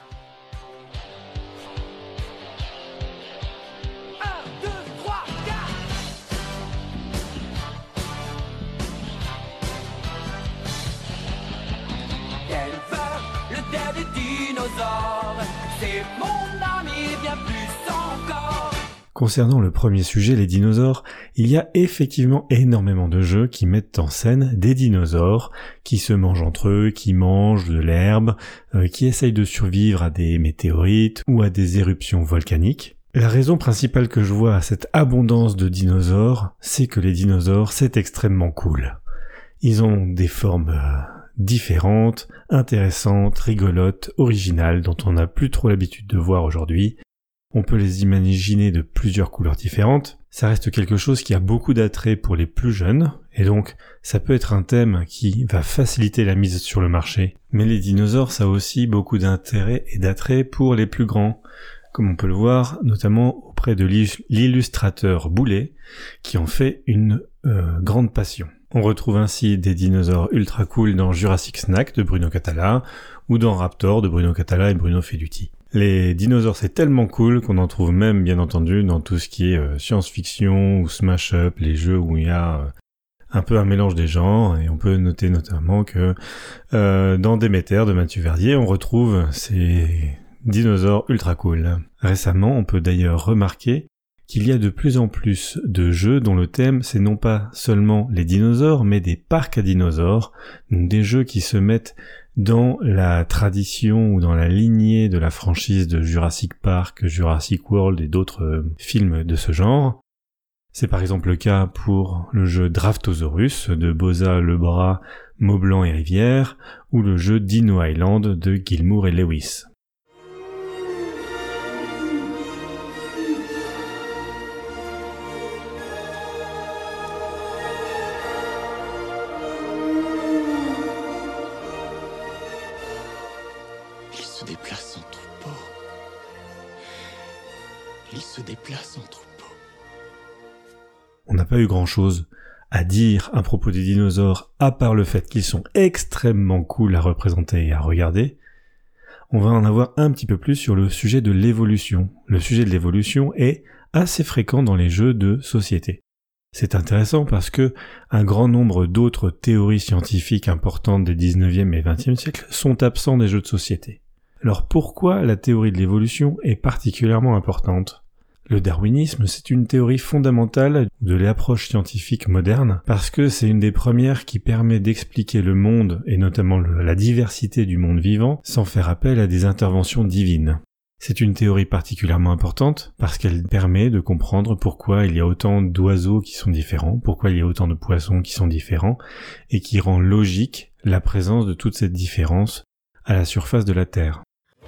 Concernant le premier sujet, les dinosaures, il y a effectivement énormément de jeux qui mettent en scène des dinosaures qui se mangent entre eux, qui mangent de l'herbe, euh, qui essayent de survivre à des météorites ou à des éruptions volcaniques. La raison principale que je vois à cette abondance de dinosaures, c'est que les dinosaures, c'est extrêmement cool. Ils ont des formes euh, différentes, intéressantes, rigolotes, originales, dont on n'a plus trop l'habitude de voir aujourd'hui. On peut les imaginer de plusieurs couleurs différentes. Ça reste quelque chose qui a beaucoup d'attrait pour les plus jeunes, et donc ça peut être un thème qui va faciliter la mise sur le marché. Mais les dinosaures, ça a aussi beaucoup d'intérêt et d'attrait pour les plus grands, comme on peut le voir notamment auprès de l'illustrateur Boulet, qui en fait une euh, grande passion. On retrouve ainsi des dinosaures ultra cool dans Jurassic Snack de Bruno Catala, ou dans Raptor de Bruno Catala et Bruno Feduti. Les dinosaures, c'est tellement cool qu'on en trouve même, bien entendu, dans tout ce qui est euh, science-fiction ou smash-up, les jeux où il y a euh, un peu un mélange des genres, et on peut noter notamment que euh, dans Déméter de Mathieu Verdier, on retrouve ces dinosaures ultra cool. Récemment, on peut d'ailleurs remarquer qu'il y a de plus en plus de jeux dont le thème c'est non pas seulement les dinosaures, mais des parcs à dinosaures, donc des jeux qui se mettent dans la tradition ou dans la lignée de la franchise de Jurassic Park, Jurassic World et d'autres euh, films de ce genre. C'est par exemple le cas pour le jeu Draftosaurus de Boza, Lebras, Maublanc et Rivière, ou le jeu Dino Island de Gilmour et Lewis. Il se déplace en troupeau. Il se déplace en troupeau. On n'a pas eu grand-chose à dire à propos des dinosaures, à part le fait qu'ils sont extrêmement cool à représenter et à regarder, on va en avoir un petit peu plus sur le sujet de l'évolution. Le sujet de l'évolution est assez fréquent dans les jeux de société. C'est intéressant parce que un grand nombre d'autres théories scientifiques importantes des dix-neuvième et vingtième siècles sont absents des jeux de société. Alors pourquoi la théorie de l'évolution est particulièrement importante ? Le darwinisme, c'est une théorie fondamentale de l'approche scientifique moderne parce que c'est une des premières qui permet d'expliquer le monde et notamment le, la diversité du monde vivant sans faire appel à des interventions divines. C'est une théorie particulièrement importante parce qu'elle permet de comprendre pourquoi il y a autant d'oiseaux qui sont différents, pourquoi il y a autant de poissons qui sont différents et qui rend logique la présence de toute cette différence à la surface de la Terre.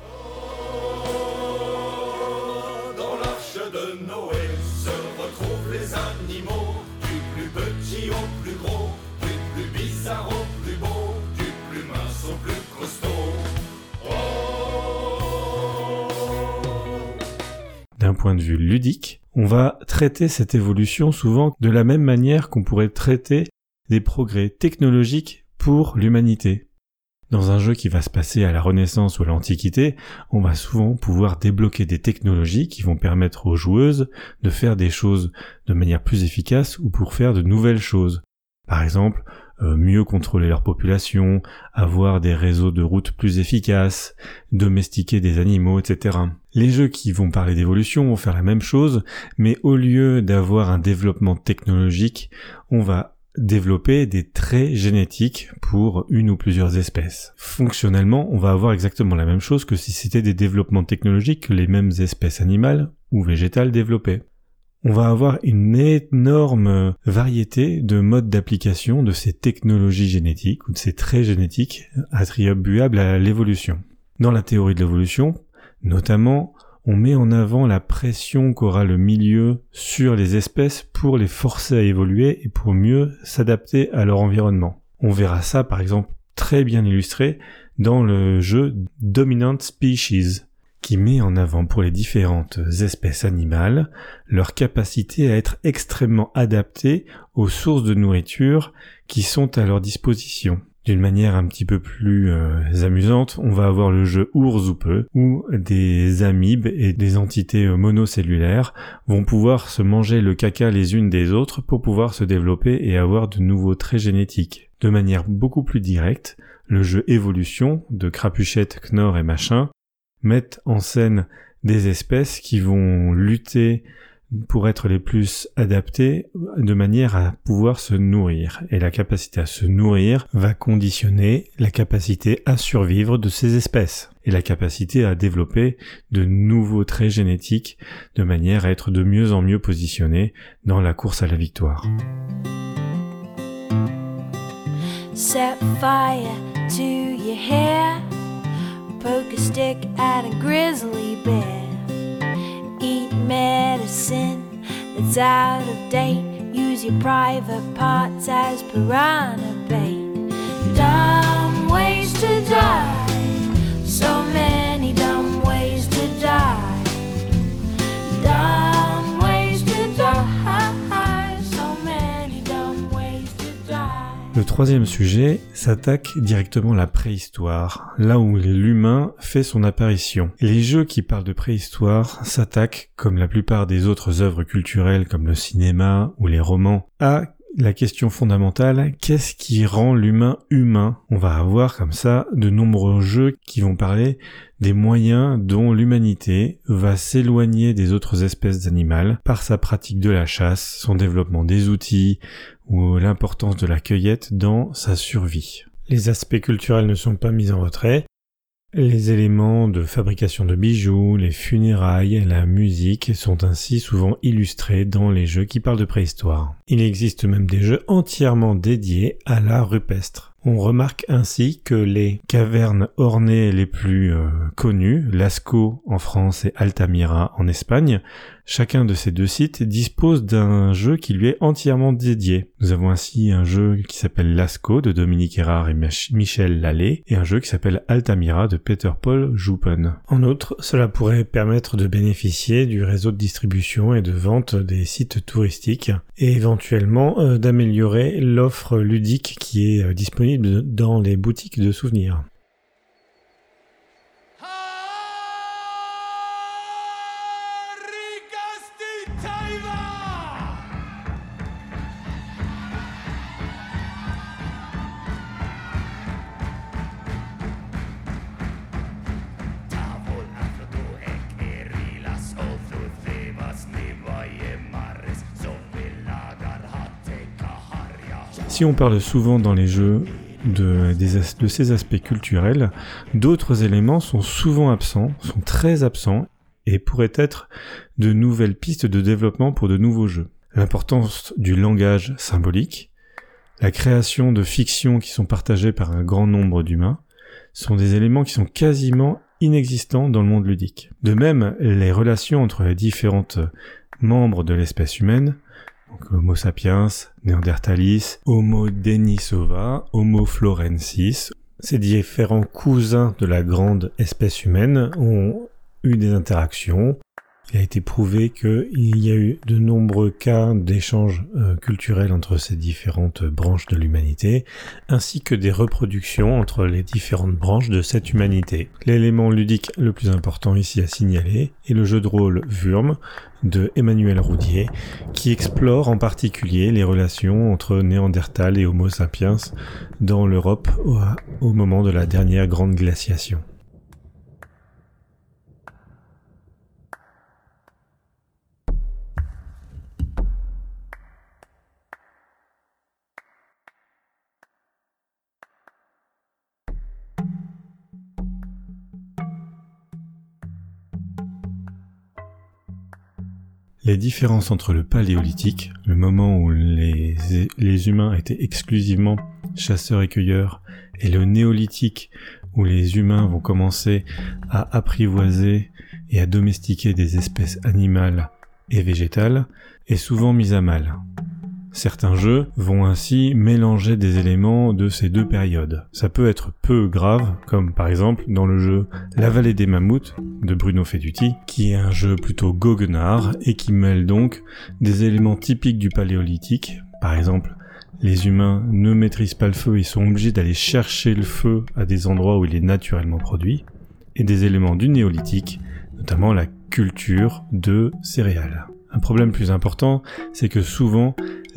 D'un point de vue ludique, on va traiter cette évolution souvent de la même manière qu'on pourrait traiter des progrès technologiques pour l'humanité. Dans un jeu qui va se passer à la Renaissance ou à l'Antiquité, on va souvent pouvoir débloquer des technologies qui vont permettre aux joueuses de faire des choses de manière plus efficace ou pour faire de nouvelles choses. Par exemple, euh, mieux contrôler leur population, avoir des réseaux de routes plus efficaces, domestiquer des animaux, et cetera. Les jeux qui vont parler d'évolution vont faire la même chose, mais au lieu d'avoir un développement technologique, on va développer des traits génétiques pour une ou plusieurs espèces. Fonctionnellement, on va avoir exactement la même chose que si c'était des développements technologiques que les mêmes espèces animales ou végétales développaient. On va avoir une énorme variété de modes d'application de ces technologies génétiques ou de ces traits génétiques attribuables à l'évolution. Dans la théorie de l'évolution, notamment, on met en avant la pression qu'aura le milieu sur les espèces pour les forcer à évoluer et pour mieux s'adapter à leur environnement. On verra ça, par exemple, très bien illustré dans le jeu Dominant Species, qui met en avant pour les différentes espèces animales leur capacité à être extrêmement adaptées aux sources de nourriture qui sont à leur disposition. D'une manière un petit peu plus euh, amusante, on va avoir le jeu Ours ou peu, où des amibes et des entités monocellulaires vont pouvoir se manger le caca les unes des autres pour pouvoir se développer et avoir de nouveaux traits génétiques. De manière beaucoup plus directe, le jeu Évolution de Crapuchette, Knorr et Machin mettent en scène des espèces qui vont lutter pour être les plus adaptées de manière à pouvoir se nourrir. Et la capacité à se nourrir va conditionner la capacité à survivre de ces espèces et la capacité à développer de nouveaux traits génétiques de manière à être de mieux en mieux positionnés dans la course à la victoire. Set fire to your hair, poke a stick at a grizzly bear. Eat medicine that's out of date. Use your private parts as piranha bait. Dumb ways to die. So many dumb ways to die. Dumb ways to die. So many dumb ways to die. Le troisième sujet s'attaque directement à la préhistoire, là où l'humain fait son apparition. Les jeux qui parlent de préhistoire s'attaquent, comme la plupart des autres œuvres culturelles comme le cinéma ou les romans, à la question fondamentale, qu'est-ce qui rend l'humain humain ? On va avoir comme ça de nombreux jeux qui vont parler des moyens dont l'humanité va s'éloigner des autres espèces animales par sa pratique de la chasse, son développement des outils ou l'importance de la cueillette dans sa survie. Les aspects culturels ne sont pas mis en retrait. Les éléments de fabrication de bijoux, les funérailles, la musique sont ainsi souvent illustrés dans les jeux qui parlent de préhistoire. Il existe même des jeux entièrement dédiés à l'art rupestre. On remarque ainsi que les cavernes ornées les plus euh, connues, Lascaux en France et Altamira en Espagne, Chacun de ces deux sites dispose d'un jeu qui lui est entièrement dédié. Nous avons ainsi un jeu qui s'appelle Lascaux de Dominique Erard et Michel Lallet et un jeu qui s'appelle Altamira de Peter-Paul Joupen. En outre, cela pourrait permettre de bénéficier du réseau de distribution et de vente des sites touristiques et éventuellement euh, d'améliorer l'offre ludique qui est euh, disponible dans les boutiques de souvenirs. Si on parle souvent dans les jeux de, des, de ces aspects culturels, d'autres éléments sont souvent absents, sont très absents, et pourraient être de nouvelles pistes de développement pour de nouveaux jeux. L'importance du langage symbolique, la création de fictions qui sont partagées par un grand nombre d'humains, sont des éléments qui sont quasiment inexistants dans le monde ludique. De même, les relations entre les différentes membres de l'espèce humaine, donc Homo sapiens, Néandertalis, Homo denisova, Homo florensis. Ces différents cousins de la grande espèce humaine ont eu des interactions. Il a été prouvé qu'il y a eu de nombreux cas d'échanges euh, culturels entre ces différentes branches de l'humanité, ainsi que des reproductions entre les différentes branches de cette humanité. L'élément ludique le plus important ici à signaler est le jeu de rôle Wurm de Emmanuel Roudier, qui explore en particulier les relations entre Néandertal et Homo sapiens dans l'Europe au, au moment de la dernière grande glaciation. Les différences entre le paléolithique, le moment où les, les humains étaient exclusivement chasseurs et cueilleurs, et le néolithique, où les humains vont commencer à apprivoiser et à domestiquer des espèces animales et végétales, est souvent mise à mal. Certains jeux vont ainsi mélanger des éléments de ces deux périodes. Ça peut être peu grave, comme par exemple dans le jeu La Vallée des Mammouths de Bruno Feduti, qui est un jeu plutôt goguenard et qui mêle donc des éléments typiques du paléolithique. Par exemple, les humains ne maîtrisent pas le feu, ils sont obligés d'aller chercher le feu à des endroits où il est naturellement produit, et des éléments du néolithique, notamment la culture de céréales. Un problème plus important, c'est que souvent,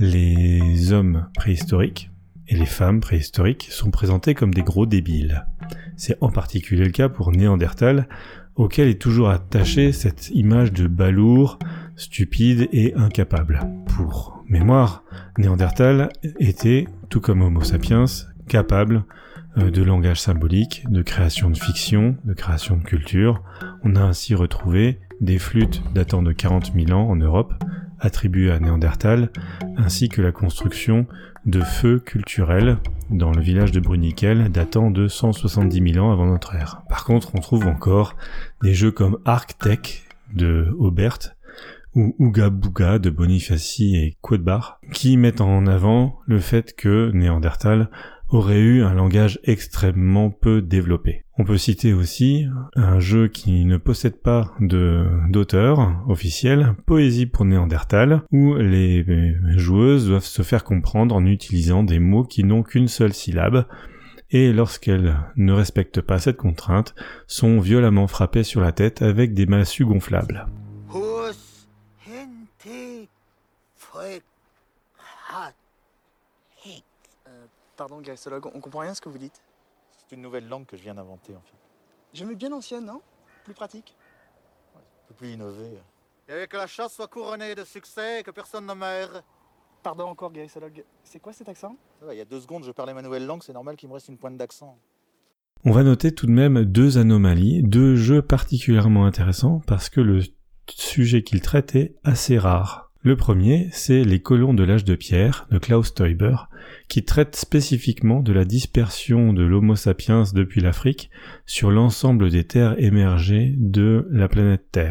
les hommes préhistoriques et les femmes préhistoriques sont présentés comme des gros débiles. C'est en particulier le cas pour Néandertal, auquel est toujours attachée cette image de balourd, stupide et incapable. Pour mémoire, Néandertal était, tout comme Homo sapiens, capable de langage symbolique, de création de fiction, de création de culture. On a ainsi retrouvé des flûtes datant de quarante mille ans en Europe, attribuées à Néandertal, ainsi que la construction de feux culturels dans le village de Bruniquel datant de cent soixante-dix mille ans avant notre ère. Par contre, on trouve encore des jeux comme Arctech de Aubert ou Ouga Bouga de Bonifaci et Quodbar, qui mettent en avant le fait que Néandertal aurait eu un langage extrêmement peu développé. On peut citer aussi un jeu qui ne possède pas de d'auteur officiel, Poésie pour Néandertal, où les joueuses doivent se faire comprendre en utilisant des mots qui n'ont qu'une seule syllabe, et lorsqu'elles ne respectent pas cette contrainte, sont violemment frappées sur la tête avec des massues gonflables. Pardon, Gressologue, on comprend rien à ce que vous dites. C'est une nouvelle langue que je viens d'inventer, en fait. J'aimais bien l'ancienne, non? Plus pratique. Ouais, un peu plus innové. Et que la chasse soit couronnée de succès et que personne ne meure. Pardon encore, Gressologue. C'est quoi cet accent? Ça va, il y a deux secondes, je parlais ma nouvelle langue, c'est normal qu'il me reste une pointe d'accent. On va noter tout de même deux anomalies, deux jeux particulièrement intéressants parce que le sujet qu'ils traitent est assez rare. Le premier, c'est Les colons de l'âge de pierre de Klaus Teuber, qui traite spécifiquement de la dispersion de l'Homo sapiens depuis l'Afrique sur l'ensemble des terres émergées de la planète Terre.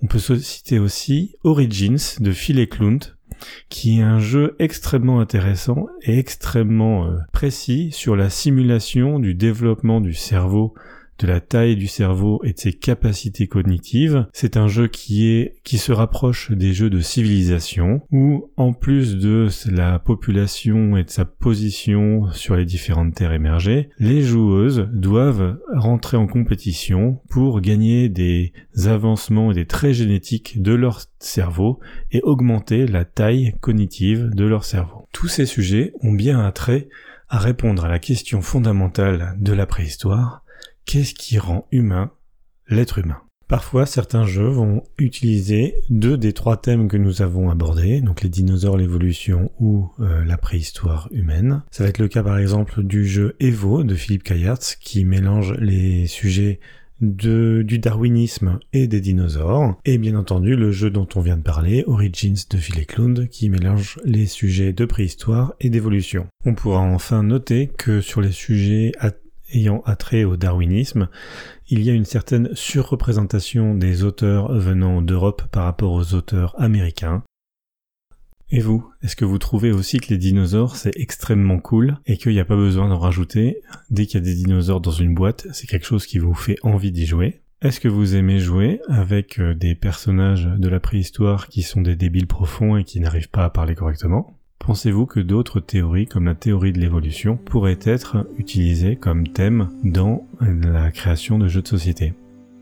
On peut citer aussi Origins de Phil Eklund, qui est un jeu extrêmement intéressant et extrêmement euh, précis sur la simulation du développement du cerveau, de la taille du cerveau et de ses capacités cognitives. C'est un jeu qui est qui se rapproche des jeux de civilisation, où en plus de la population et de sa position sur les différentes terres émergées, les joueuses doivent rentrer en compétition pour gagner des avancements et des traits génétiques de leur cerveau et augmenter la taille cognitive de leur cerveau. Tous ces sujets ont bien un trait à répondre à la question fondamentale de la préhistoire: qu'est-ce qui rend humain l'être humain? Parfois, certains jeux vont utiliser deux des trois thèmes que nous avons abordés, donc les dinosaures, l'évolution ou euh, la préhistoire humaine. Ça va être le cas par exemple du jeu Evo de Philippe Cayarts, qui mélange les sujets de, du darwinisme et des dinosaures, et bien entendu le jeu dont on vient de parler, Origins de Phil Eklund, qui mélange les sujets de préhistoire et d'évolution. On pourra enfin noter que sur les sujets à ayant attrait au darwinisme, il y a une certaine surreprésentation des auteurs venant d'Europe par rapport aux auteurs américains. Et vous, est-ce que vous trouvez aussi que les dinosaures c'est extrêmement cool et qu'il n'y a pas besoin d'en rajouter? Dès qu'il y a des dinosaures dans une boîte, c'est quelque chose qui vous fait envie d'y jouer? Est-ce que vous aimez jouer avec des personnages de la préhistoire qui sont des débiles profonds et qui n'arrivent pas à parler correctement? Pensez-vous que d'autres théories, comme la théorie de l'évolution, pourraient être utilisées comme thème dans la création de jeux de société?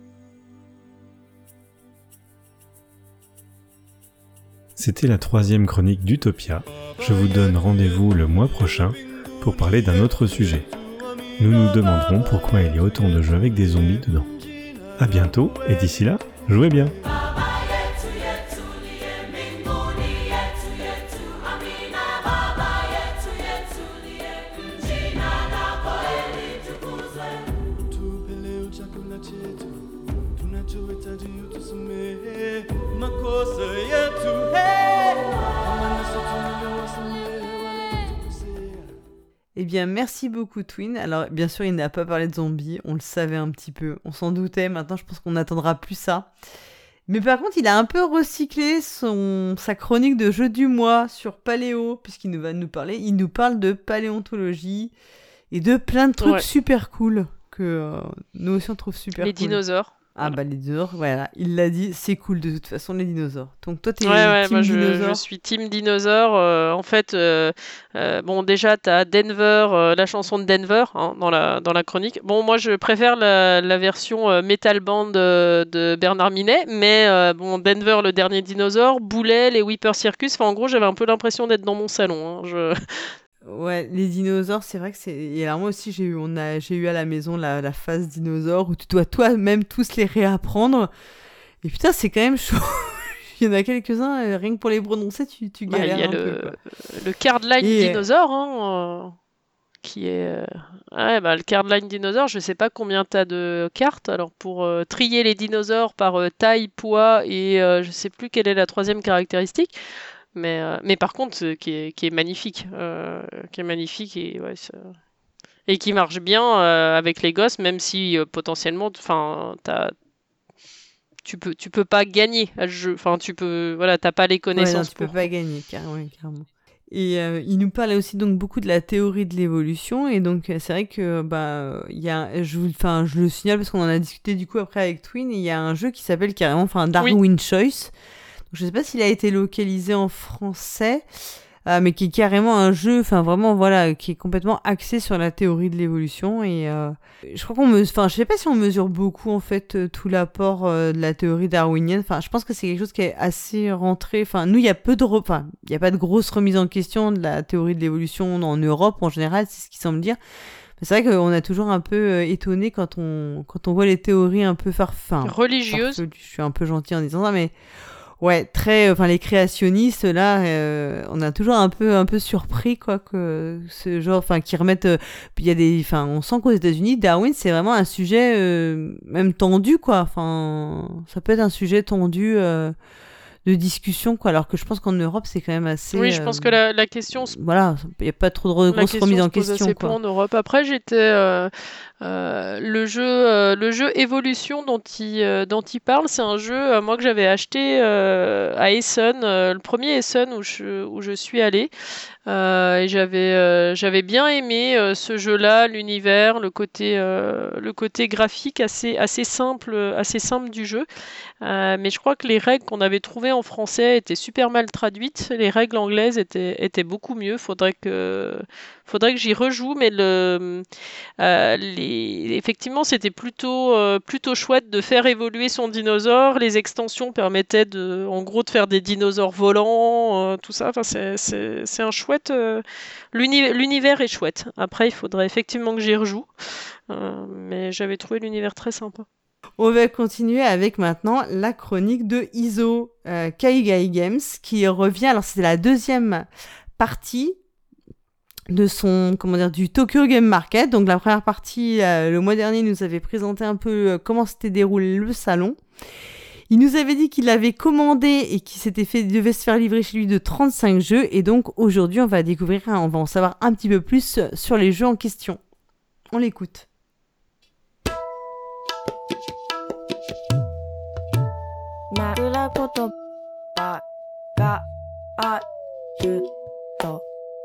C'était la troisième chronique d'Utopia. Je vous donne rendez-vous le mois prochain pour parler d'un autre sujet. Nous nous demanderons pourquoi il y a autant de jeux avec des zombies dedans. À bientôt, et d'ici là, jouez bien! Eh bien, merci beaucoup, Twin. Alors, bien sûr, il n'a pas parlé de zombies. On le savait un petit peu. On s'en doutait. Maintenant, je pense qu'on n'attendra plus ça. Mais par contre, il a un peu recyclé son... sa chronique de jeu du mois sur Paléo, puisqu'il nous va nous parler. Il nous parle de paléontologie et de plein de trucs ouais. super cool que euh, nous aussi on trouve super les cool. Les dinosaures. Ah bah les dinosaures, voilà, il l'a dit, c'est cool de toute façon les dinosaures. Donc toi t'es ouais, ouais, team moi je, dinosaure. je suis team dinosaure. Euh, en fait, euh, euh, bon déjà t'as Denver, euh, la chanson de Denver hein, dans la dans la chronique. Bon moi je préfère la, la version euh, metal band euh, de Bernard Minet, mais euh, bon Denver le dernier dinosaure, Boulet, les Whipper Circus. Enfin en gros j'avais un peu l'impression d'être dans mon salon. Hein, je... Ouais, les dinosaures, c'est vrai que c'est. Et alors moi aussi, j'ai eu, on a, j'ai eu à la maison la, la phase dinosaure où tu dois toi-même tous les réapprendre. Et putain, c'est quand même chaud. Il y en a quelques-uns, euh, rien que pour les prononcer, tu, tu galères. Bah, il y a un le, peu, quoi. le cardline Et... dinosaure, hein, euh, qui est. Euh... Ouais, bah, le cardline dinosaure, je sais pas combien t'as de cartes. Alors pour euh, trier les dinosaures par euh, taille, poids et euh, je sais plus quelle est la troisième caractéristique. Mais, euh, mais par contre, euh, qui, est, qui est magnifique. Euh, qui est magnifique et, ouais, et qui marche bien euh, avec les gosses, même si euh, potentiellement, t'as, tu peux, tu peux pas gagner à ce jeu. Enfin, tu peux, voilà, t'as pas les connaissances. Ouais, non, tu pour... peux pas gagner, carrément. carrément. Et euh, il nous parle aussi donc beaucoup de la théorie de l'évolution. Et donc, c'est vrai que, bah, il y a, je, enfin, je le signale parce qu'on en a discuté du coup après avec Twin. Il y a un jeu qui s'appelle carrément, enfin, Darwin oui. Choice. Je sais pas s'il a été localisé en français, euh, mais qui est carrément un jeu, enfin vraiment voilà, qui est complètement axé sur la théorie de l'évolution. Et euh, je crois qu'on me, enfin je sais pas si on mesure beaucoup en fait euh, tout l'apport euh, de la théorie darwinienne. Enfin je pense que c'est quelque chose qui est assez rentré. Enfin nous il y a peu de, re... enfin il y a pas de grosse remise en question de la théorie de l'évolution en Europe en général, c'est ce qui semble dire. C'est vrai qu'on a toujours un peu euh, étonné quand on quand on voit les théories un peu farfin religieuses. Farfelu. Je suis un peu gentille en disant ça, mais ouais, très, enfin les créationnistes là, euh, on a toujours un peu, un peu surpris quoi que ce genre, enfin qui remettent, euh, puis il y a des, enfin on sent qu'aux États-Unis, Darwin c'est vraiment un sujet euh, même tendu quoi, enfin ça peut être un sujet tendu euh, de discussion, quoi. Alors que je pense qu'en Europe, c'est quand même assez. Oui, je euh, pense que la, la question. se- Voilà, il n'y a pas trop de re- La grosses question remises se en pose question, assez peu quoi. en Europe. Après, j'étais euh, euh, le jeu, euh, le jeu Evolution dont il, euh, dont il parle, c'est un jeu euh, moi que j'avais acheté euh, à Essen, euh, le premier Essen où je, où je suis allée. Euh, et j'avais euh, j'avais bien aimé euh, ce jeu-là, l'univers, le côté euh, le côté graphique assez assez simple assez simple du jeu. Euh, mais je crois que les règles qu'on avait trouvées en français étaient super mal traduites. Les règles anglaises étaient étaient beaucoup mieux. Faudrait que faudrait que j'y rejoue, mais le euh, les... effectivement, c'était plutôt, euh, plutôt chouette de faire évoluer son dinosaure. Les extensions permettaient de, en gros, de faire des dinosaures volants, euh, tout ça. Enfin, c'est, c'est, c'est un chouette. euh, l'uni- L'univers est chouette. Après, il faudrait effectivement que j'y rejoue. Euh, mais j'avais trouvé l'univers très sympa. On va continuer avec maintenant la chronique de Iso, euh, Kaigai Games, qui revient. Alors, c'était la deuxième partie de son, comment dire, du Tokyo Game Market. Donc, la première partie, euh, le mois dernier, il nous avait présenté un peu euh, comment s'était déroulé le salon. Il nous avait dit qu'il avait commandé et qu'il s'était fait, devait se faire livrer chez lui de trente-cinq jeux. Et donc, aujourd'hui, on va découvrir, on va en savoir un petit peu plus sur les jeux en question. On l'écoute. 枕言葉があると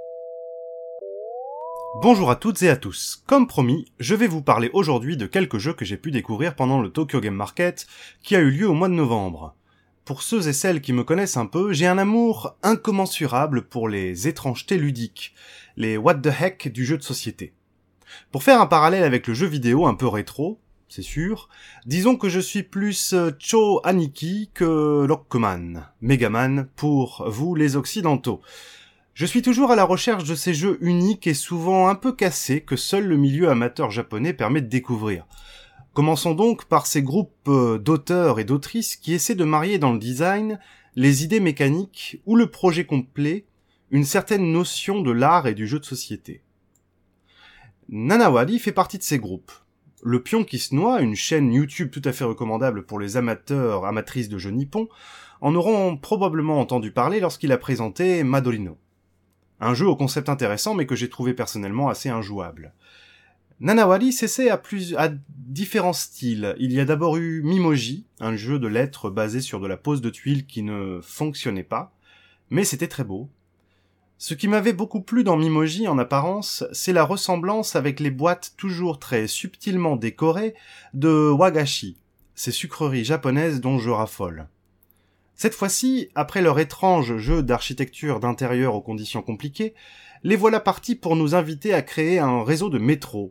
Bonjour à toutes et à tous. Comme promis, je vais vous parler aujourd'hui de quelques jeux que j'ai pu découvrir pendant le Tokyo Game Market qui a eu lieu au mois de novembre. Pour ceux et celles qui me connaissent un peu, j'ai un amour incommensurable pour les étrangetés ludiques, les what the heck du jeu de société. Pour faire un parallèle avec le jeu vidéo un peu rétro, c'est sûr, disons que je suis plus Cho Aniki que Lockman, Megaman pour vous les occidentaux. Je suis toujours à la recherche de ces jeux uniques et souvent un peu cassés que seul le milieu amateur japonais permet de découvrir. Commençons donc par ces groupes d'auteurs et d'autrices qui essaient de marier dans le design les idées mécaniques ou le projet complet, une certaine notion de l'art et du jeu de société. Nanawali fait partie de ces groupes. Le Pion qui se noie, une chaîne YouTube tout à fait recommandable pour les amateurs, amatrices de jeux nippons, en auront probablement entendu parler lorsqu'il a présenté Madolino. Un jeu au concept intéressant mais que j'ai trouvé personnellement assez injouable. Nanawali s'essaie à, plus, à différents styles. Il y a d'abord eu Mimoji, un jeu de lettres basé sur de la pose de tuiles qui ne fonctionnait pas, mais c'était très beau. Ce qui m'avait beaucoup plu dans Mimoji en apparence, c'est la ressemblance avec les boîtes toujours très subtilement décorées de Wagashi, ces sucreries japonaises dont je raffole. Cette fois-ci, après leur étrange jeu d'architecture d'intérieur aux conditions compliquées, les voilà partis pour nous inviter à créer un réseau de métro.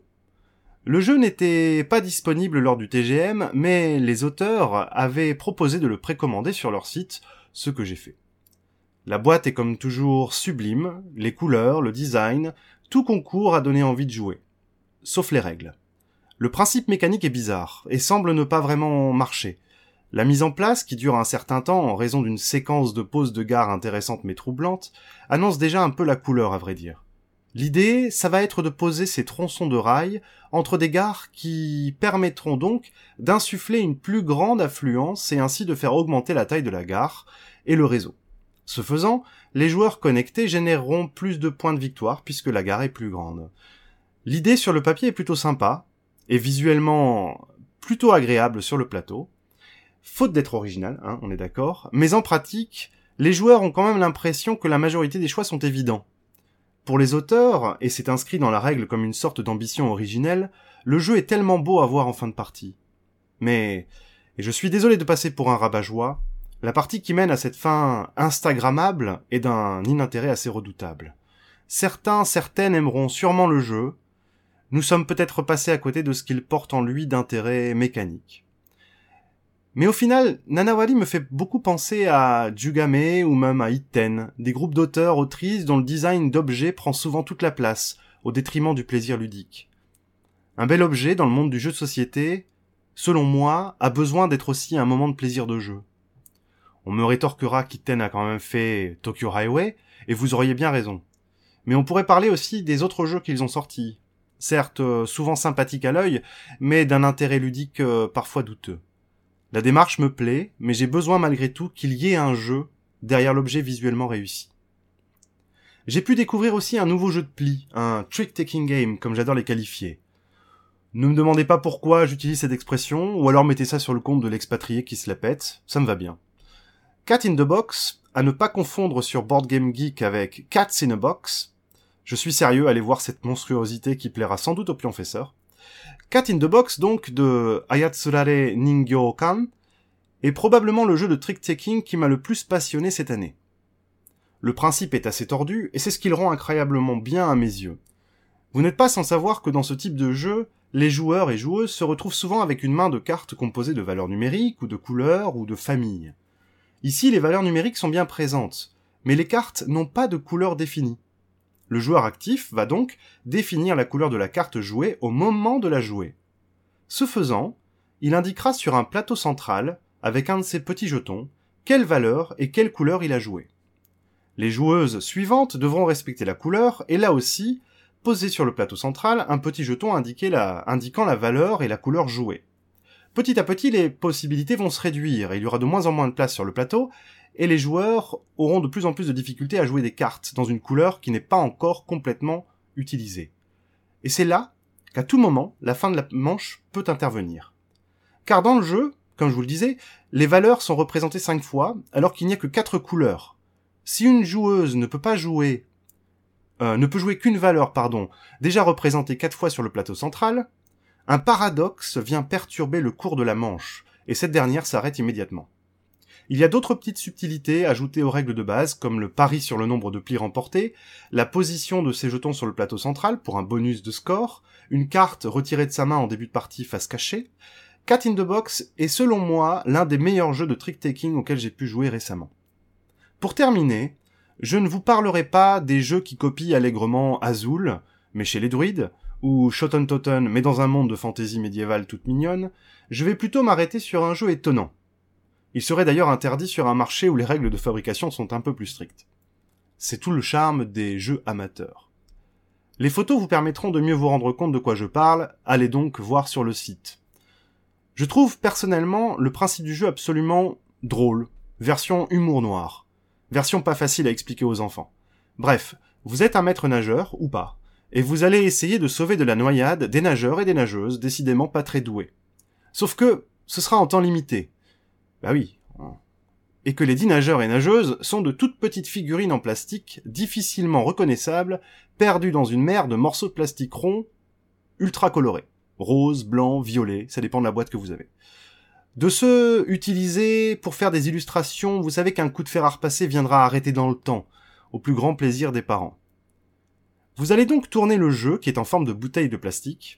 Le jeu n'était pas disponible lors du T G M, mais les auteurs avaient proposé de le précommander sur leur site, ce que j'ai fait. La boîte est comme toujours sublime, les couleurs, le design, tout concourt à donner envie de jouer. Sauf les règles. Le principe mécanique est bizarre, et semble ne pas vraiment marcher. La mise en place, qui dure un certain temps en raison d'une séquence de pauses de gare intéressante mais troublante, annonce déjà un peu la couleur à vrai dire. L'idée, ça va être de poser ces tronçons de rails entre des gares qui permettront donc d'insuffler une plus grande affluence et ainsi de faire augmenter la taille de la gare et le réseau. Ce faisant, les joueurs connectés généreront plus de points de victoire puisque la gare est plus grande. L'idée sur le papier est plutôt sympa, et visuellement plutôt agréable sur le plateau, faute d'être original, hein, on est d'accord, mais en pratique, les joueurs ont quand même l'impression que la majorité des choix sont évidents. Pour les auteurs, et c'est inscrit dans la règle comme une sorte d'ambition originelle, le jeu est tellement beau à voir en fin de partie. Mais, et je suis désolé de passer pour un rabat-joie, la partie qui mène à cette fin instagrammable est d'un inintérêt assez redoutable. Certains, certaines aimeront sûrement le jeu. Nous sommes peut-être passés à côté de ce qu'il porte en lui d'intérêt mécanique. Mais au final, Nanawali me fait beaucoup penser à Jugame ou même à Itten, des groupes d'auteurs, autrices dont le design d'objets prend souvent toute la place, au détriment du plaisir ludique. Un bel objet dans le monde du jeu de société, selon moi, a besoin d'être aussi un moment de plaisir de jeu. On me rétorquera qu'Itten a quand même fait Tokyo Highway, et vous auriez bien raison. Mais on pourrait parler aussi des autres jeux qu'ils ont sortis. Certes, souvent sympathiques à l'œil, mais d'un intérêt ludique parfois douteux. La démarche me plaît, mais j'ai besoin malgré tout qu'il y ait un jeu derrière l'objet visuellement réussi. J'ai pu découvrir aussi un nouveau jeu de pli, un trick-taking game, comme j'adore les qualifier. Ne me demandez pas pourquoi j'utilise cette expression, ou alors mettez ça sur le compte de l'expatrié qui se la pète, ça me va bien. Cat in the Box, à ne pas confondre sur Board Game Geek avec Cats in a Box. Je suis sérieux, allez voir cette monstruosité qui plaira sans doute au pionfesseur. Cat in the Box, donc, de Ayatsurare Ningyo-kan, est probablement le jeu de trick-taking qui m'a le plus passionné cette année. Le principe est assez tordu, et c'est ce qui le rend incroyablement bien à mes yeux. Vous n'êtes pas sans savoir que dans ce type de jeu, les joueurs et joueuses se retrouvent souvent avec une main de cartes composée de valeurs numériques, ou de couleurs, ou de familles. Ici, les valeurs numériques sont bien présentes, mais les cartes n'ont pas de couleur définie. Le joueur actif va donc définir la couleur de la carte jouée au moment de la jouer. Ce faisant, il indiquera sur un plateau central, avec un de ses petits jetons, quelle valeur et quelle couleur il a joué. Les joueuses suivantes devront respecter la couleur, et là aussi, poser sur le plateau central un petit jeton la... indiquant la valeur et la couleur jouée. Petit à petit, les possibilités vont se réduire, et il y aura de moins en moins de place sur le plateau, et les joueurs auront de plus en plus de difficultés à jouer des cartes dans une couleur qui n'est pas encore complètement utilisée. Et c'est là qu'à tout moment, la fin de la manche peut intervenir. Car dans le jeu, comme je vous le disais, les valeurs sont représentées cinq fois, alors qu'il n'y a que quatre couleurs. Si une joueuse ne peut pas jouer, euh, ne peut jouer qu'une valeur, pardon, déjà représentée quatre fois sur le plateau central, un paradoxe vient perturber le cours de la manche, et cette dernière s'arrête immédiatement. Il y a d'autres petites subtilités ajoutées aux règles de base, comme le pari sur le nombre de plis remportés, la position de ses jetons sur le plateau central pour un bonus de score, une carte retirée de sa main en début de partie face cachée. Cat in the Box est selon moi l'un des meilleurs jeux de trick-taking auxquels j'ai pu jouer récemment. Pour terminer, je ne vous parlerai pas des jeux qui copient allègrement Azul, mais chez les druides, ou Shoten Toten, mais dans un monde de fantaisie médiévale toute mignonne, je vais plutôt m'arrêter sur un jeu étonnant. Il serait d'ailleurs interdit sur un marché où les règles de fabrication sont un peu plus strictes. C'est tout le charme des jeux amateurs. Les photos vous permettront de mieux vous rendre compte de quoi je parle, allez donc voir sur le site. Je trouve personnellement le principe du jeu absolument drôle, version humour noir. Version pas facile à expliquer aux enfants. Bref, vous êtes un maître nageur, ou pas, et vous allez essayer de sauver de la noyade des nageurs et des nageuses décidément pas très doués. Sauf que, ce sera en temps limité. Bah oui. Et que les dix nageurs et nageuses sont de toutes petites figurines en plastique, difficilement reconnaissables, perdues dans une mer de morceaux de plastique ronds, ultra colorés. Rose, blanc, violet, ça dépend de la boîte que vous avez. De ceux utilisés pour faire des illustrations, vous savez qu'un coup de fer à repasser viendra arrêter dans le temps, au plus grand plaisir des parents. Vous allez donc tourner le jeu, qui est en forme de bouteille de plastique,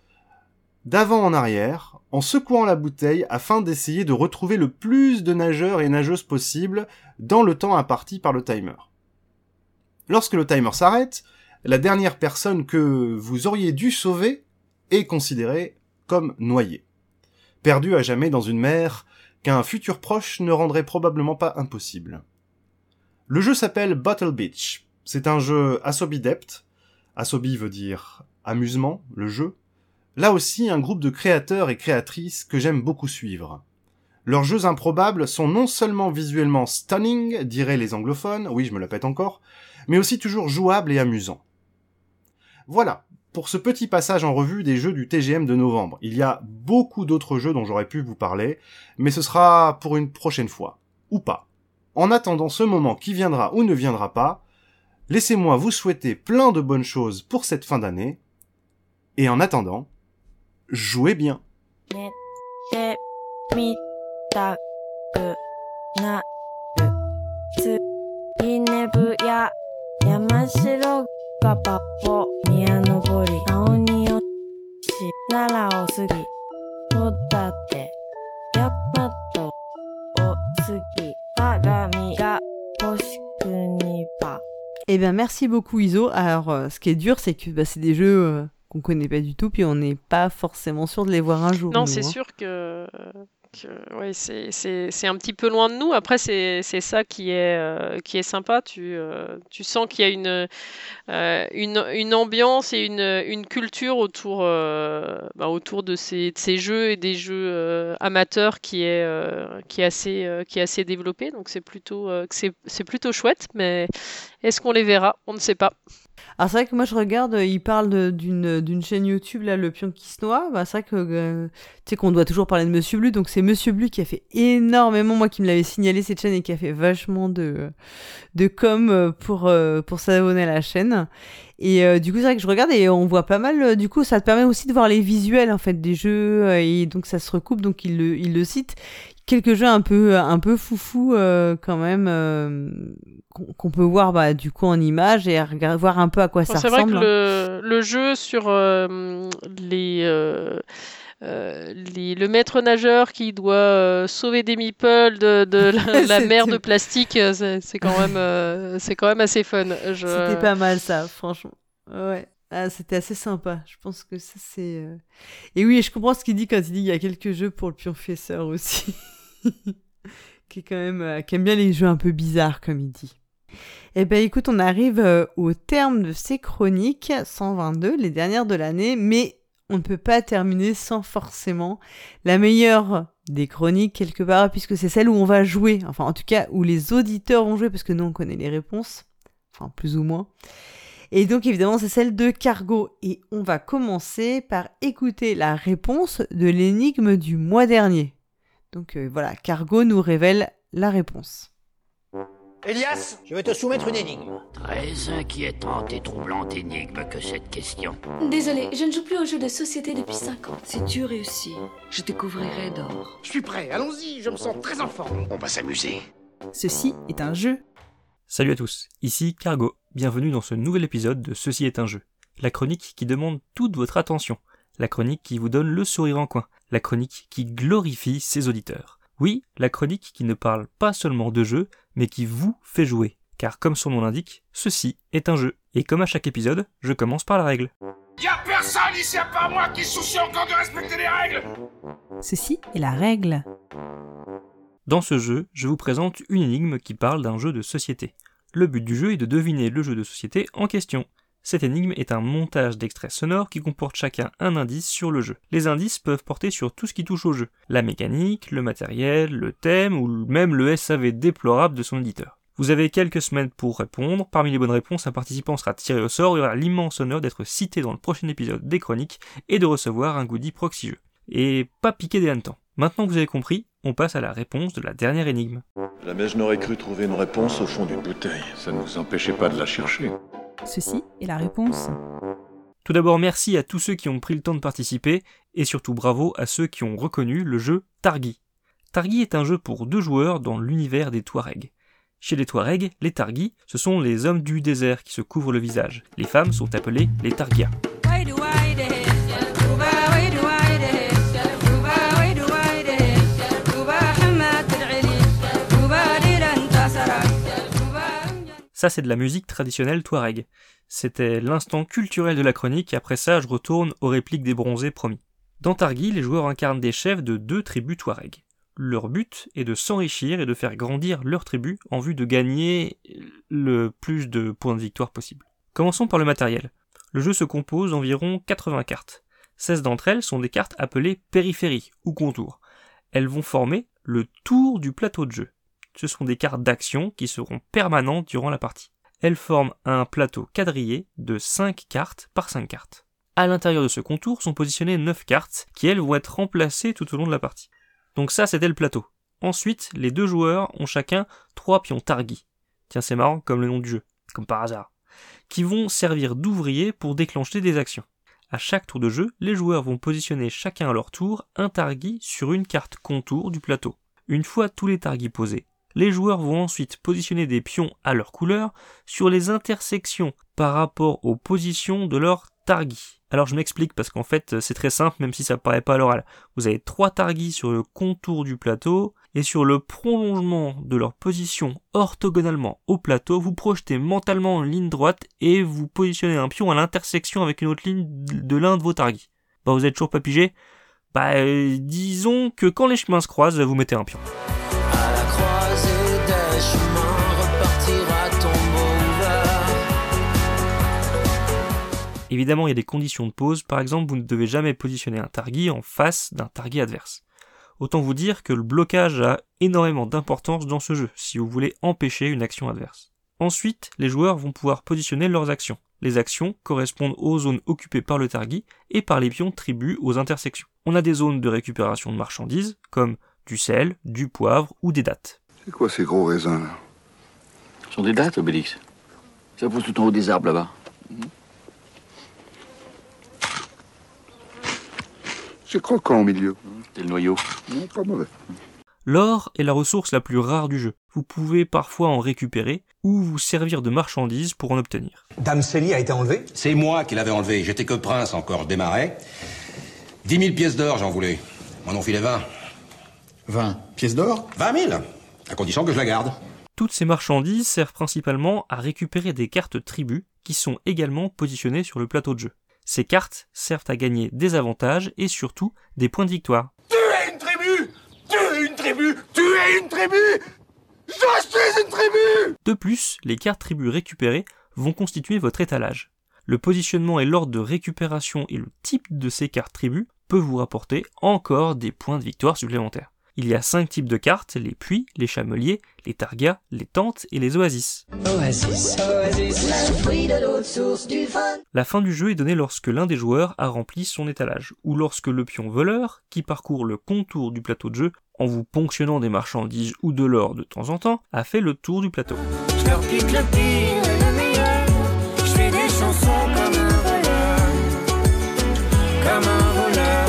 d'avant en arrière, en secouant la bouteille afin d'essayer de retrouver le plus de nageurs et nageuses possible dans le temps imparti par le timer. Lorsque le timer s'arrête, la dernière personne que vous auriez dû sauver est considérée comme noyée. Perdu à jamais dans une mer qu'un futur proche ne rendrait probablement pas impossible. Le jeu s'appelle Bottle Beach. C'est un jeu Asobi Dept. Asobi veut dire amusement, le jeu. Là aussi, un groupe de créateurs et créatrices que j'aime beaucoup suivre. Leurs jeux improbables sont non seulement visuellement stunning, diraient les anglophones, oui je me la pète encore, mais aussi toujours jouables et amusants. Voilà. Pour ce petit passage en revue des jeux du T G M de novembre. Il y a beaucoup d'autres jeux dont j'aurais pu vous parler, mais ce sera pour une prochaine fois. Ou pas. En attendant ce moment qui viendra ou ne viendra pas, laissez-moi vous souhaiter plein de bonnes choses pour cette fin d'année, et en attendant, jouez bien. Eh bien, merci beaucoup Iso. Alors, euh, ce qui est dur, c'est que bah, c'est des jeux euh, qu'on connaît pas du tout, puis on n'est pas forcément sûr de les voir un jour. Non, nous, c'est hein. sûr que Euh, ouais, c'est, c'est, c'est un petit peu loin de nous. Après, c'est, c'est ça qui est, euh, qui est sympa. Tu, euh, tu sens qu'il y a une, euh, une, une ambiance et une, une culture autour, euh, bah, autour de, ces, de ces jeux et des jeux euh, amateurs qui est, euh, qui, est assez, euh, qui est assez développée. Donc, c'est plutôt, euh, c'est, c'est plutôt chouette. Mais est-ce qu'on les verra? On ne sait pas. Alors c'est vrai que moi je regarde, euh, il parle de- d'une d'une chaîne YouTube là, le pion qui se noie. Bah, c'est vrai que euh, tu sais qu'on doit toujours parler de Monsieur Blu, donc c'est Monsieur Blu qui a fait énormément, moi qui me l'avait signalé cette chaîne et qui a fait vachement de de com euh, pour euh, pour s'abonner à la chaîne. Et euh, du coup c'est vrai que je regarde et on voit pas mal. euh, Du coup ça te permet aussi de voir les visuels en fait des jeux euh, et donc ça se recoupe, donc il le il le cite. Quelques jeux un peu un peu foufou euh, quand même euh, qu'on, qu'on peut voir bah, du coup en images et à regarder, voir un peu à quoi Bon, ça c'est ressemble. vrai que le, le jeu sur euh, les, euh, euh, les, le maître nageur qui doit euh, sauver des meeples de, de la, la mer de plastique, euh, c'est, c'est, quand même, euh, c'est quand même assez fun. Je... C'était pas mal ça, franchement. Ouais. Ah, c'était assez sympa. Je pense que ça c'est. euh, Et oui, je comprends ce qu'il dit quand il dit qu'il y a quelques jeux pour le pionfesseur aussi, qui est quand même euh, qui aime bien les jeux un peu bizarres comme il dit. Eh ben écoute, on arrive euh, au terme de ces chroniques cent vingt-deux, les dernières de l'année, mais on ne peut pas terminer sans forcément la meilleure des chroniques quelque part, puisque c'est celle où on va jouer, enfin en tout cas où les auditeurs vont jouer, parce que nous on connaît les réponses, enfin plus ou moins. Et donc évidemment c'est celle de Cargo, et on va commencer par écouter la réponse de l'énigme du mois dernier. Donc euh, voilà, Cargo nous révèle la réponse. Elias, je vais te soumettre une énigme. Très inquiétante et troublante énigme que cette question. Désolé, je ne joue plus aux jeux de société depuis cinq ans. Si tu réussis, je te couvrirai d'or. Je suis prêt, allons-y, je me sens très en forme. On va s'amuser. Ceci est un jeu. Salut à tous, ici Cargo. Bienvenue dans ce nouvel épisode de Ceci est un jeu. La chronique qui demande toute votre attention. La chronique qui vous donne le sourire en coin. La chronique qui glorifie ses auditeurs. Oui, la chronique qui ne parle pas seulement de jeux, mais qui vous fait jouer. Car comme son nom l'indique, ceci est un jeu. Et comme à chaque épisode, je commence par la règle. Y'a personne ici à part moi qui se soucie encore de respecter les règles. Ceci est la règle. Dans ce jeu, je vous présente une énigme qui parle d'un jeu de société. Le but du jeu est de deviner le jeu de société en question. Cette énigme est un montage d'extraits sonores qui comporte chacun un indice sur le jeu. Les indices peuvent porter sur tout ce qui touche au jeu. La mécanique, le matériel, le thème ou même le S A V déplorable de son éditeur. Vous avez quelques semaines pour répondre. Parmi les bonnes réponses, un participant sera tiré au sort et aura l'immense honneur d'être cité dans le prochain épisode des chroniques et de recevoir un goodie proxy jeu. Et pas piquer des hannetons. Maintenant que vous avez compris, on passe à la réponse de la dernière énigme. Jamais je n'aurais cru trouver une réponse au fond d'une bouteille. Ça ne vous empêchait pas de la chercher. Ceci est la réponse. Tout d'abord, merci à tous ceux qui ont pris le temps de participer, et surtout bravo à ceux qui ont reconnu le jeu Targi. Targi est un jeu pour deux joueurs dans l'univers des Touaregs. Chez les Touaregs, les Targis, ce sont les hommes du désert qui se couvrent le visage. Les femmes sont appelées les Targias. Ça, c'est de la musique traditionnelle touareg. C'était l'instant culturel de la chronique, et après ça, je retourne aux répliques des bronzés promis. Dans Targi, les joueurs incarnent des chefs de deux tribus touareg. Leur but est de s'enrichir et de faire grandir leur tribu en vue de gagner le plus de points de victoire possible. Commençons par le matériel. Le jeu se compose d'environ quatre-vingts cartes. seize d'entre elles sont des cartes appelées périphéries ou contours. Elles vont former le tour du plateau de jeu. Ce sont des cartes d'action qui seront permanentes durant la partie. Elles forment un plateau quadrillé de cinq cartes par cinq cartes. À l'intérieur de ce contour sont positionnées neuf cartes qui elles vont être remplacées tout au long de la partie. Donc ça c'était le plateau. Ensuite, les deux joueurs ont chacun trois pions Targi. Tiens, c'est marrant comme le nom du jeu, comme par hasard. Qui vont servir d'ouvriers pour déclencher des actions. À chaque tour de jeu, les joueurs vont positionner chacun à leur tour un Targi sur une carte contour du plateau. Une fois tous les Targis posés, les joueurs vont ensuite positionner des pions à leur couleur sur les intersections par rapport aux positions de leurs Targis. Alors je m'explique parce qu'en fait c'est très simple même si ça paraît pas à l'oral. Vous avez trois Targis sur le contour du plateau et sur le prolongement de leur position orthogonalement au plateau, vous projetez mentalement une ligne droite et vous positionnez un pion à l'intersection avec une autre ligne de l'un de vos Targis. Bah vous êtes toujours pas pigé ? Bah, euh, disons que quand les chemins se croisent, vous mettez un pion. À la croisée des chemins repartira tombeau ouvert. Évidemment, il y a des conditions de pose. Par exemple, vous ne devez jamais positionner un targi en face d'un targi adverse. Autant vous dire que le blocage a énormément d'importance dans ce jeu, si vous voulez empêcher une action adverse. Ensuite, les joueurs vont pouvoir positionner leurs actions. Les actions correspondent aux zones occupées par le targi et par les pions tribus aux intersections. On a des zones de récupération de marchandises, comme du sel, du poivre ou des dattes. C'est quoi ces gros raisins là? Ce sont des dattes, Obélix. Ça pousse tout en haut des arbres là-bas. C'est croquant au milieu. C'est le noyau. Non, pas mauvais. L'or est la ressource la plus rare du jeu. Vous pouvez parfois en récupérer ou vous servir de marchandises pour en obtenir. Dame Célie a été enlevée? C'est moi qui l'avais enlevée. J'étais que prince encore, je démarrais. Dix mille pièces d'or, j'en voulais. M'en ont filé vingt. Vingt pièces d'or? Vingt mille, à condition que je la garde. Toutes ces marchandises servent principalement à récupérer des cartes tribus qui sont également positionnées sur le plateau de jeu. Ces cartes servent à gagner des avantages et surtout des points de victoire. Tu es une tribu! Tu es une tribu! Tu es une tribu! Je suis une tribu! De plus, les cartes tribus récupérées vont constituer votre étalage. Le positionnement et l'ordre de récupération et le type de ces cartes tribus peut vous rapporter encore des points de victoire supplémentaires. Il y a cinq types de cartes, les puits, les chameliers, les targas, les tentes et les oasis. Oasis, oasis, le fruit de l'autre source du vin. La fin du jeu est donnée lorsque l'un des joueurs a rempli son étalage, ou lorsque le pion voleur, qui parcourt le contour du plateau de jeu en vous ponctionnant des marchandises ou de l'or de temps en temps, a fait le tour du plateau. Je leur pique le pire et le meilleur. Je fais des chansons comme un voleur. Comme un voleur.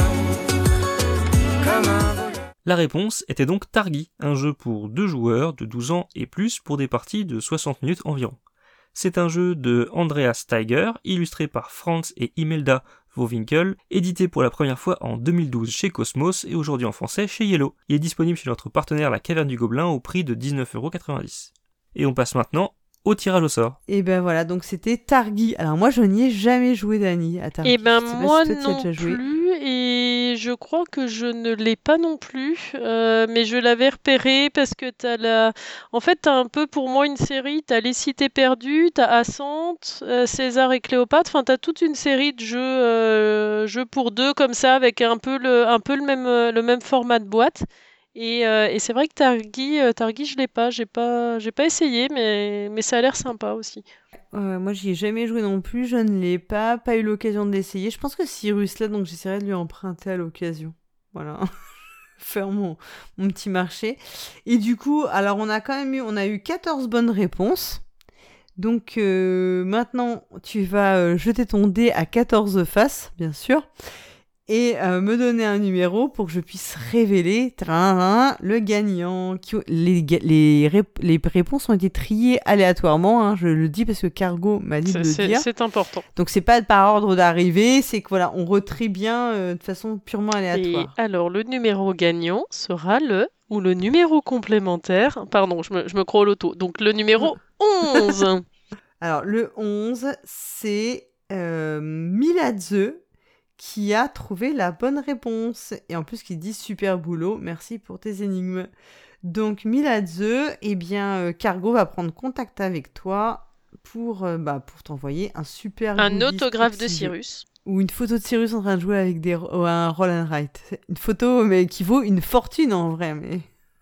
Comme un voleur. La réponse était donc Targi, un jeu pour deux joueurs de douze ans et plus pour des parties de soixante minutes environ. C'est un jeu de Andreas Steiger, illustré par Franz et Imelda Vohwinkel, édité pour la première fois en deux mille douze chez Cosmos et aujourd'hui en français chez Yellow. Il est disponible chez notre partenaire La Caverne du Gobelin au prix de dix-neuf euros quatre-vingt-dix. Et on passe maintenant au tirage au sort. Et ben voilà, donc c'était Targi. Alors moi je n'y ai jamais joué, Dani, à Targi. Et ben moi si toi, non plus, et je crois que je ne l'ai pas non plus, euh, mais je l'avais repéré parce que t'as la... En fait t'as un peu pour moi une série, t'as Les Cités Perdues, t'as Assante, euh, César et Cléopâtre, enfin t'as toute une série de jeux, euh, jeux pour deux comme ça, avec un peu le, un peu le même, le même format de boîte. Et, euh, et c'est vrai que Targi, euh, Targi je l'ai pas, j'ai pas, j'ai pas essayé, mais, mais ça a l'air sympa aussi. Euh, moi j'y ai jamais joué non plus, je ne l'ai pas, pas eu l'occasion de l'essayer. Je pense que Cyrus là, donc j'essaierai de lui emprunter à l'occasion. Voilà, faire mon, mon petit marché. Et du coup, alors on a quand même eu, on a eu quatorze bonnes réponses. Donc euh, maintenant tu vas euh, jeter ton dé à quatorze faces, bien sûr. Et euh, me donner un numéro pour que je puisse révéler trin, le gagnant. Les, les, rép- les réponses ont été triées aléatoirement, hein, je le dis parce que Cargo m'a dit c'est, de le c'est, dire. C'est important. Donc c'est pas par ordre d'arrivée, c'est que voilà, on retrie bien euh, de façon purement aléatoire. Et alors le numéro gagnant sera le ou le numéro complémentaire. Pardon, je me, je me crois au loto. Donc le numéro onze. Alors le onze, c'est euh, Miladze qui a trouvé la bonne réponse. Et en plus, qui dit super boulot, merci pour tes énigmes. Donc, Miladze, eh bien, euh, Cargo va prendre contact avec toi pour, euh, bah, pour t'envoyer un super un autographe de Cyrus. Ou une photo de Cyrus en train de jouer avec des, oh, un roll and write. Une photo, mais qui vaut une fortune en vrai, mais...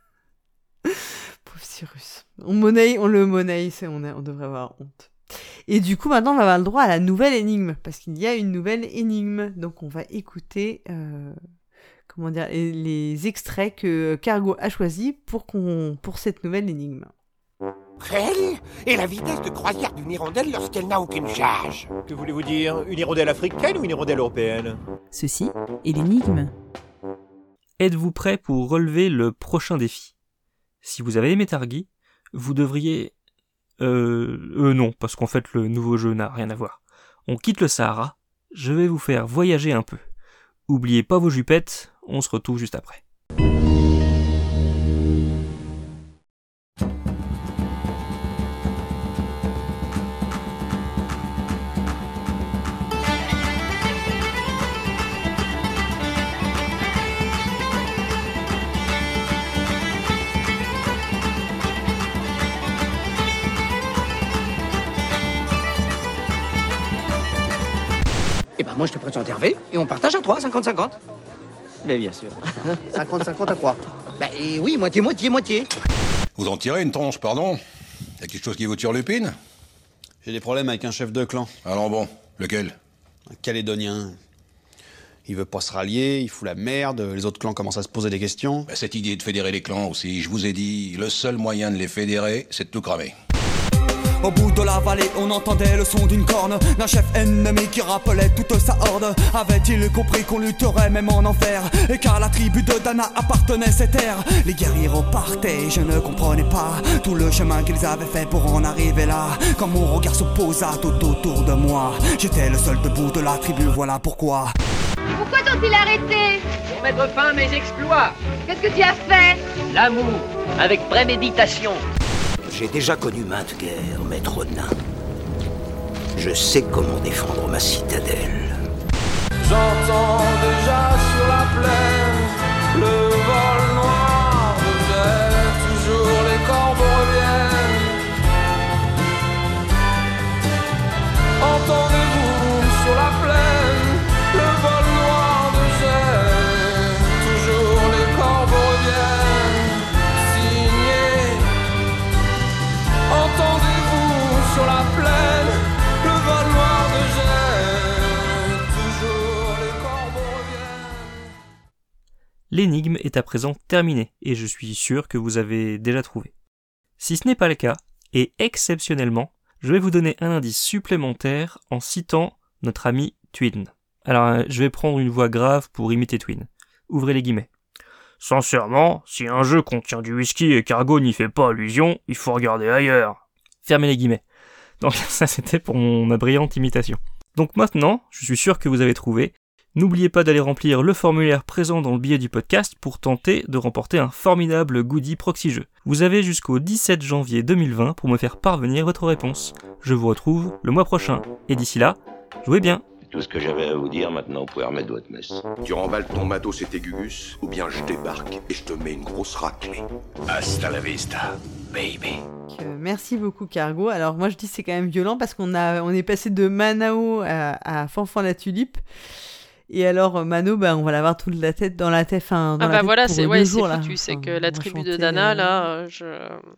Pauvre Cyrus. On monnaie, on le monnaie, c'est, on, a, on devrait avoir honte. Et du coup, maintenant, on va avoir le droit à la nouvelle énigme, parce qu'il y a une nouvelle énigme. Donc, on va écouter euh, comment dire, les, les extraits que Cargo a choisis pour, qu'on, pour cette nouvelle énigme. Quelle est la vitesse de croisière d'une hirondelle lorsqu'elle n'a aucune charge? Que voulez-vous dire? Une hirondelle africaine ou une hirondelle européenne? Ceci est l'énigme. Êtes-vous prêt pour relever le prochain défi? Si vous avez aimé Targi, vous devriez... Euh, euh non, parce qu'en fait le nouveau jeu n'a rien à voir. On quitte le Sahara, je vais vous faire voyager un peu. Oubliez pas vos jupettes, on se retrouve juste après. moi je te présente Hervé et on partage à trois, cinquante cinquante. Mais bien sûr. cinquante cinquante à quoi? Bah et oui, moitié, moitié, moitié. Vous en tirez une tronche, pardon? Y'a quelque chose qui vous turlupine? J'ai des problèmes avec un chef de clan. Alors bon, lequel? Un Calédonien. Il veut pas se rallier, il fout la merde, les autres clans commencent à se poser des questions. Bah, cette idée de fédérer les clans aussi, je vous ai dit, le seul moyen de les fédérer, c'est de tout cramer. Au bout de la vallée, on entendait le son d'une corne d'un chef ennemi qui rappelait toute sa horde. Avait-il compris qu'on lutterait même en enfer, et qu'à la tribu de Dana appartenait cette terre? Les guerriers repartaient, je ne comprenais pas tout le chemin qu'ils avaient fait pour en arriver là. Quand mon regard se posa tout autour de moi, j'étais le seul debout de la tribu, voilà pourquoi. Pourquoi t'ont-ils arrêté? Pour mettre fin à mes exploits. Qu'est-ce que tu as fait? L'amour, avec préméditation. J'ai déjà connu maintes guerres, maître Odin. Je sais comment défendre ma citadelle. J'entends déjà sur la plaine le vol noir de verre. Toujours les corbeaux reviennent. Entendez-vous sur la plaine le vol noir de verre. Toujours les corbeaux reviennent. Signé. Entendez-vous sur la plaine le vol noir de Gênes. Toujours les corbeaux reviennent. L'énigme est à présent terminée, et je suis sûr que vous avez déjà trouvé. Si ce n'est pas le cas, et exceptionnellement, je vais vous donner un indice supplémentaire en citant notre ami Twin. Alors, je vais prendre une voix grave pour imiter Twin. Ouvrez les guillemets. Sincèrement, si un jeu contient du whisky et qu'Argo n'y fait pas allusion, il faut regarder ailleurs. Fermez les guillemets. Donc ça c'était pour mon, ma brillante imitation. Donc maintenant, je suis sûr que vous avez trouvé. N'oubliez pas d'aller remplir le formulaire présent dans le billet du podcast pour tenter de remporter un formidable goodie proxy jeu. Vous avez jusqu'au dix-sept janvier deux mille vingt pour me faire parvenir votre réponse. Je vous retrouve le mois prochain. Et d'ici là, jouez bien. Tout ce que j'avais à vous dire, maintenant vous pouvez remettre votre messe. Tu remballes ton matos et tes gugus, ou bien je débarque et je te mets une grosse raclée. Hasta la vista, baby. Euh, merci beaucoup Cargo. Alors moi je dis c'est quand même violent parce qu'on a on est passé de Manao à, à Fanfan la Tulipe. Et alors Mano, bah, on va l'avoir toute la tête dans la tête. Enfin, dans ah la bah tête voilà, pour c'est deux ouais, jours, c'est là. foutu. C'est Enfin, que la on va tribu chanter, de Dana, euh... là, je...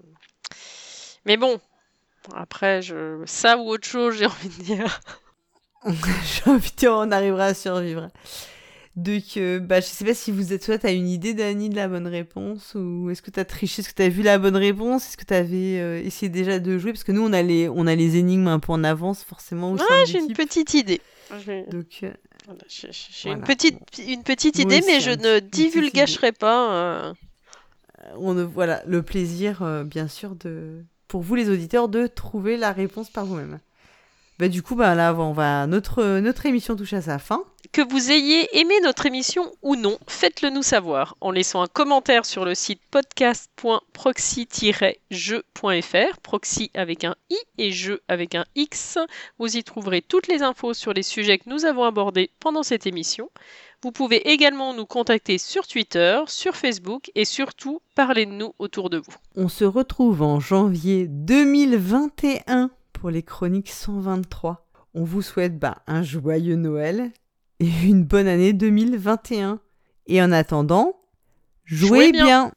Mais bon, après, je... ça ou autre chose, j'ai envie de dire. J'ai envie de dire, on arrivera à survivre. Donc, euh, bah, je sais pas si vous êtes, toi, t'as une idée, Dani, de la bonne réponse, ou est-ce que t'as triché, est-ce que t'as vu la bonne réponse, est-ce que t'avais euh, essayé déjà de jouer, parce que nous, on a les, on a les énigmes un peu en avance, forcément. Ouais, j'ai une petite idée. Donc, euh, voilà, j'ai, j'ai voilà. une petite, une petite Moi idée, aussi, mais je un ne petit- une petite divulgacherai pas. Euh... on a, voilà, le plaisir, euh, bien sûr, de, pour vous, les auditeurs, de trouver la réponse par vous-même. Bah, du coup, bah, là, on va, notre, notre émission touche à sa fin. Que vous ayez aimé notre émission ou non, faites-le nous savoir en laissant un commentaire sur le site podcast point proxy tiret jeu point f r, proxy avec un i et jeu avec un x. Vous y trouverez toutes les infos sur les sujets que nous avons abordés pendant cette émission. Vous pouvez également nous contacter sur Twitter, sur Facebook et surtout parler de nous autour de vous. On se retrouve en janvier deux mille vingt et un pour les chroniques cent vingt-trois. On vous souhaite bah, un joyeux Noël et une bonne année deux mille vingt et un. Et en attendant, jouez, Jouez bien. bien.